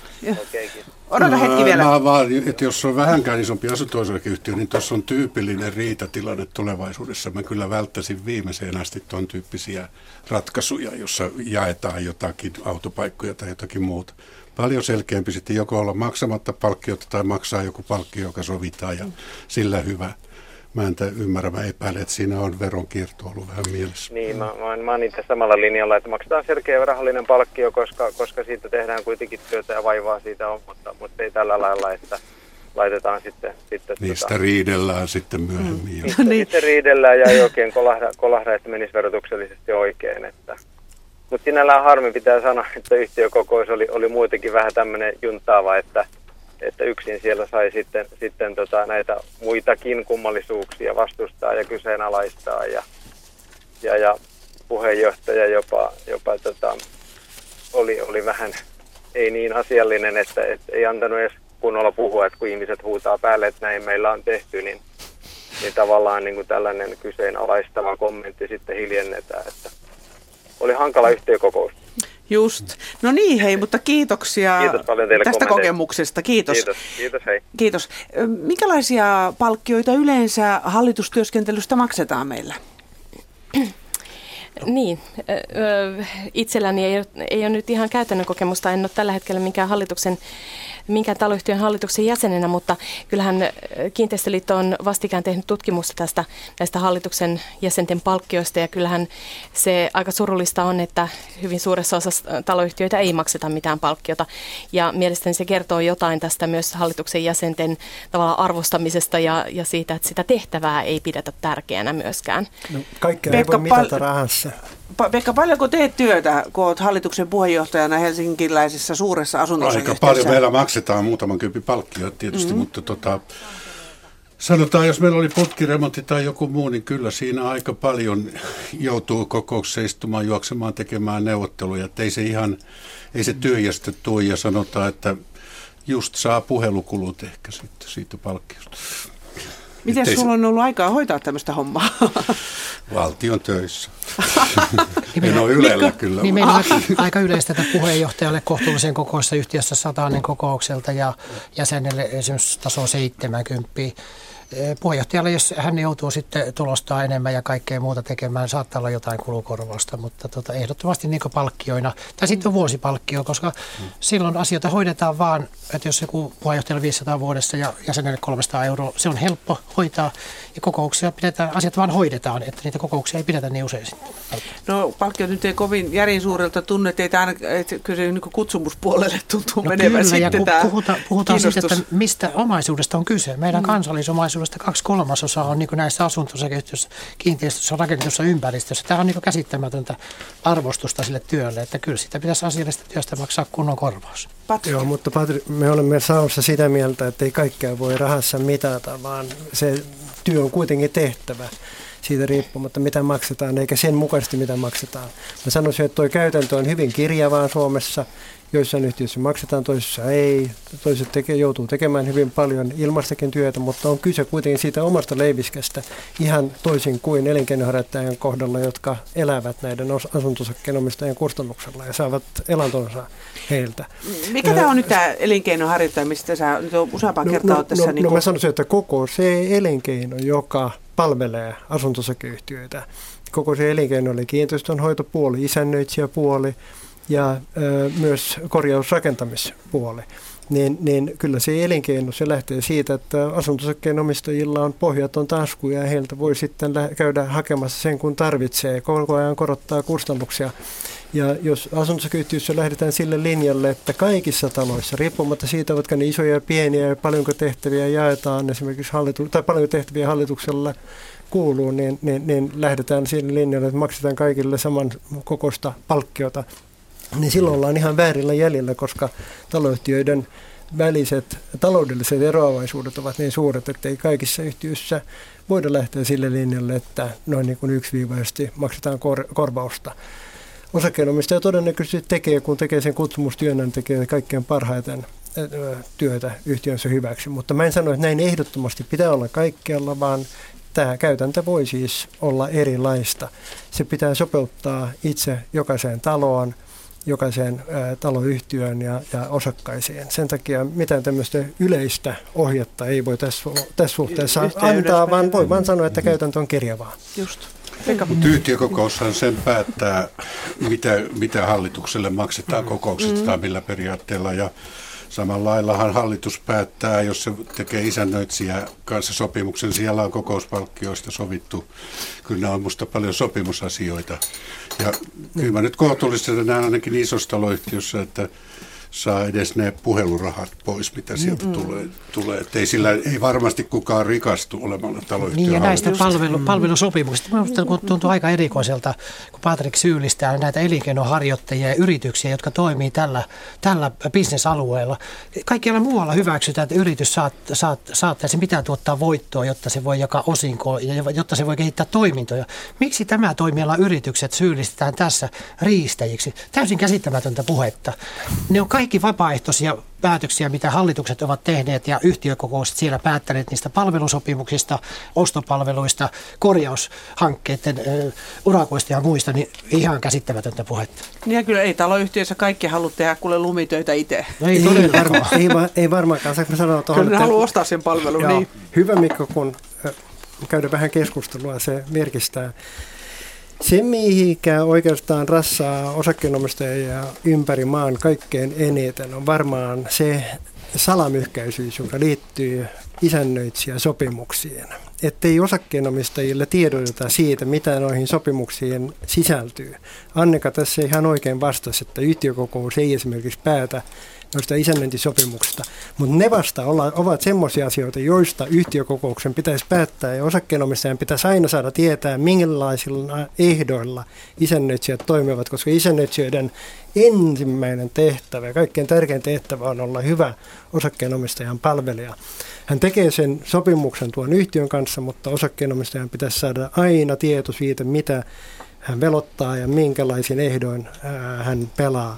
Odota hetki vielä. Mä vaan, että jos on vähänkään isompi asunto-osakeyhtiö, niin tuossa on tyypillinen riitatilanne tulevaisuudessa. Mä kyllä välttäisin viimeiseen asti tuon tyyppisiä ratkaisuja, jossa jaetaan jotakin autopaikkoja tai jotakin muuta. Paljon selkeämpi sitten joko olla maksamatta palkkiota tai maksaa joku palkkio, joka sovitaan ja sillä hyvä. Mä en ymmärrä, mä epäilen, että siinä on veronkierto ollut vähän mielessä. Niin, mä, mä, mä oon itse samalla linjalla, että maksetaan selkeä rahallinen palkkio, koska, koska siitä tehdään kuitenkin työtä ja vaivaa siitä on, mutta, mutta ei tällä lailla, että laitetaan sitten... sitten Niistä tota, riidellään sitten myöhemmin. Mm. Niistä sitten riidellään ja ei oikein kolahda, kolahda että menisi verotuksellisesti oikein. Että. Mutta sinällään harmi pitää sanoa, että yhtiökokous oli, oli muutenkin vähän tämmöinen juntaava, että että yksin siellä sai sitten, sitten tota näitä muitakin kummallisuuksia vastustaa ja kyseenalaistaa ja, ja, ja puheenjohtaja jopa, jopa tota, oli, oli vähän ei niin asiallinen, että, että ei antanut edes kunnolla puhua, että kun ihmiset huutaa päälle, että näin meillä on tehty, niin, niin tavallaan niin kuin tällainen kyseenalaistava kommentti sitten hiljennetään, että oli hankala yhtiökokous. Just. No niin, hei, mutta kiitoksia Kiitos paljon teille tästä kokemuksesta. Kiitos. Kiitos. Kiitos, hei. Kiitos. Minkälaisia palkkioita yleensä hallitustyöskentelystä maksetaan meillä? Niin, itselläni ei, ei ole nyt ihan käytännön kokemusta, en ole tällä hetkellä minkään hallituksen, minkään taloyhtiön hallituksen jäsenenä, mutta kyllähän Kiinteistöliitto on vastikään tehnyt tutkimusta tästä näistä hallituksen jäsenten palkkioista ja kyllähän se aika surullista on, että hyvin suuressa osassa taloyhtiöitä ei makseta mitään palkkiota ja mielestäni se kertoo jotain tästä myös hallituksen jäsenten tavallaan arvostamisesta ja, ja siitä, että sitä tehtävää ei pidetä tärkeänä myöskään. No, kaikkea ei voi mitata rahassa. Pekka, paljonko teet työtä, kun olet hallituksen puheenjohtajana helsinkiläisessä suuressa asunto-osakeyhtiössä? Aika paljon. Meillä maksetaan muutaman kympin palkkioita tietysti, mm-hmm. mutta tota, sanotaan, jos meillä oli putkiremontti tai joku muu, niin kyllä siinä aika paljon joutuu kokouksessa istumaan, juoksemaan, tekemään neuvotteluja. Että ei se ihan, ei se tyhjästä tule ja sanotaan, että just saa puhelukulut ehkä sitten siitä palkkiosta. Miten sulla se on ollut aikaa hoitaa tämmöistä hommaa? Valtion töissä. En ole Ylellä kyllä. Niin meillä on aika yleistä, että puheenjohtajalle kohtuullisen kokoisessa yhtiössä satainen kokoukselta ja jäsenelle esimerkiksi taso seitsemänkymmentä. Puheenjohtajalle, jos hän joutuu sitten tulostaa enemmän ja kaikkea muuta tekemään, saattaa olla jotain kulukorvausta, mutta tota, ehdottomasti niin palkkioina. Tai sitten on vuosipalkkio, koska mm. silloin asioita hoidetaan vaan, että jos joku puheenjohtajalle viisisataa vuodessa ja jäsenelle kolmesataa euroa, se on helppo hoitaa ja kokouksia pidetään, asiat vaan hoidetaan, että niitä kokouksia ei pidetä niin usein sitten. No palkkiot nyt ei kovin järin suurelta tunne, teitä aina, että kyllä se niin kutsumuspuolelle tuntuu no, menevän kyllä, sitten tämä puhuta, puhutaan siitä, että mistä omaisuudesta on kyse. Meidän mm. kansallisomaisuudesta kaksi kolmasosaa on niin näissä asunto-osakeyhtiöissä, kiinteistössä, rakennetussa ympäristössä. Tämä on niin käsittämätöntä arvostusta sille työlle, että kyllä sitä pitäisi asiallisesta työstä maksaa kunnon korvaus. Patri. Joo, mutta Patri, me olemme Saossa sitä mieltä, että ei kaikkea voi rahassa mitata, vaan se työ on kuitenkin tehtävä siitä riippumatta, mitä maksetaan, eikä sen mukaisesti, mitä maksetaan. Mä sanoisin, että tuo käytäntö on hyvin kirjavaa Suomessa. Joissain yhtiöissä maksetaan, toisissa ei. Toiset teke, joutuu tekemään hyvin paljon ilmastakin työtä, mutta on kyse kuitenkin siitä omasta leiviskästä ihan toisin kuin elinkeinoharjoittajan kohdalla, jotka elävät näiden asuntosakkeen omistajien kustannuksella ja saavat elantonsa heiltä. Mikä tämä on nyt tämä elinkeinoharjoittaja, mistä sä nyt on useampaan no, kertaa no, tässä? No, niin no kuin... mä sanoisin, että koko se elinkeino, joka palvelee asunto-osakeyhtiöitä, koko se elinkeino oli kiinteistönhoitopuoli, isännöitsijäpuoli, ja ö, myös korjausrakentamispuoli. niin, niin kyllä se elinkeino, se lähtee siitä, että asunto-osakkeenomistajilla on pohjaton tasku ja heiltä voi sitten käydä hakemassa sen, kun tarvitsee, koko ajan korottaa kustannuksia. Ja jos asunto-osakeyhtiössä lähdetään sille linjalle, että kaikissa taloissa, riippumatta siitä, ovatko ne isoja ja pieniä ja paljonko tehtäviä jaetaan esimerkiksi hallitu- tai paljonko tehtäviä hallituksella kuuluu, niin, niin, niin lähdetään sille linjalle, että maksetaan kaikille saman kokoista palkkiota, niin silloin ollaan ihan väärillä jäljellä, koska taloyhtiöiden väliset taloudelliset eroavaisuudet ovat niin suuret, että ei kaikissa yhtiöissä voida lähteä sille linjalle, että noin niin kuin yksiviivaisesti maksetaan kor- korvausta. Osakkeenomistaja todennäköisesti tekee, kun tekee sen kutsumustyönä, tekee kaikkein parhaiten työtä yhtiönsä hyväksi. Mutta mä en sano, että näin ehdottomasti pitää olla kaikkialla, vaan tämä käytäntö voi siis olla erilaista. Se pitää sopeuttaa itse jokaiseen taloon, jokaiseen ää, taloyhtiöön ja, ja osakkaisiin. Sen takia mitään tämmöistä yleistä ohjetta ei voi tässä, tässä suhteessa antaa, vaan voi vaan sanoa, että käytäntö on kirjavaa. Just. Mutta yhtiökokoushan sen päättää, mitä, mitä hallitukselle maksetaan kokouksesta tai millä periaatteella. Ja samalla laillahan hallitus päättää, jos se tekee isännöitsijä kanssa sopimuksen, siellä on kokouspalkkioista sovittu. Kyllä nämä on musta paljon sopimusasioita. Ja kyllä mä nyt kohtuullisesti näen ainakin isossa taloyhtiössä, että saa edes ne puhelurahat pois, mitä sieltä mm. tulee. tulee. Että ei, sillä, ei varmasti kukaan rikastu olemalla taloyhtiön Niin ja näistä hallituksesta. palvelu, palvelusopimuksista. Minusta tuntuu aika erikoiselta, kun Patrik syyllistää näitä elinkeinoharjoittajia ja yrityksiä, jotka toimii tällä, tällä bisnesalueella. Kaikkialla muualla hyväksytään, että yritys saat, saat, saattaa, sen pitää tuottaa voittoa, jotta se voi jakaa osinkoa ja jotta se voi kehittää toimintoja. Miksi tämä toimiala yritykset syyllistetään tässä riistäjiksi? Täysin käsittämätöntä puhetta. Ne on kaikki vapaaehtoisia päätöksiä, mitä hallitukset ovat tehneet ja yhtiökokoukset siellä päättäneet niistä palvelusopimuksista, ostopalveluista, korjaushankkeiden ö, urakoista ja muista, niin ihan käsittämätöntä puhetta. Niin ja kyllä ei taloyhtiössä kaikki halua tehdä kuule lumitöitä itse. No ei, ei, varma, ei, va, ei varmaankaan. Saanko sanoa tuohon, kyllä ne haluaa ostaa sen palvelun. Niin. Hyvä Mikko, kun käydään vähän keskustelua, se virkistää. Se, mihinkä oikeastaan rassaa osakkeenomistajia ympäri maan kaikkein eniten, on varmaan se salamyhkäisyys, joka liittyy isännöitsijäsopimuksiin. Ettei osakkeenomistajille tiedoteta siitä, mitä noihin sopimuksiin sisältyy. Annika tässä ihan oikein vastasi, että yhtiökokous ei esimerkiksi päätä noista isännöintisopimuksista, mutta ne vasta olla, ovat semmoisia asioita, joista yhtiökokouksen pitäisi päättää ja osakkeenomistajan pitäisi aina saada tietää, minkälaisilla ehdoilla isännöitsijät toimivat, koska isännöitsijöiden ensimmäinen tehtävä ja kaikkein tärkein tehtävä on olla hyvä osakkeenomistajan palvelija. Hän tekee sen sopimuksen tuon yhtiön kanssa, mutta osakkeenomistajan pitäisi saada aina tieto siitä, mitä hän velottaa ja minkälaisin ehdoin hän pelaa.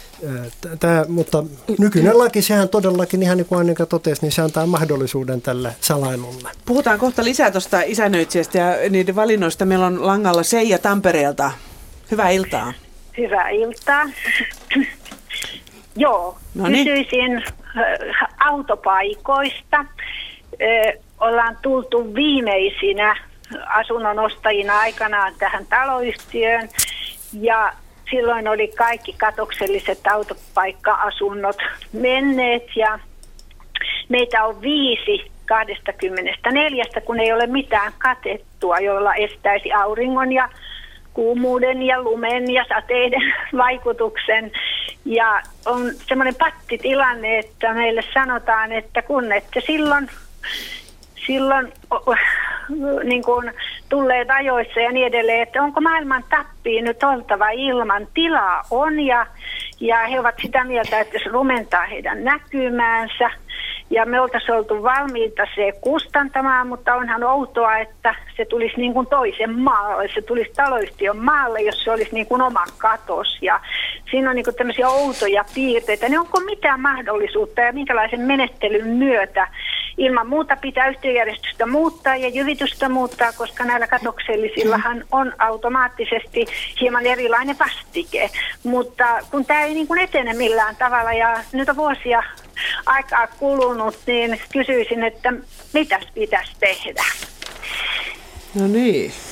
Tämä, mutta nykyinen laki, sehän todellakin, ihan niin kuin Annika totesi, niin se antaa mahdollisuuden tälle salailulle. Puhutaan kohta lisää tuosta isännöitsijästä ja niiden valinnoista. Meillä on langalla Seija Tampereelta. Hyvää iltaa. Hyvää iltaa. Joo, Noniin. Kysyisin autopaikoista. Ollaan tultu viimeisinä asunnon ostajina aikanaan tähän taloyhtiöön ja silloin oli kaikki katokselliset autopaikka-asunnot menneet ja meitä on viisi kaksikymmentäneljä, kun ei ole mitään katettua, jolla estäisi auringon ja kuumuuden ja lumen ja sateiden vaikutuksen. Ja on semmoinen pattitilanne, että meille sanotaan, että kun ette silloin, silloin niin kuin tulleet ajoissa ja niin edelleen, että onko maailman tappiin nyt oltava ilman, tilaa on ja, ja he ovat sitä mieltä, että se rumentaa heidän näkymäänsä ja me oltaisiin oltu valmiita se kustantamaan, mutta onhan outoa, että se tulisi niin kuin toisen maalle, se tulisi taloyhtiön maalle, jos se olisi niin kuin oma katos ja siinä on niin kuin tämmöisiä outoja piirteitä, niin onko mitään mahdollisuutta ja minkälaisen menettelyn myötä ilman muuta pitää yhtiöjärjestystä muuttaa ja jyvitystä muuttaa, koska näillä katoksellisillahan on automaattisesti hieman erilainen vastike. Mutta kun tämä ei niin kuin etene millään tavalla ja nyt on vuosia aikaa kulunut, niin kysyisin, että mitäs pitäisi tehdä? No niin.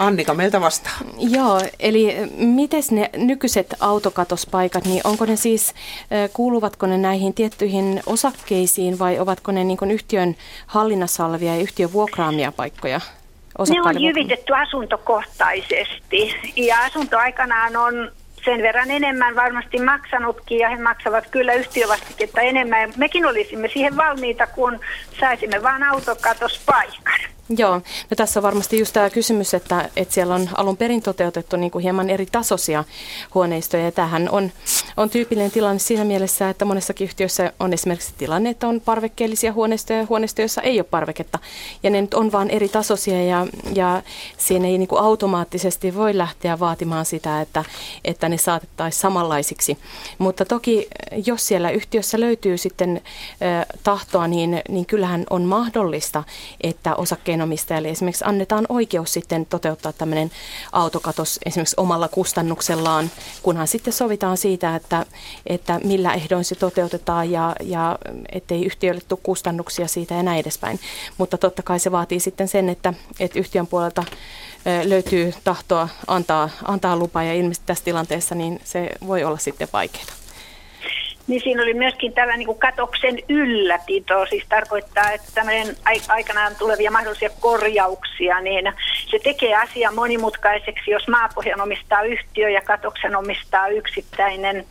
Annika meiltä vastaa. Joo, eli miten ne nykyiset autokatospaikat, niin onko ne siis, kuuluvatko ne näihin tiettyihin osakkeisiin vai ovatko ne niin kuin yhtiön hallinnassa olevia ja yhtiön vuokraamia paikkoja? Ne on jyvitetty asuntokohtaisesti ja asunto aikanaan on sen verran enemmän varmasti maksanutkin ja he maksavat kyllä yhtiövastiketta enemmän. Mekin olisimme siihen valmiita, kun saisimme vain autokatospaikan. Joo, no tässä on varmasti just tämä kysymys, että, että siellä on alun perin toteutettu niin kuin hieman eri tasoisia huoneistoja. Ja tämähän on, on tyypillinen tilanne siinä mielessä, että monessakin yhtiössä on esimerkiksi tilanne, että on parvekkeellisia huoneistoja ja huoneistoja, joissa ei ole parveketta. Ja ne nyt on vaan eri tasoisia ja, ja siinä ei niin kuin automaattisesti voi lähteä vaatimaan sitä, että, että ne saatettaisiin samanlaisiksi. Mutta toki jos siellä yhtiössä löytyy sitten äh, tahtoa, niin, niin kyllähän on mahdollista, että osakkeen omistajalle esimerkiksi annetaan oikeus sitten toteuttaa tämmöinen autokatos esimerkiksi omalla kustannuksellaan, kunhan sitten sovitaan siitä, että, että millä ehdoin se toteutetaan ja, ja ettei yhtiölle tule kustannuksia siitä ja näin edespäin. Mutta totta kai se vaatii sitten sen, että, että yhtiön puolelta löytyy tahtoa antaa, antaa lupa ja ilmeisesti tässä tilanteessa niin se voi olla sitten vaikeaa. Niin siinä oli myöskin tällainen niin kuin katoksen ylläpito, siis tarkoittaa, että tämmöinen aikanaan tulevia mahdollisia korjauksia, niin se tekee asian monimutkaiseksi, jos maapohjan omistaa yhtiö ja katoksen omistaa yksittäinen,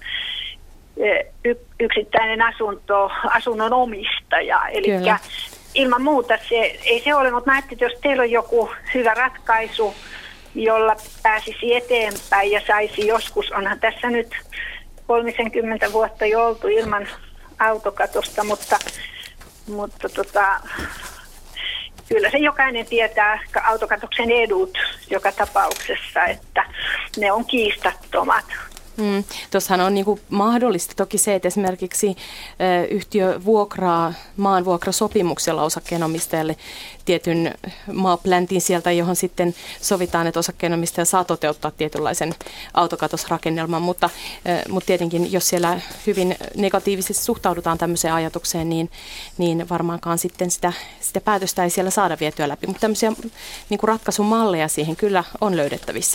yksittäinen asunto, asunnon omistaja. Eli ilman muuta se ei se ole, mutta mä ajattelin, että jos teillä on joku hyvä ratkaisu, jolla pääsisi eteenpäin ja saisi joskus, onhan tässä nyt kolmekymmentä vuotta jo oltu ilman autokatosta, mutta, mutta tota, kyllä se jokainen tietää autokatoksen edut joka tapauksessa, että ne on kiistattomat. Mm. Tuossahan on niinku mahdollista toki se, että esimerkiksi ö, yhtiö vuokraa maanvuokrasopimuksella osakkeenomistajalle tietyn maapläntin sieltä, johon sitten sovitaan, että osakkeenomistaja saa toteuttaa tietynlaisen autokatosrakennelman, mutta, ö, mutta tietenkin jos siellä hyvin negatiivisesti suhtaudutaan tämmöiseen ajatukseen, niin, niin varmaankaan sitten sitä, sitä päätöstä ei siellä saada vietyä läpi, mutta tämmöisiä niinku ratkaisumalleja siihen kyllä on löydettävissä.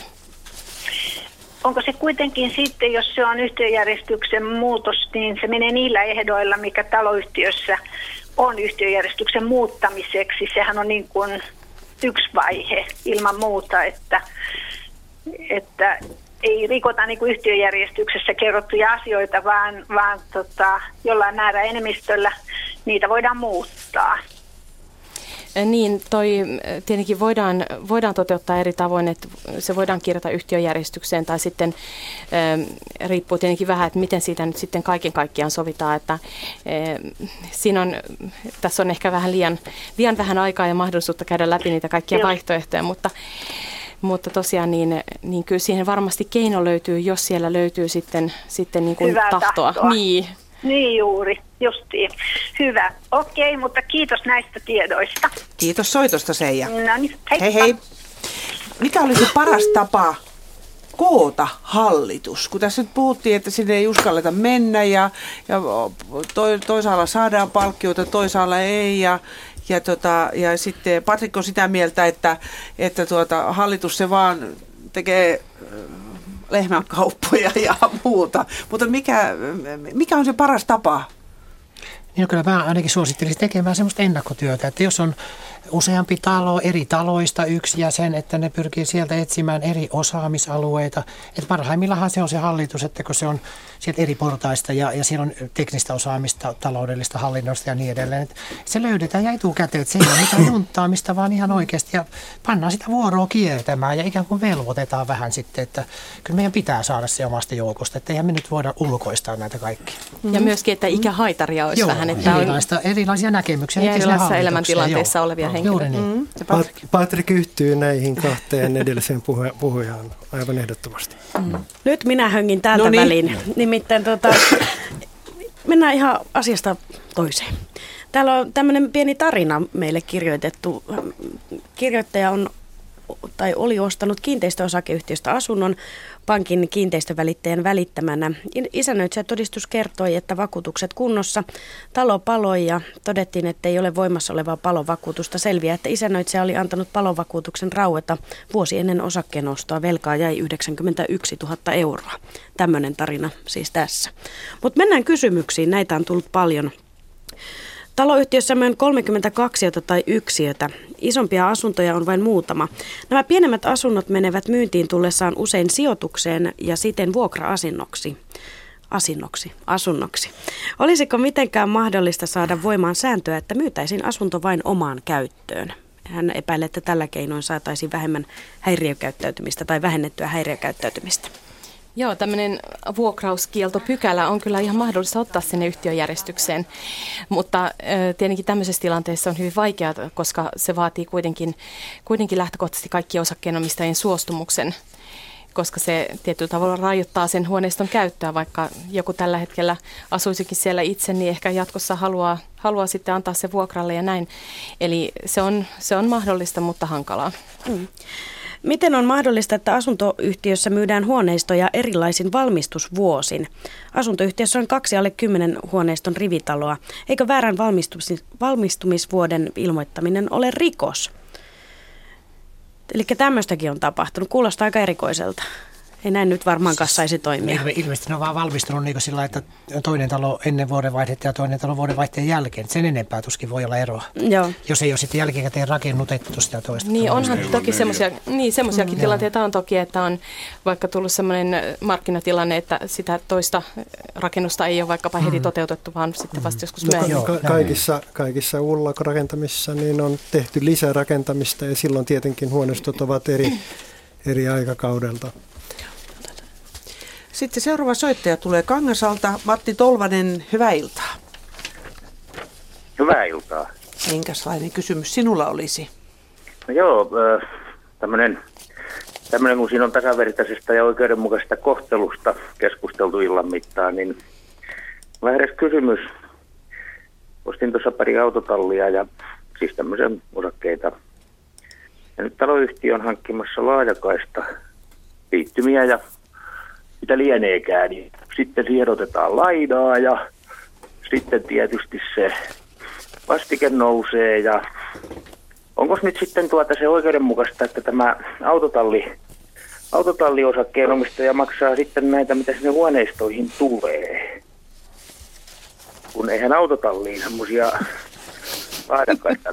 Onko se kuitenkin sitten, jos se on yhtiöjärjestyksen muutos, niin se menee niillä ehdoilla, mikä taloyhtiössä on yhtiöjärjestyksen muuttamiseksi. Sehän on niin kuin yksi vaihe ilman muuta, että, että ei rikota niin kuin yhtiöjärjestyksessä kerrottuja asioita, vaan, vaan tota, jollain määrä enemmistöllä niitä voidaan muuttaa. Niin, toi tietenkin voidaan, voidaan toteuttaa eri tavoin, että se voidaan kirjata yhtiöjärjestykseen tai sitten äh, riippuu tietenkin vähän, että miten siitä nyt sitten kaiken kaikkiaan sovitaan, että äh, siinä on, tässä on ehkä vähän liian, liian vähän aikaa ja mahdollisuutta käydä läpi niitä kaikkia Joo. vaihtoehtoja, mutta, mutta tosiaan niin, niin kyllä siihen varmasti keino löytyy, jos siellä löytyy sitten, sitten niin kuin tahtoa. tahtoa. Niin. Niin juuri, justiin. Hyvä. Okei, mutta kiitos näistä tiedoista. Kiitos soitosta, Seija. No niin, heippa. Hei hei. Mikä olisi paras tapa koota hallitus? Kun tässä nyt puhuttiin, että sinne ei uskalleta mennä ja, ja to, toisaalla saadaan palkkioita, toisaalla ei ja Ja, tota, ja sitten Patrik on sitä mieltä, että, että tuota, hallitus se vaan tekee lehmänkauppoja ja muuta. Mutta mikä, mikä on se paras tapa? Niin kyllä mä ainakin suosittelisin tekemään semmoista ennakkotyötä, että jos on useampi talo eri taloista yksi jäsen, että ne pyrkii sieltä etsimään eri osaamisalueita. Että parhaimmillahan se on se hallitus, että kun se on sieltä eri portaista ja, ja siellä on teknistä osaamista, taloudellista hallinnosta ja niin edelleen. Että se löydetään ja etukäteen, että se ei ole mitään junttaamista, vaan ihan oikeasti ja pannaan sitä vuoroa kiertämään ja ikään kuin velvoitetaan vähän sitten, että kyllä meidän pitää saada se omasta joukosta, että eihän me nyt voida ulkoistaa näitä kaikkia. Ja myöskin, että ikähaitaria olisi Joo, vähän, että erilaista, erilaisia näkemyksiä. Ja erilaisissa elämäntilanteissa Joo. olevia henkilöitä. Niin. Mm. Patrik. Patrik yhtyy näihin kahteen edelliseen puhu- puhujaan aivan ehdottomasti. Mm. Nyt minä höngin täältä no niin. väliin. Nimittäin tota, mennään ihan asiasta toiseen. Täällä on tämmöinen pieni tarina meille kirjoitettu. Kirjoittaja on tai oli ostanut kiinteistöosakeyhtiöstä asunnon pankin kiinteistövälittäjän välittämänä. Isännöitsijätodistus kertoi, että vakuutukset kunnossa. Talo paloi ja todettiin, että ei ole voimassa olevaa palovakuutusta. Selviää, että isännöitsijä oli antanut palovakuutuksen raueta vuosi ennen osakkeenostoa. Velkaa jäi yhdeksänkymmentäyksituhatta euroa. Tämmöinen tarina siis tässä. Mutta mennään kysymyksiin. Näitä on tullut paljon. Taloyhtiössämme on kolmekymmentäkaksi tai yksiötä. Isompia asuntoja on vain muutama. Nämä pienemmät asunnot menevät myyntiin tullessaan usein sijoitukseen ja siten vuokra-asinnoksi. Asinnoksi, asunnoksi. Olisiko mitenkään mahdollista saada voimaan sääntöä, että myytäisiin asunto vain omaan käyttöön? Hän epäilee, että tällä keinoin saataisiin vähemmän häiriökäyttäytymistä tai vähennettyä häiriökäyttäytymistä. Joo, tämmöinen vuokrauskieltopykälä on kyllä ihan mahdollista ottaa sinne yhtiöjärjestykseen, mutta tietenkin tämmöisessä tilanteessa on hyvin vaikeaa, koska se vaatii kuitenkin, kuitenkin lähtökohtaisesti kaikkien osakkeenomistajien suostumuksen, koska se tietyllä tavalla rajoittaa sen huoneiston käyttöä, vaikka joku tällä hetkellä asuisikin siellä itse, niin ehkä jatkossa haluaa, haluaa sitten antaa se vuokralle ja näin. Eli se on, se on mahdollista, mutta hankalaa. Mm. Miten on mahdollista, että asuntoyhtiössä myydään huoneistoja erilaisin valmistusvuosin? Asuntoyhtiössä on kaksi alle kymmenen huoneiston rivitaloa. Eikö väärän valmistumis- valmistumisvuoden ilmoittaminen ole rikos? Eli tämmöistäkin on tapahtunut. Kuulostaa aika erikoiselta. Ei näin nyt varmaankaan saisi toimia. Ilme, ilmeisesti ne on vaan valmistunut niin sillä, että toinen talo ennen vuodenvaihdetta ja toinen talo vuodenvaihteen jälkeen. Sen enempää tuskin voi olla eroa. Joo. Jos ei ole sitten jälkikäteen rakennutettu sitä toista. Niin onhan toki semmoisia, niin semmoisiakin mm, tilanteita on toki, että on vaikka tullut semmoinen markkinatilanne, että sitä toista rakennusta ei ole vaikkapa heti toteutettu, vaan sitten vasta joskus myöhemmin. Ka- kaikissa, kaikissa uudelleenrakentamisissa niin on tehty lisärakentamista ja silloin tietenkin huoneistot ovat eri, eri aikakaudelta. Sitten seuraava soittaja tulee Kangasalta. Matti Tolvanen, hyvää iltaa. Hyvää iltaa. Minkälainen kysymys sinulla olisi? No joo, tämmöinen, tämmöinen kun siinä on tasavertaisesta ja oikeudenmukaisesta kohtelusta keskusteltu illan mittaan, niin mulla heräsi kysymys. Ostin tuossa pari autotallia ja siis tämmöisen osakkeita. Ja nyt taloyhtiö on hankkimassa laajakaista liittymiä ja mitä lieneekään, niin sitten sijoitetaan lainaa ja sitten tietysti se vastike nousee ja onko nyt sitten tuota se oikeudenmukaista, että tämä autotalli, autotalliosakkeenomistaja maksaa sitten näitä, mitä sinne huoneistoihin tulee, kun eihän autotalliin semmoisia laajakaista.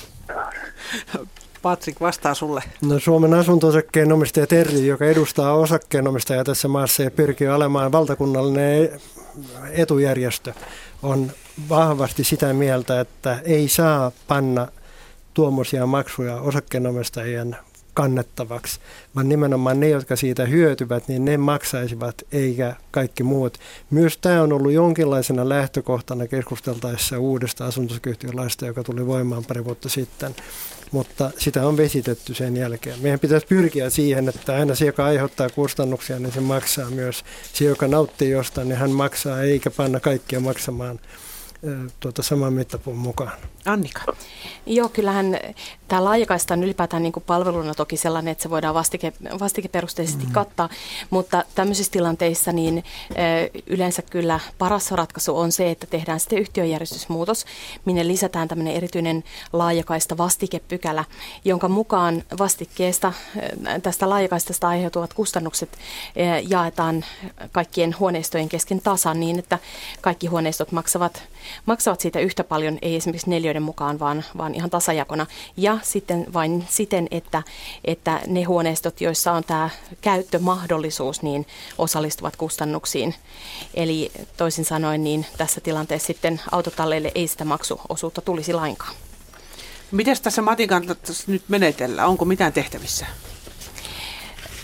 Patrik vastaa sulle. No, Suomen asunto-osakkeenomistaja Terri, joka edustaa osakkeenomistajaa tässä maassa ja pyrkii olemaan valtakunnallinen etujärjestö, on vahvasti sitä mieltä, että ei saa panna tuommoisia maksuja osakkeenomistajien kannettavaksi, vaan nimenomaan ne, jotka siitä hyötyvät, niin ne maksaisivat, eikä kaikki muut. Myös tämä on ollut jonkinlaisena lähtökohtana keskusteltaessa uudesta asunto-osakeyhtiölaista, joka tuli voimaan pari vuotta sitten. Mutta sitä on vesitetty sen jälkeen. Meidän pitäisi pyrkiä siihen, että aina se, joka aiheuttaa kustannuksia, niin se maksaa myös. Se, joka nauttii jostain, niin hän maksaa, eikä panna kaikkia maksamaan tuota saman mittapuun mukaan. Annika. Joo, kyllähän tämä laajakaista on ylipäätään niin kuin palveluna toki sellainen, että se voidaan vastike, vastikeperusteisesti mm. kattaa, mutta tämmöisissä tilanteissa niin yleensä kyllä paras ratkaisu on se, että tehdään sitten yhtiöjärjestysmuutos, minne lisätään tämmöinen erityinen laajakaista vastikepykälä, jonka mukaan vastikkeesta tästä laajakaistasta aiheutuvat kustannukset jaetaan kaikkien huoneistojen kesken tasan niin, että kaikki huoneistot maksavat, maksavat siitä yhtä paljon, ei esimerkiksi neljöiden mukaan, vaan, vaan ihan tasajakona. Ja sitten vain siten, että, että ne huoneistot, joissa on tämä käyttömahdollisuus, niin osallistuvat kustannuksiin. Eli toisin sanoen, niin tässä tilanteessa sitten autotalleille ei sitä maksuosuutta tulisi lainkaan. Miten tässä Matin kanssa nyt menetellään? Onko mitään tehtävissä?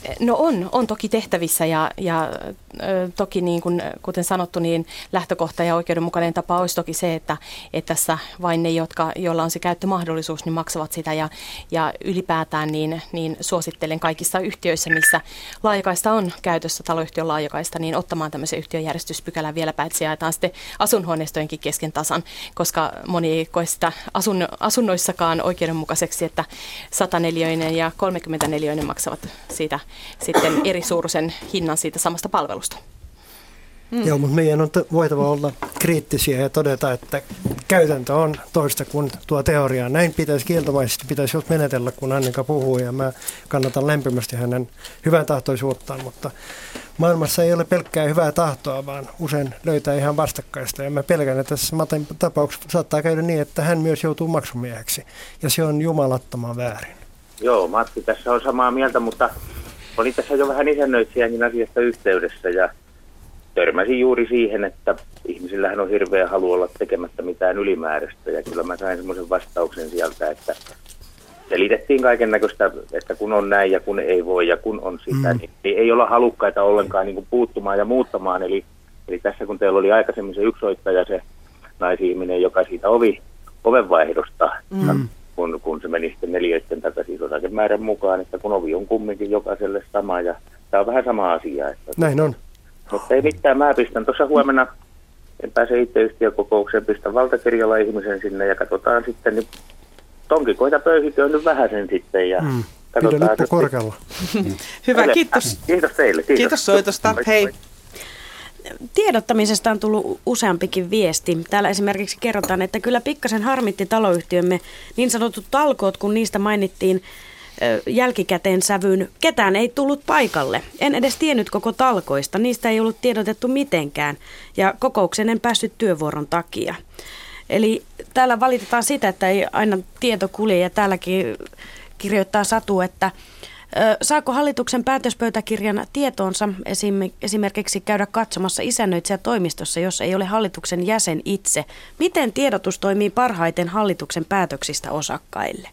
No on, on toki tehtävissä ja, ja ö, toki niin kuin, kuten sanottu, niin lähtökohta ja oikeudenmukainen tapa olisi toki se, että, että tässä vain ne, jotka, joilla on se käyttömahdollisuus, niin maksavat sitä ja, ja ylipäätään niin, niin suosittelen kaikissa yhtiöissä, missä laajakaista on käytössä, taloyhtiön laajakaista, niin ottamaan tämmöisen yhtiöjärjestyspykälän vielä päätsi jaetaan sitten asunhuoneistojenkin kesken tasan, koska moni ei koe sitä asun, asunnoissakaan oikeudenmukaiseksi, että sataneliöinen ja kolmekymmentäneliöinen maksavat siitä sitten eri suuruisen hinnan siitä samasta palvelusta. Mm. Joo, mutta meidän on voitava olla kriittisiä ja todeta, että käytäntö on toista kuin tuo teoria. Näin pitäisi kieltomaisesti pitäisi just menetellä, kun Annika puhuu, ja mä kannatan lämpimästi hänen hyvän tahtoisuuttaan, mutta maailmassa ei ole pelkkää hyvää tahtoa, vaan usein löytää ihan vastakkaista. Ja mä pelkään, että tässä Matin tapauksessa saattaa käydä niin, että hän myös joutuu maksumieheksi, ja se on jumalattoman väärin. Joo, Matti tässä on samaa mieltä, mutta olin tässä jo vähän isännöitsijänkin asiasta yhteydessä ja törmäsin juuri siihen, että ihmisillähän on hirveä halu olla tekemättä mitään ylimääräistä. Ja kyllä mä sain semmoisen vastauksen sieltä, että selitettiin kaiken näköistä, että kun on näin ja kun ei voi ja kun on sitä, mm. niin ei olla halukkaita ollenkaan niin kuin puuttumaan ja muuttamaan. Eli, eli tässä kun teillä oli aikaisemmin se yksoittaja, se naisihminen, joka siitä ovi, ovenvaihdosta, mm. kun, kun se meni sitten neliöiden takaisin osakemäärän mukaan, että kun ovi on kumminkin jokaiselle sama ja tämä on vähän sama asia. Että näin on. Mutta ei mitään, mä pistän tuossa huomenna, en pääse itse yhtiökokoukseen, pistän valtakirjalla ihmisen sinne ja katsotaan sitten, niin tonkikoita pöyhiköön nyt vähän sen sitten ja mm. katsotaan. Pidä lippu korkealla. Hyvä, kiitos. Kiitos teille. Kiitos, kiitos soitosta, hei. Tiedottamisesta on tullut useampikin viesti. Täällä esimerkiksi kerrotaan, että kyllä pikkasen harmitti taloyhtiömme niin sanotut talkoot, kun niistä mainittiin jälkikäteen sävyyn. Ketään ei tullut paikalle. En edes tiennyt koko talkoista. Niistä ei ollut tiedotettu mitenkään. Ja kokouksen en päässyt työvuoron takia. Eli täällä valitetaan sitä, että ei aina tieto kulje. Ja täälläkin kirjoittaa Satu, että saako hallituksen päätöspöytäkirjan tietoonsa esimerkiksi käydä katsomassa isännöitsijätoimistossa, jos ei ole hallituksen jäsen itse? Miten tiedotus toimii parhaiten hallituksen päätöksistä osakkaille?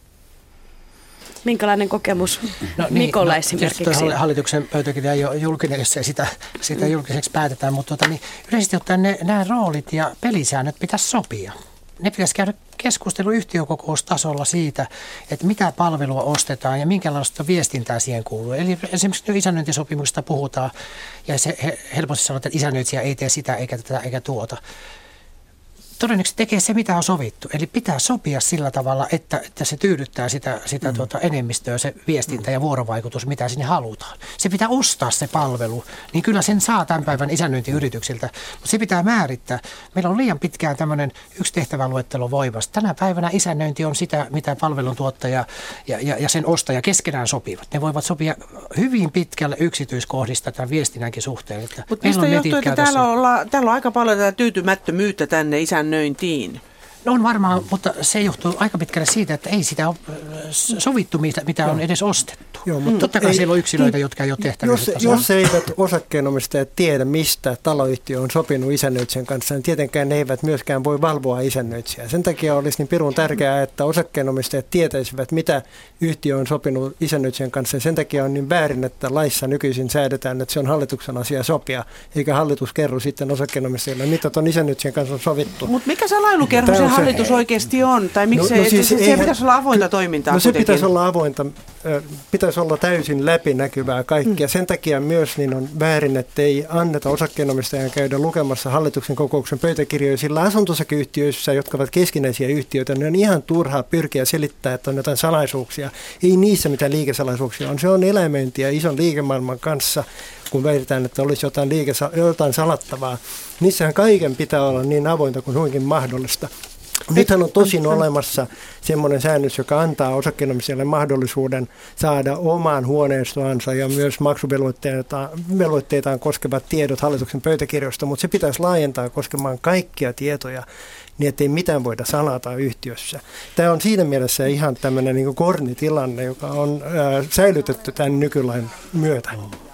Minkälainen kokemus no, Mikolla niin, esimerkiksi? No, hallituksen pöytäkirja ei ole julkinen, jos sitä, sitä julkiseksi päätetään, mutta tuota, niin yleisesti ottaen ne, nämä roolit ja pelisäännöt pitäisi sopia. Ne pitäisi käydä keskustelu yhtiökokoustasolla siitä, että mitä palvelua ostetaan ja minkälaista viestintää siihen kuuluu. Eli esimerkiksi nyt isännöintisopimuksesta puhutaan ja se helposti sanotaan, että isännöitsijä ei tee sitä eikä tätä eikä tuota. Todennäköisesti tekee se, mitä on sovittu. Eli pitää sopia sillä tavalla, että, että se tyydyttää sitä, sitä mm. tuota enemmistöä, se viestintä ja vuorovaikutus, mitä sinne halutaan. Se pitää ostaa se palvelu, niin kyllä sen saa tämän päivän isännöintiyrityksiltä. Mutta se pitää määrittää. Meillä on liian pitkään tämmöinen yksi tehtäväluettelo voimassa. Tänä päivänä isännöinti on sitä, mitä palveluntuottaja ja, ja, ja sen ostaja keskenään sopivat. Ne voivat sopia hyvin pitkälle yksityiskohdista tämän viestinnänkin suhteen. Mutta mistä johtuu, että täällä on, täällä on aika paljon tätä tyytymättömyyttä tänne isännöintiin? Nöintiin. No on varmaan, mutta se johtuu aika pitkälle siitä, että ei sitä ole sovittu, mitä, mitä on edes ostettu. Joo, mutta totta kai ei, siellä on yksilöitä, jotka ei ole tehtävissä. Jos, jos eivät osakkeenomistajat tiedä, mistä taloyhtiö on sopinut isännöitsijän kanssa, niin tietenkään ne eivät myöskään voi valvoa isännöitsijää. Sen takia olisi niin pirun tärkeää, että osakkeenomistajat tietäisivät, mitä yhtiö on sopinut isännöitsijän kanssa. Ja sen takia on niin väärin, että laissa nykyisin säädetään, että se on hallituksen asia sopia, eikä hallitus kerro sitten osakkeenomistajille, mitä tuon isännöitsijän kanssa on sovittu. Mutta mikä se lailukerho se hallitus se oikeasti on? Tai miksi no, no siis se, se, se pitäisi olla avointa toimintaa? No se kuitenkin pitäisi olla avointa, pitäisi olla täysin läpinäkyvää kaikkia. Hmm. Sen takia myös niin on väärin, että ei anneta osakkeenomistajan käydä lukemassa hallituksen kokouksen pöytäkirjoja, sillä asunto-osakeyhtiöissä, jotka ovat keskinäisiä yhtiöitä, niin on ihan turhaa pyrkiä selittää, että on jotain salaisuuksia. Ei niissä mitään liikesalaisuuksia on. Se on elämöintiä ison liikemaailman kanssa, kun väitetään, että olisi jotain, liikesa- jotain salattavaa. Niissähän kaiken pitää olla niin avointa kuin suinkin mahdollista. Nythän on tosin olemassa semmoinen säännös, joka antaa osakkeenomistajalle mahdollisuuden saada omaan huoneistoansa ja myös maksuvelvoitteitaan koskevat tiedot hallituksen pöytäkirjoista, mutta se pitäisi laajentaa koskemaan kaikkia tietoja niin, ettei mitään voida salata yhtiössä. Tämä on siinä mielessä ihan tämmöinen niin kuin kornitilanne, joka on ää, säilytetty tämän nykylain myötä.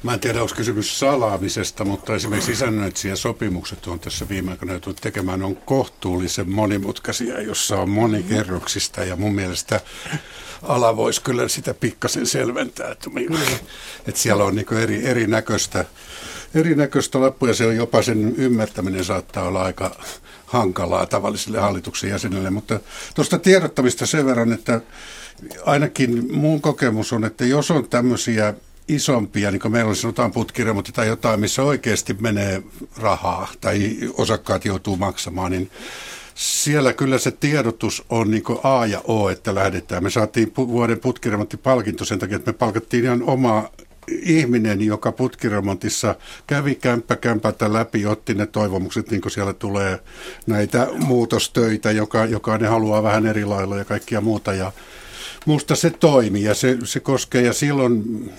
Mä en tiedä, onko kysymys salaamisesta, mutta esimerkiksi isännöitsijäsopimukset on tässä viime aikoina joutunut tekemään, on kohtuullisen monimutkaisia, jossa on monikerroksista ja mun mielestä ala voisi kyllä sitä pikkasen selventää, että, että siellä on niin eri, erinäköistä, erinäköistä lappuja, se on jopa sen ymmärtäminen saattaa olla aika hankalaa tavallisille hallituksen jäsenille, mutta tuosta tiedottamista sen verran, että ainakin mun kokemus on, että jos on tämmöisiä isompia, niin kuin meillä on sanotaan putkiremontti tai jotain, missä oikeasti menee rahaa tai osakkaat joutuu maksamaan, niin siellä kyllä se tiedotus on niin kuin A ja O, että lähdetään. Me saatiin vuoden putkiremonttipalkinto sen takia, että me palkattiin ihan oma ihminen, joka putkiremontissa kävi kämppä kämpältä läpi, otti ne toivomukset, niin kuin siellä tulee näitä muutostöitä, joka, joka ne haluaa vähän eri lailla ja kaikkia muuta. Ja musta se toimii ja se, se koskee ja silloin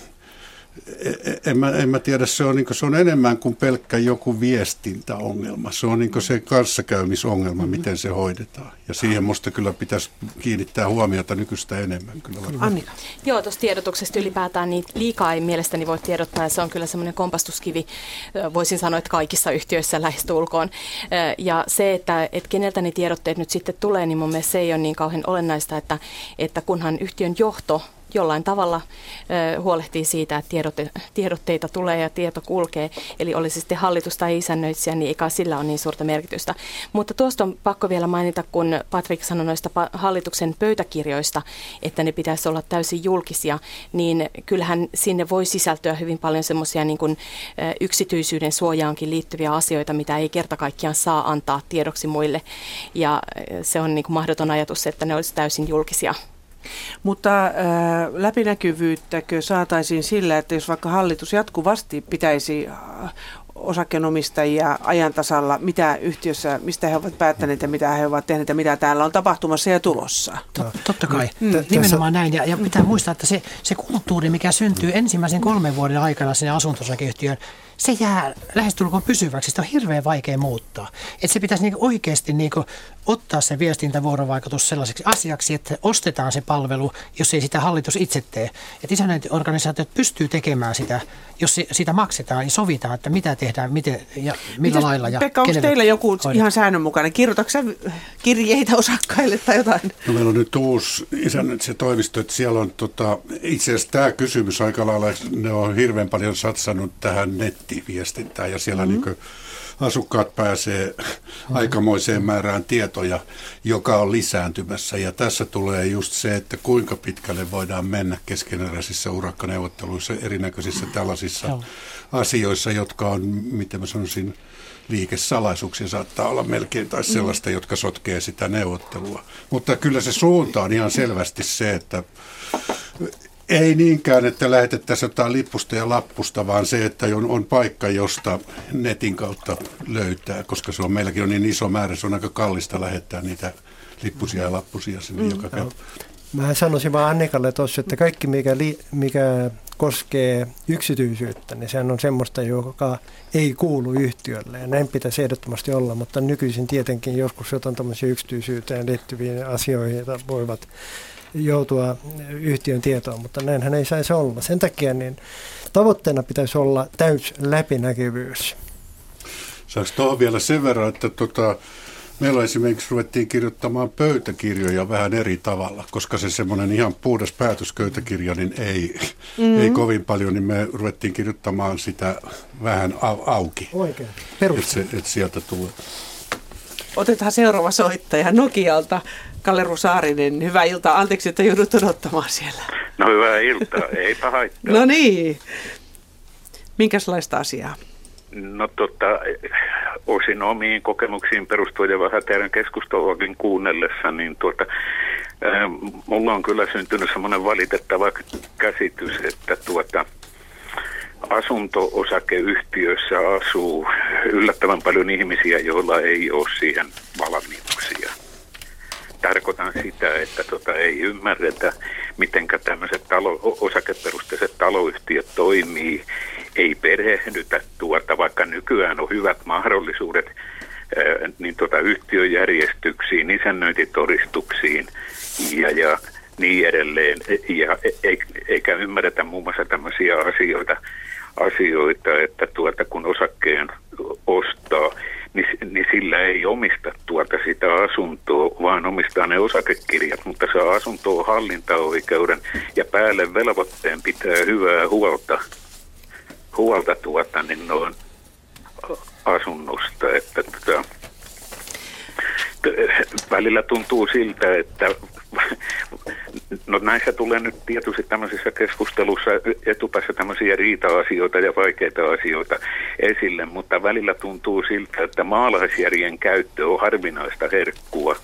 En mä, en mä tiedä, se on, niin kuin, se on enemmän kuin pelkkä joku viestintäongelma. Se on niin kuin se kanssakäymisongelma, mm-hmm. miten se hoidetaan. Ja siihen musta kyllä pitäisi kiinnittää huomiota nykyistä enemmän. Kyllä Annika. Joo, tuosta tiedotuksesta ylipäätään niin liikaa ei mielestäni voi tiedottaa. Ja se on kyllä semmoinen kompastuskivi, voisin sanoa, että kaikissa yhtiöissä lähestulkoon. Ja se, että, että keneltä ne tiedotteet nyt sitten tulee, niin mun mielestä se ei ole niin kauhean olennaista, että, että kunhan yhtiön johto jollain tavalla ö, huolehtii siitä, että tiedote, tiedotteita tulee ja tieto kulkee. Eli olisi sitten hallitus tai isännöitsijä, niin eikä sillä ole niin suurta merkitystä. Mutta tuosta on pakko vielä mainita, kun Patrik sanoi noista hallituksen pöytäkirjoista, että ne pitäisi olla täysin julkisia, niin kyllähän sinne voi sisältyä hyvin paljon semmoisia niin kuin ö, yksityisyyden suojaankin liittyviä asioita, mitä ei kerta kaikkiaan saa antaa tiedoksi muille. Ja se on niin kuin mahdoton ajatus, että ne olisi täysin julkisia. Mutta äh, läpinäkyvyyttäkö saataisiin sillä, että jos vaikka hallitus jatkuvasti pitäisi äh, osakkeenomistajia ajan tasalla, mitä yhtiössä, mistä he ovat päättäneet ja mitä he ovat tehneet ja mitä täällä on tapahtumassa ja tulossa. Tot, totta kai, mm. nimenomaan näin. Ja, ja pitää muistaa, että se, se kulttuuri, mikä syntyy ensimmäisen kolmen vuoden aikana sinne asunto-osakeyhtiöön, se jää lähestulkoon pysyväksi. Sitä on hirveän vaikea muuttaa. Että se pitäisi niinku oikeasti niinku ottaa se viestintävuorovaikutus sellaiseksi asiaksi, että ostetaan se palvelu, jos ei sitä hallitus itse tee. Että isännöintiorganisaatiot pystyy tekemään sitä, jos sitä maksetaan ja sovitaan, että mitä tehdään, miten ja millä Mites, lailla. Ja Pekka, onko teillä joku hoidetaan? Ihan säännönmukainen? Kirjoitatko sä kirjeitä osakkaille tai jotain? No, meillä on nyt uusi isännöitsijätoimisto, että siellä on tota, itse asiassa tämä kysymys aika lailla, ne on hirveän paljon satsannut tähän nettiviestintään ja siellä mm-hmm. niin asukkaat pääsee aikamoiseen määrään tietoja, joka on lisääntymässä. Ja tässä tulee just se, että kuinka pitkälle voidaan mennä keskeneräisissä urakkaneuvotteluissa, erinäköisissä tällaisissa Joo. asioissa, jotka on, miten mä sanoisin, liikesalaisuuksia saattaa olla melkein tai sellaista, jotka sotkee sitä neuvottelua. Mutta kyllä se suunta on ihan selvästi se, että ei niinkään, että lähetettäisiin jotain lippusta ja lappusta, vaan se, että on, on paikka, josta netin kautta löytää, koska se on meilläkin on niin iso määrä, se on aika kallista lähettää niitä lippusia ja lappusia sinne mm. joka kerta. Mä sanoisin vaan Annikalle tuossa, että kaikki mikä, li, mikä koskee yksityisyyttä, niin sehän on semmoista, joka ei kuulu yhtiölle ja näin pitäisi ehdottomasti olla, mutta nykyisin tietenkin joskus jotain tämmöisiä yksityisyyteen liittyviä asioihin, joita voivat joutua yhtiön tietoon, mutta näinhän ei saisi olla. Sen takia niin tavoitteena pitäisi olla täys läpinäkyvyys. Saanko tuohon vielä sen verran, että tota, meillä esimerkiksi ruvettiin kirjoittamaan pöytäkirjoja vähän eri tavalla, koska se semmoinen ihan puhdas päätösköytäkirja niin ei, mm-hmm. ei kovin paljon, niin me ruvettiin kirjoittamaan sitä vähän au- auki. Oikein, että se, et sieltä tulee. Otetaan seuraava soittaja Nokialta. Kalle Saarinen, hyvää iltaa. Anteeksi, että joudut odottamaan siellä. No hyvää iltaa, eipä haittaa. No niin. Minkälaista asiaa? No tota, osin omiin kokemuksiin perustuen ja vähän teidän keskusteluakin kuunnellessa, niin tuota, ää, mulla on kyllä syntynyt semmoinen valitettava käsitys, että tuota, asunto-osakeyhtiöissä asuu yllättävän paljon ihmisiä, joilla ei ole siihen valmiuksia. Tarkoitan sitä, että tota, ei ymmärretä, miten tämmöiset talo, osakeperusteiset taloyhtiöt toimii, ei perehdytä tuota, vaikka nykyään on hyvät mahdollisuudet ää, niin tuota, yhtiöjärjestyksiin, isännöintitodistuksiin ja, ja niin edelleen, ja, e, eikä ymmärretä muun muassa tämmöisiä asioita, asioita, että tuota, kun osakkeen ostaa, niin, niin sillä ei omista tuota sitä asuntoa, vaan omistaa ne osakekirjat, mutta saa asuntoa hallintaoikeuden ja päälle velvoitteen pitää hyvää huolta, huolta tuota, niin noin asunnosta, että tota, välillä tuntuu siltä, että no näissä tulee nyt tietysti tämmöisissä keskustelussa etupäässä tämmöisiä riita-asioita ja vaikeita asioita esille, mutta välillä tuntuu siltä, että maalaisjärjen käyttö on harvinaista herkkua.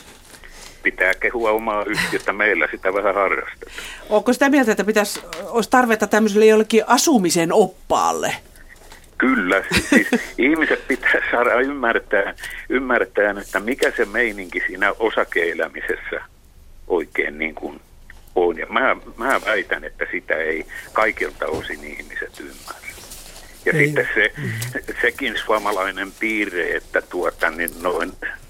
Pitää kehua omaa yhtiötä, meillä sitä vähän harrastetaan. Onko sitä mieltä, että pitäisi, olisi tarvetta tämmöiselle jollekin asumisen oppaalle? Kyllä, siis ihmiset pitää saada ymmärtää, ymmärtää, että mikä se meininki siinä osake-elämisessä oikein niin kuin on. Ja mä, mä väitän, että sitä ei kaikilta osin ihmiset ymmärrä. Ja ei. Sitten se, sekin suomalainen piirre, että tuota, niin noin,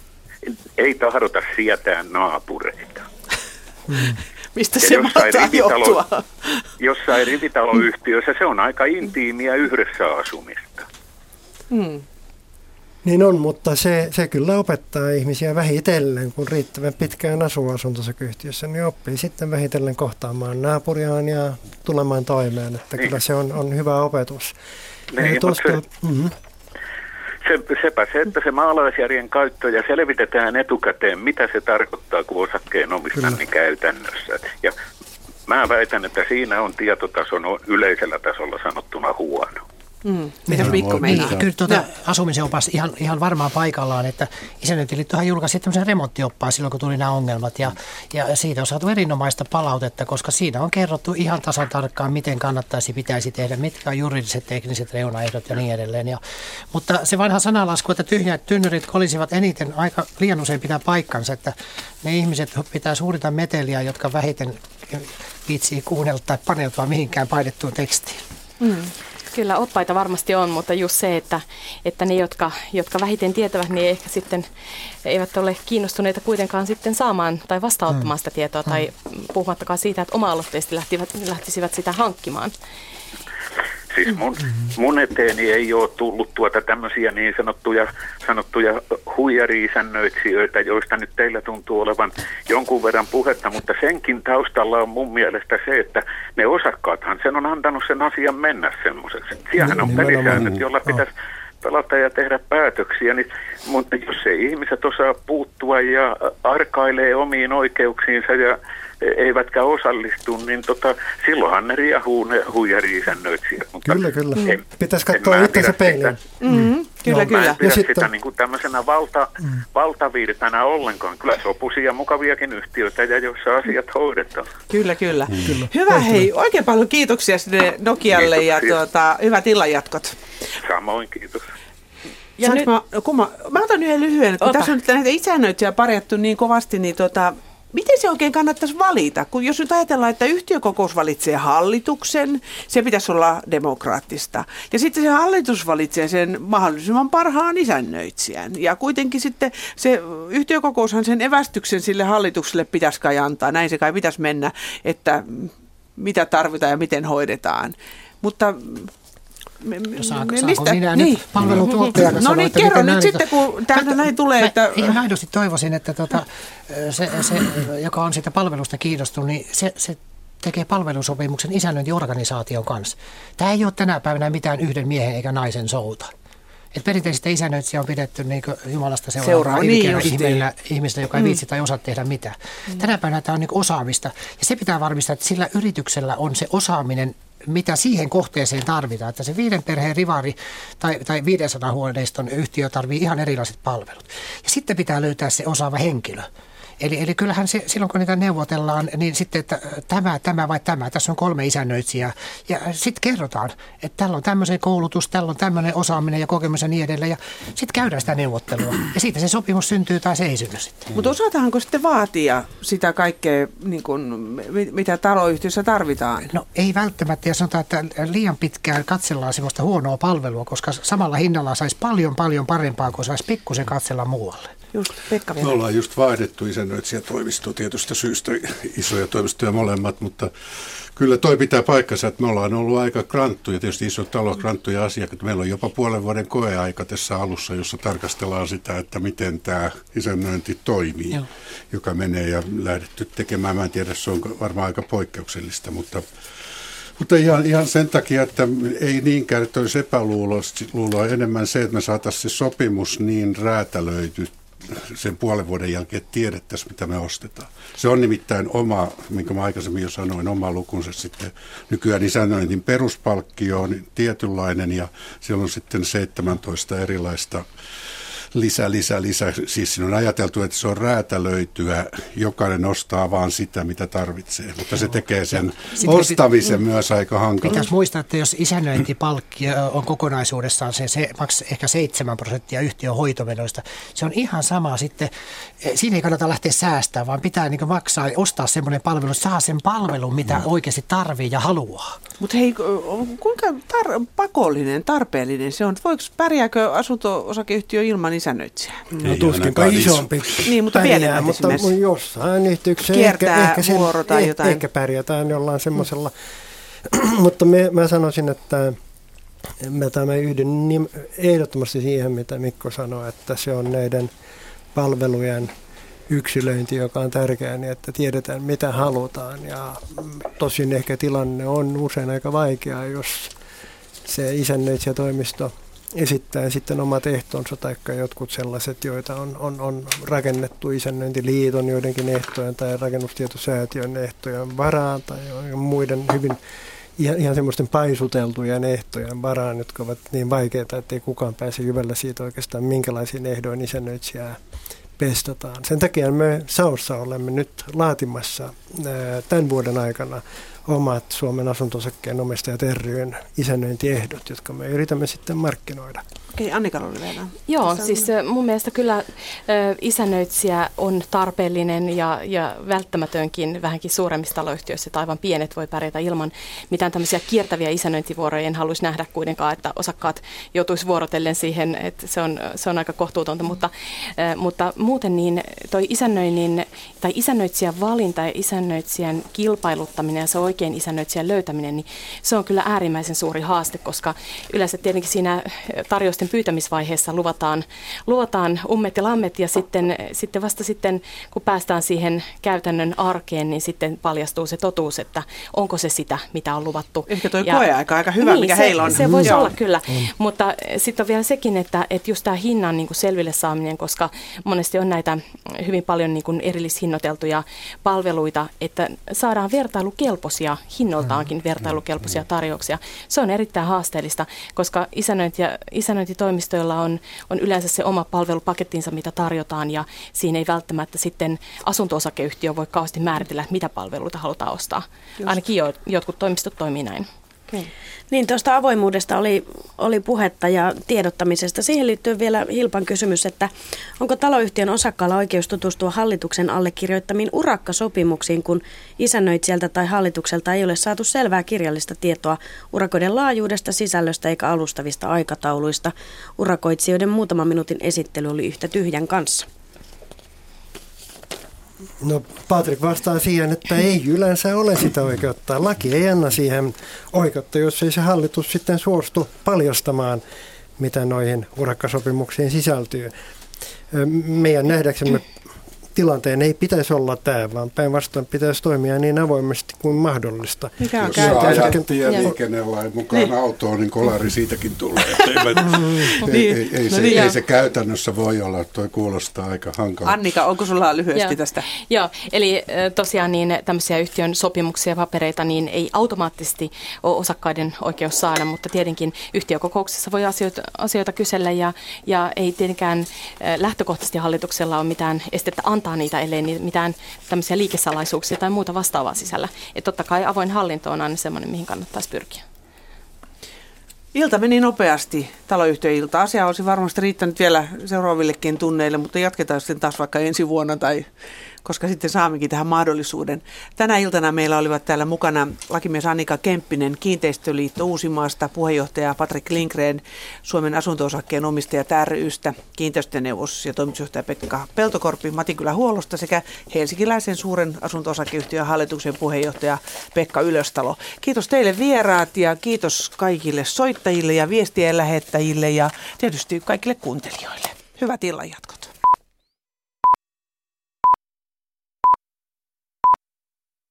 ei tahdota sietää naapureita. Mm. Mistä se mahtaa johtua? Jossain rivitaloyhtiössä se on aika intiimiä yhdessä asumista. Hmm. Niin on, mutta se, se kyllä opettaa ihmisiä vähitellen, kun riittävän pitkään asuu asuntosakeyhtiössä, niin oppii sitten vähitellen kohtaamaan naapuriaan ja tulemaan toimeen. Että niin. Kyllä se on, on hyvä opetus. Niin, tuosta, se, mm-hmm. se, sepä se, että se maalaisjärjen käyttö ja selvitetään etukäteen, mitä se tarkoittaa, kun osakkeen omistan niin käytännössä. Ja mä väitän, että siinä on tietotaso yleisellä tasolla sanottuna huono. Mm. Mitäs Mikko meinaa? Niin, kyllä tuota, asumisen opas ihan, ihan varmaan paikallaan, että Isännöintiliittohan julkaisi tämmöisen remonttioppaan silloin, kun tuli nämä ongelmat, ja, ja siitä on saatu erinomaista palautetta, koska siinä on kerrottu ihan tasan tarkkaan, miten kannattaisi, pitäisi tehdä, mitkä on juridiset, tekniset reunaehdot ja niin edelleen. Ja, mutta se vanha sanalasku, että tyhjät tynnyrit kolisivat eniten, aika liian usein pitää paikkansa, että ne ihmiset pitää suurita meteliä, jotka vähiten viitsii kuunnella tai paneutua mihinkään painettuun tekstiin. Mm. Kyllä oppaita varmasti on, mutta just se, että, että ne, jotka, jotka vähiten tietävät, niin ehkä sitten eivät ole kiinnostuneita kuitenkaan sitten saamaan tai vastaanottamaan sitä tietoa mm. tai puhumattakaan siitä, että oma-aloitteisesti lähtivät, lähtisivät sitä hankkimaan. Siis mun, mun eteeni ei ole tullut tuota tämmöisiä niin sanottuja, sanottuja huijari-isännöitsijöitä, joista nyt teillä tuntuu olevan jonkun verran puhetta, mutta senkin taustalla on mun mielestä se, että ne osakkaathan sen on antanut sen asian mennä semmoiseksi. Siellähän on pelisäännöt, jolla pitäisi pelata ja tehdä päätöksiä, niin, mutta jos ei ihmiset osaa puuttua ja arkailee omiin oikeuksiinsa ja eivätkä osallistu, niin tota, silloinhan ne riahuu ne huijari-isännöitsijät. Kyllä, kyllä. En, Pitäisi katsoa itse peiliin. Mm-hmm. Kyllä, no, kyllä. Mä en pidä ja sitä sitten... niin kuin tämmöisenä valta, mm. valtavirtana ollenkaan. Kyllä sopuisia mukaviakin yhtiöitä, ja joissa asiat hoidetaan. Kyllä, kyllä. Mm. kyllä. Hyvä, hei. Oikein paljon kiitoksia sinne Nokialle kiitoksia. Ja tuota, hyvät illanjatkot. Samoin, kiitos. Ja nyt... mä, mä, mä otan yhden lyhyen, kun Ota. tässä on nyt näitä isännöitsiä parjattu niin kovasti, niin tota, miten se oikein kannattaisi valita? Kun jos nyt ajatellaan, että yhtiökokous valitsee hallituksen, se pitäisi olla demokraattista. Ja sitten se hallitus valitsee sen mahdollisimman parhaan isännöitsijän. Ja kuitenkin sitten se yhtiökokoushan sen evästyksen sille hallitukselle pitäisi kai antaa. Näin se kai pitäisi mennä, että mitä tarvitaan ja miten hoidetaan. Mutta... Me, me, saanko, me, saanko mistä? minä niin. nyt palvelutuottajana No sanoa, niin, että kerro nyt näitä... sitten, kun täältä näin tulee. Mä että... ihan aidosti toivoisin, että tota, se, se, joka on siitä palvelusta kiinnostunut, niin se, se tekee palvelusopimuksen isännöintiorganisaation kanssa. Tämä ei ole tänä päivänä mitään yhden miehen eikä naisen souta. Et perinteisesti isännöitsijä on pidetty niin Jumalasta seuraavaa ilkeänä ihmistä, ihmistä, joka ei mm. viitsi tai osaa tehdä mitään. Mm. Tänä päivänä tämä on niin osaamista, ja se pitää varmistaa, että sillä yrityksellä on se osaaminen, mitä siihen kohteeseen tarvitaan. Että se viiden perheen rivari tai, tai viisisataa huoneiston yhtiö tarvitsee ihan erilaiset palvelut. Ja sitten pitää löytää se osaava henkilö. Eli, eli kyllähän se, silloin kun niitä neuvotellaan, niin sitten, että tämä, tämä vai tämä, tässä on kolme isännöitsijää. Ja sitten kerrotaan, että tällä on tämmöinen koulutus, tällä on tämmöinen osaaminen ja kokemus ja niin edelleen. Ja sitten käydään sitä neuvottelua. Ja siitä se sopimus syntyy tai se ei synny sitten. Mutta osataanko sitten vaatia sitä kaikkea, niin kun, mitä taloyhtiössä tarvitaan? No ei välttämättä. Ja sanotaan, että liian pitkään katsellaan sellaista huonoa palvelua, koska samalla hinnalla saisi paljon, paljon parempaa, kun saisi pikkusen katsella muualle. Just, Pekka vielä. Me ollaan just vaihdettu isännöitsijätoimistoa tietystä syystä, isoja toimistoja molemmat, mutta kyllä toi pitää paikkansa, että me ollaan ollut aika kranttuja, tietysti iso talo kranttuja asiakkaita. Meillä on jopa puolen vuoden koeaika tässä alussa, jossa tarkastellaan sitä, että miten tämä isännöinti toimii, Joo. joka menee ja lähdetty tekemään. Mä en tiedä, se on varmaan aika poikkeuksellista, mutta, mutta ihan, ihan sen takia, että ei niinkään, että olisi epäluuloa, enemmän se, että me saataisiin se sopimus niin räätälöity sen puolen vuoden jälkeen, että tiedettäisiin, mitä me ostetaan. Se on nimittäin oma, minkä mä aikaisemmin jo sanoin, oma lukunsa sitten. Nykyään isännöintin peruspalkkio on tietynlainen ja siellä on sitten seitsemäntoista erilaista lisä, lisä, lisä. Siis siinä on ajateltu, että se on räätälöityä. Jokainen ostaa vaan sitä, mitä tarvitsee. Mutta se tekee sen sitten ostamisen pit- myös aika hankalaa. Pitäisi muistaa, että jos isännöintipalkki on kokonaisuudessaan se, se maksaa ehkä seitsemän prosenttia yhtiön hoitomenoista, se on ihan sama sitten. Siinä ei kannata lähteä säästämään, vaan pitää niin maksaa, ostaa semmoinen palvelu, että saa sen palvelun, mitä no. oikeasti tarvii ja haluaa. Mutta hei, kuinka tar- pakollinen, tarpeellinen se on? Voiko, pärjääkö asunto-osakeyhtiö ilman isännöitsijää? No tuskinpa isompi niin, mutta pärjää, mutta jossain yhteyksessä ehkä, ehkä, sen, eh, jotain. ehkä pärjätään jollain semmoisella. Mm. Mutta me, mä sanoisin, että mä tämän yhden niin ehdottomasti siihen, mitä Mikko sanoi, että se on näiden palvelujen yksilöinti, joka on tärkeää, niin että tiedetään mitä halutaan. Ja tosin ehkä tilanne on usein aika vaikea, jos se isännöitsijätoimisto esittää sitten omat ehtonsa tai jotkut sellaiset, joita on, on, on rakennettu isännöintiliiton joidenkin ehtojen tai rakennustietosäätiön ehtojen varaan tai muiden hyvin ihan, ihan semmoisten paisuteltujen ehtojen varaan, jotka ovat niin vaikeita, että ei kukaan pääse jyvällä siitä oikeastaan minkälaisiin ehdoin isännöitsijää pestataan. Sen takia me Saossa olemme nyt laatimassa ää, tämän vuoden aikana omat Suomen asunto-osakkeen omistajat ry:n isännöintiehdot, jotka me yritämme sitten markkinoida. Okei, Annika oli vielä. Joo, siis mun mielestä kyllä isännöitsijä on tarpeellinen ja, ja välttämätönkin vähänkin suuremmissa taloyhtiöissä, että aivan pienet voi pärjätä ilman mitään tämmöisiä kiertäviä isännöintivuoroja. En haluaisi nähdä kuitenkaan, että osakkaat joutuisi vuorotellen siihen, että se on, se on aika kohtuutonta, mutta, mutta muuten niin toi isännöinnin tai isännöitsijän valinta ja isännöitsijän kilpailuttaminen ja se oikein isännöitsijän löytäminen, niin se on kyllä äärimmäisen suuri haaste, koska yleensä tietenkin siinä tarjousten pyytämisvaiheessa luvataan, luvataan ummet ja lammet ja sitten, sitten vasta sitten, kun päästään siihen käytännön arkeen, niin sitten paljastuu se totuus, että onko se sitä, mitä on luvattu. Ehkä tuo koeaika aika hyvä, niin, mikä se, heillä on. Se voisi olla kyllä, mm. mutta sitten on vielä sekin, että, että just tämä hinnan niin kuin selville saaminen, koska monesti on näitä hyvin paljon niin kuin erillishinnoiteltuja palveluita, että saadaan vertailukelpoisia, hinnoiltaankin vertailukelpoisia tarjouksia. Se on erittäin haasteellista, koska isännöinti ja isännöintitoimistoilla on, on yleensä se oma palvelupakettinsa, mitä tarjotaan, ja siinä ei välttämättä sitten asunto-osakeyhtiö voi kauheasti määritellä, että mitä palveluita halutaan ostaa. Just. Ainakin jo, jotkut toimistot toimii näin. Okay. Niin, tuosta avoimuudesta oli, oli puhetta ja tiedottamisesta. Siihen liittyy vielä Hilpan kysymys, että onko taloyhtiön osakkaalla oikeus tutustua hallituksen allekirjoittamiin urakkasopimuksiin, kun isännöitsijältä tai hallitukselta ei ole saatu selvää kirjallista tietoa urakoiden laajuudesta, sisällöstä eikä alustavista aikatauluista. Urakoitsijoiden muutaman minuutin esittely oli yhtä tyhjän kanssa. No Patrik vastaa siihen, että ei yleensä ole sitä oikeutta. Laki ei anna siihen oikeutta, jos ei se hallitus sitten suostu paljastamaan, mitä noihin urakkasopimuksiin sisältyy. Meidän nähdäksemme tilanteen ei pitäisi olla tämä, vaan päinvastoin pitäisi toimia niin avoimesti kuin mahdollista. Mikä on jos ajat tieliikennelain mukaan niin. autoon, niin kolari siitäkin tulee. ei, niin. ei, ei, se, no niin. ei se käytännössä voi olla, tuo kuulostaa aika hankalaa. Annika, onko sulla lyhyesti Joo. tästä? Joo, eli tosiaan niin tämmöisiä yhtiön sopimuksia ja papereita niin ei automaattisesti ole osakkaiden oikeus saada, mutta tietenkin yhtiökokouksessa voi asioita, asioita kysellä ja, ja ei tietenkään lähtökohtaisesti hallituksella ole mitään estettä antaa niitä, ellei mitään tämmöisiä liikesalaisuuksia tai muuta vastaavaa sisällä. Että totta kai avoin hallinto on aina semmoinen, mihin kannattaisi pyrkiä. Ilta meni nopeasti, taloyhtiöilta. Asia olisi varmasti riittänyt vielä seuraavillekin tunneille, mutta jatketaan sitten taas vaikka ensi vuonna tai koska sitten saammekin tähän mahdollisuuden. Tänä iltana meillä olivat täällä mukana lakimies Annika Kemppinen, Kiinteistöliitto Uusimaasta, puheenjohtaja Patrik Lindgren, Suomen asunto-osakkeen omistajat ry:stä, kiinteistöneuvos ja toimitusjohtaja Pekka Peltokorpi Matinkylä-Huollosta sekä helsinkiläisen suuren asunto-osakeyhtiön hallituksen puheenjohtaja Pekka Ylöstalo. Kiitos teille vieraat ja kiitos kaikille soittajille ja viestien lähettäjille ja tietysti kaikille kuuntelijoille. Hyvät illanjatkot.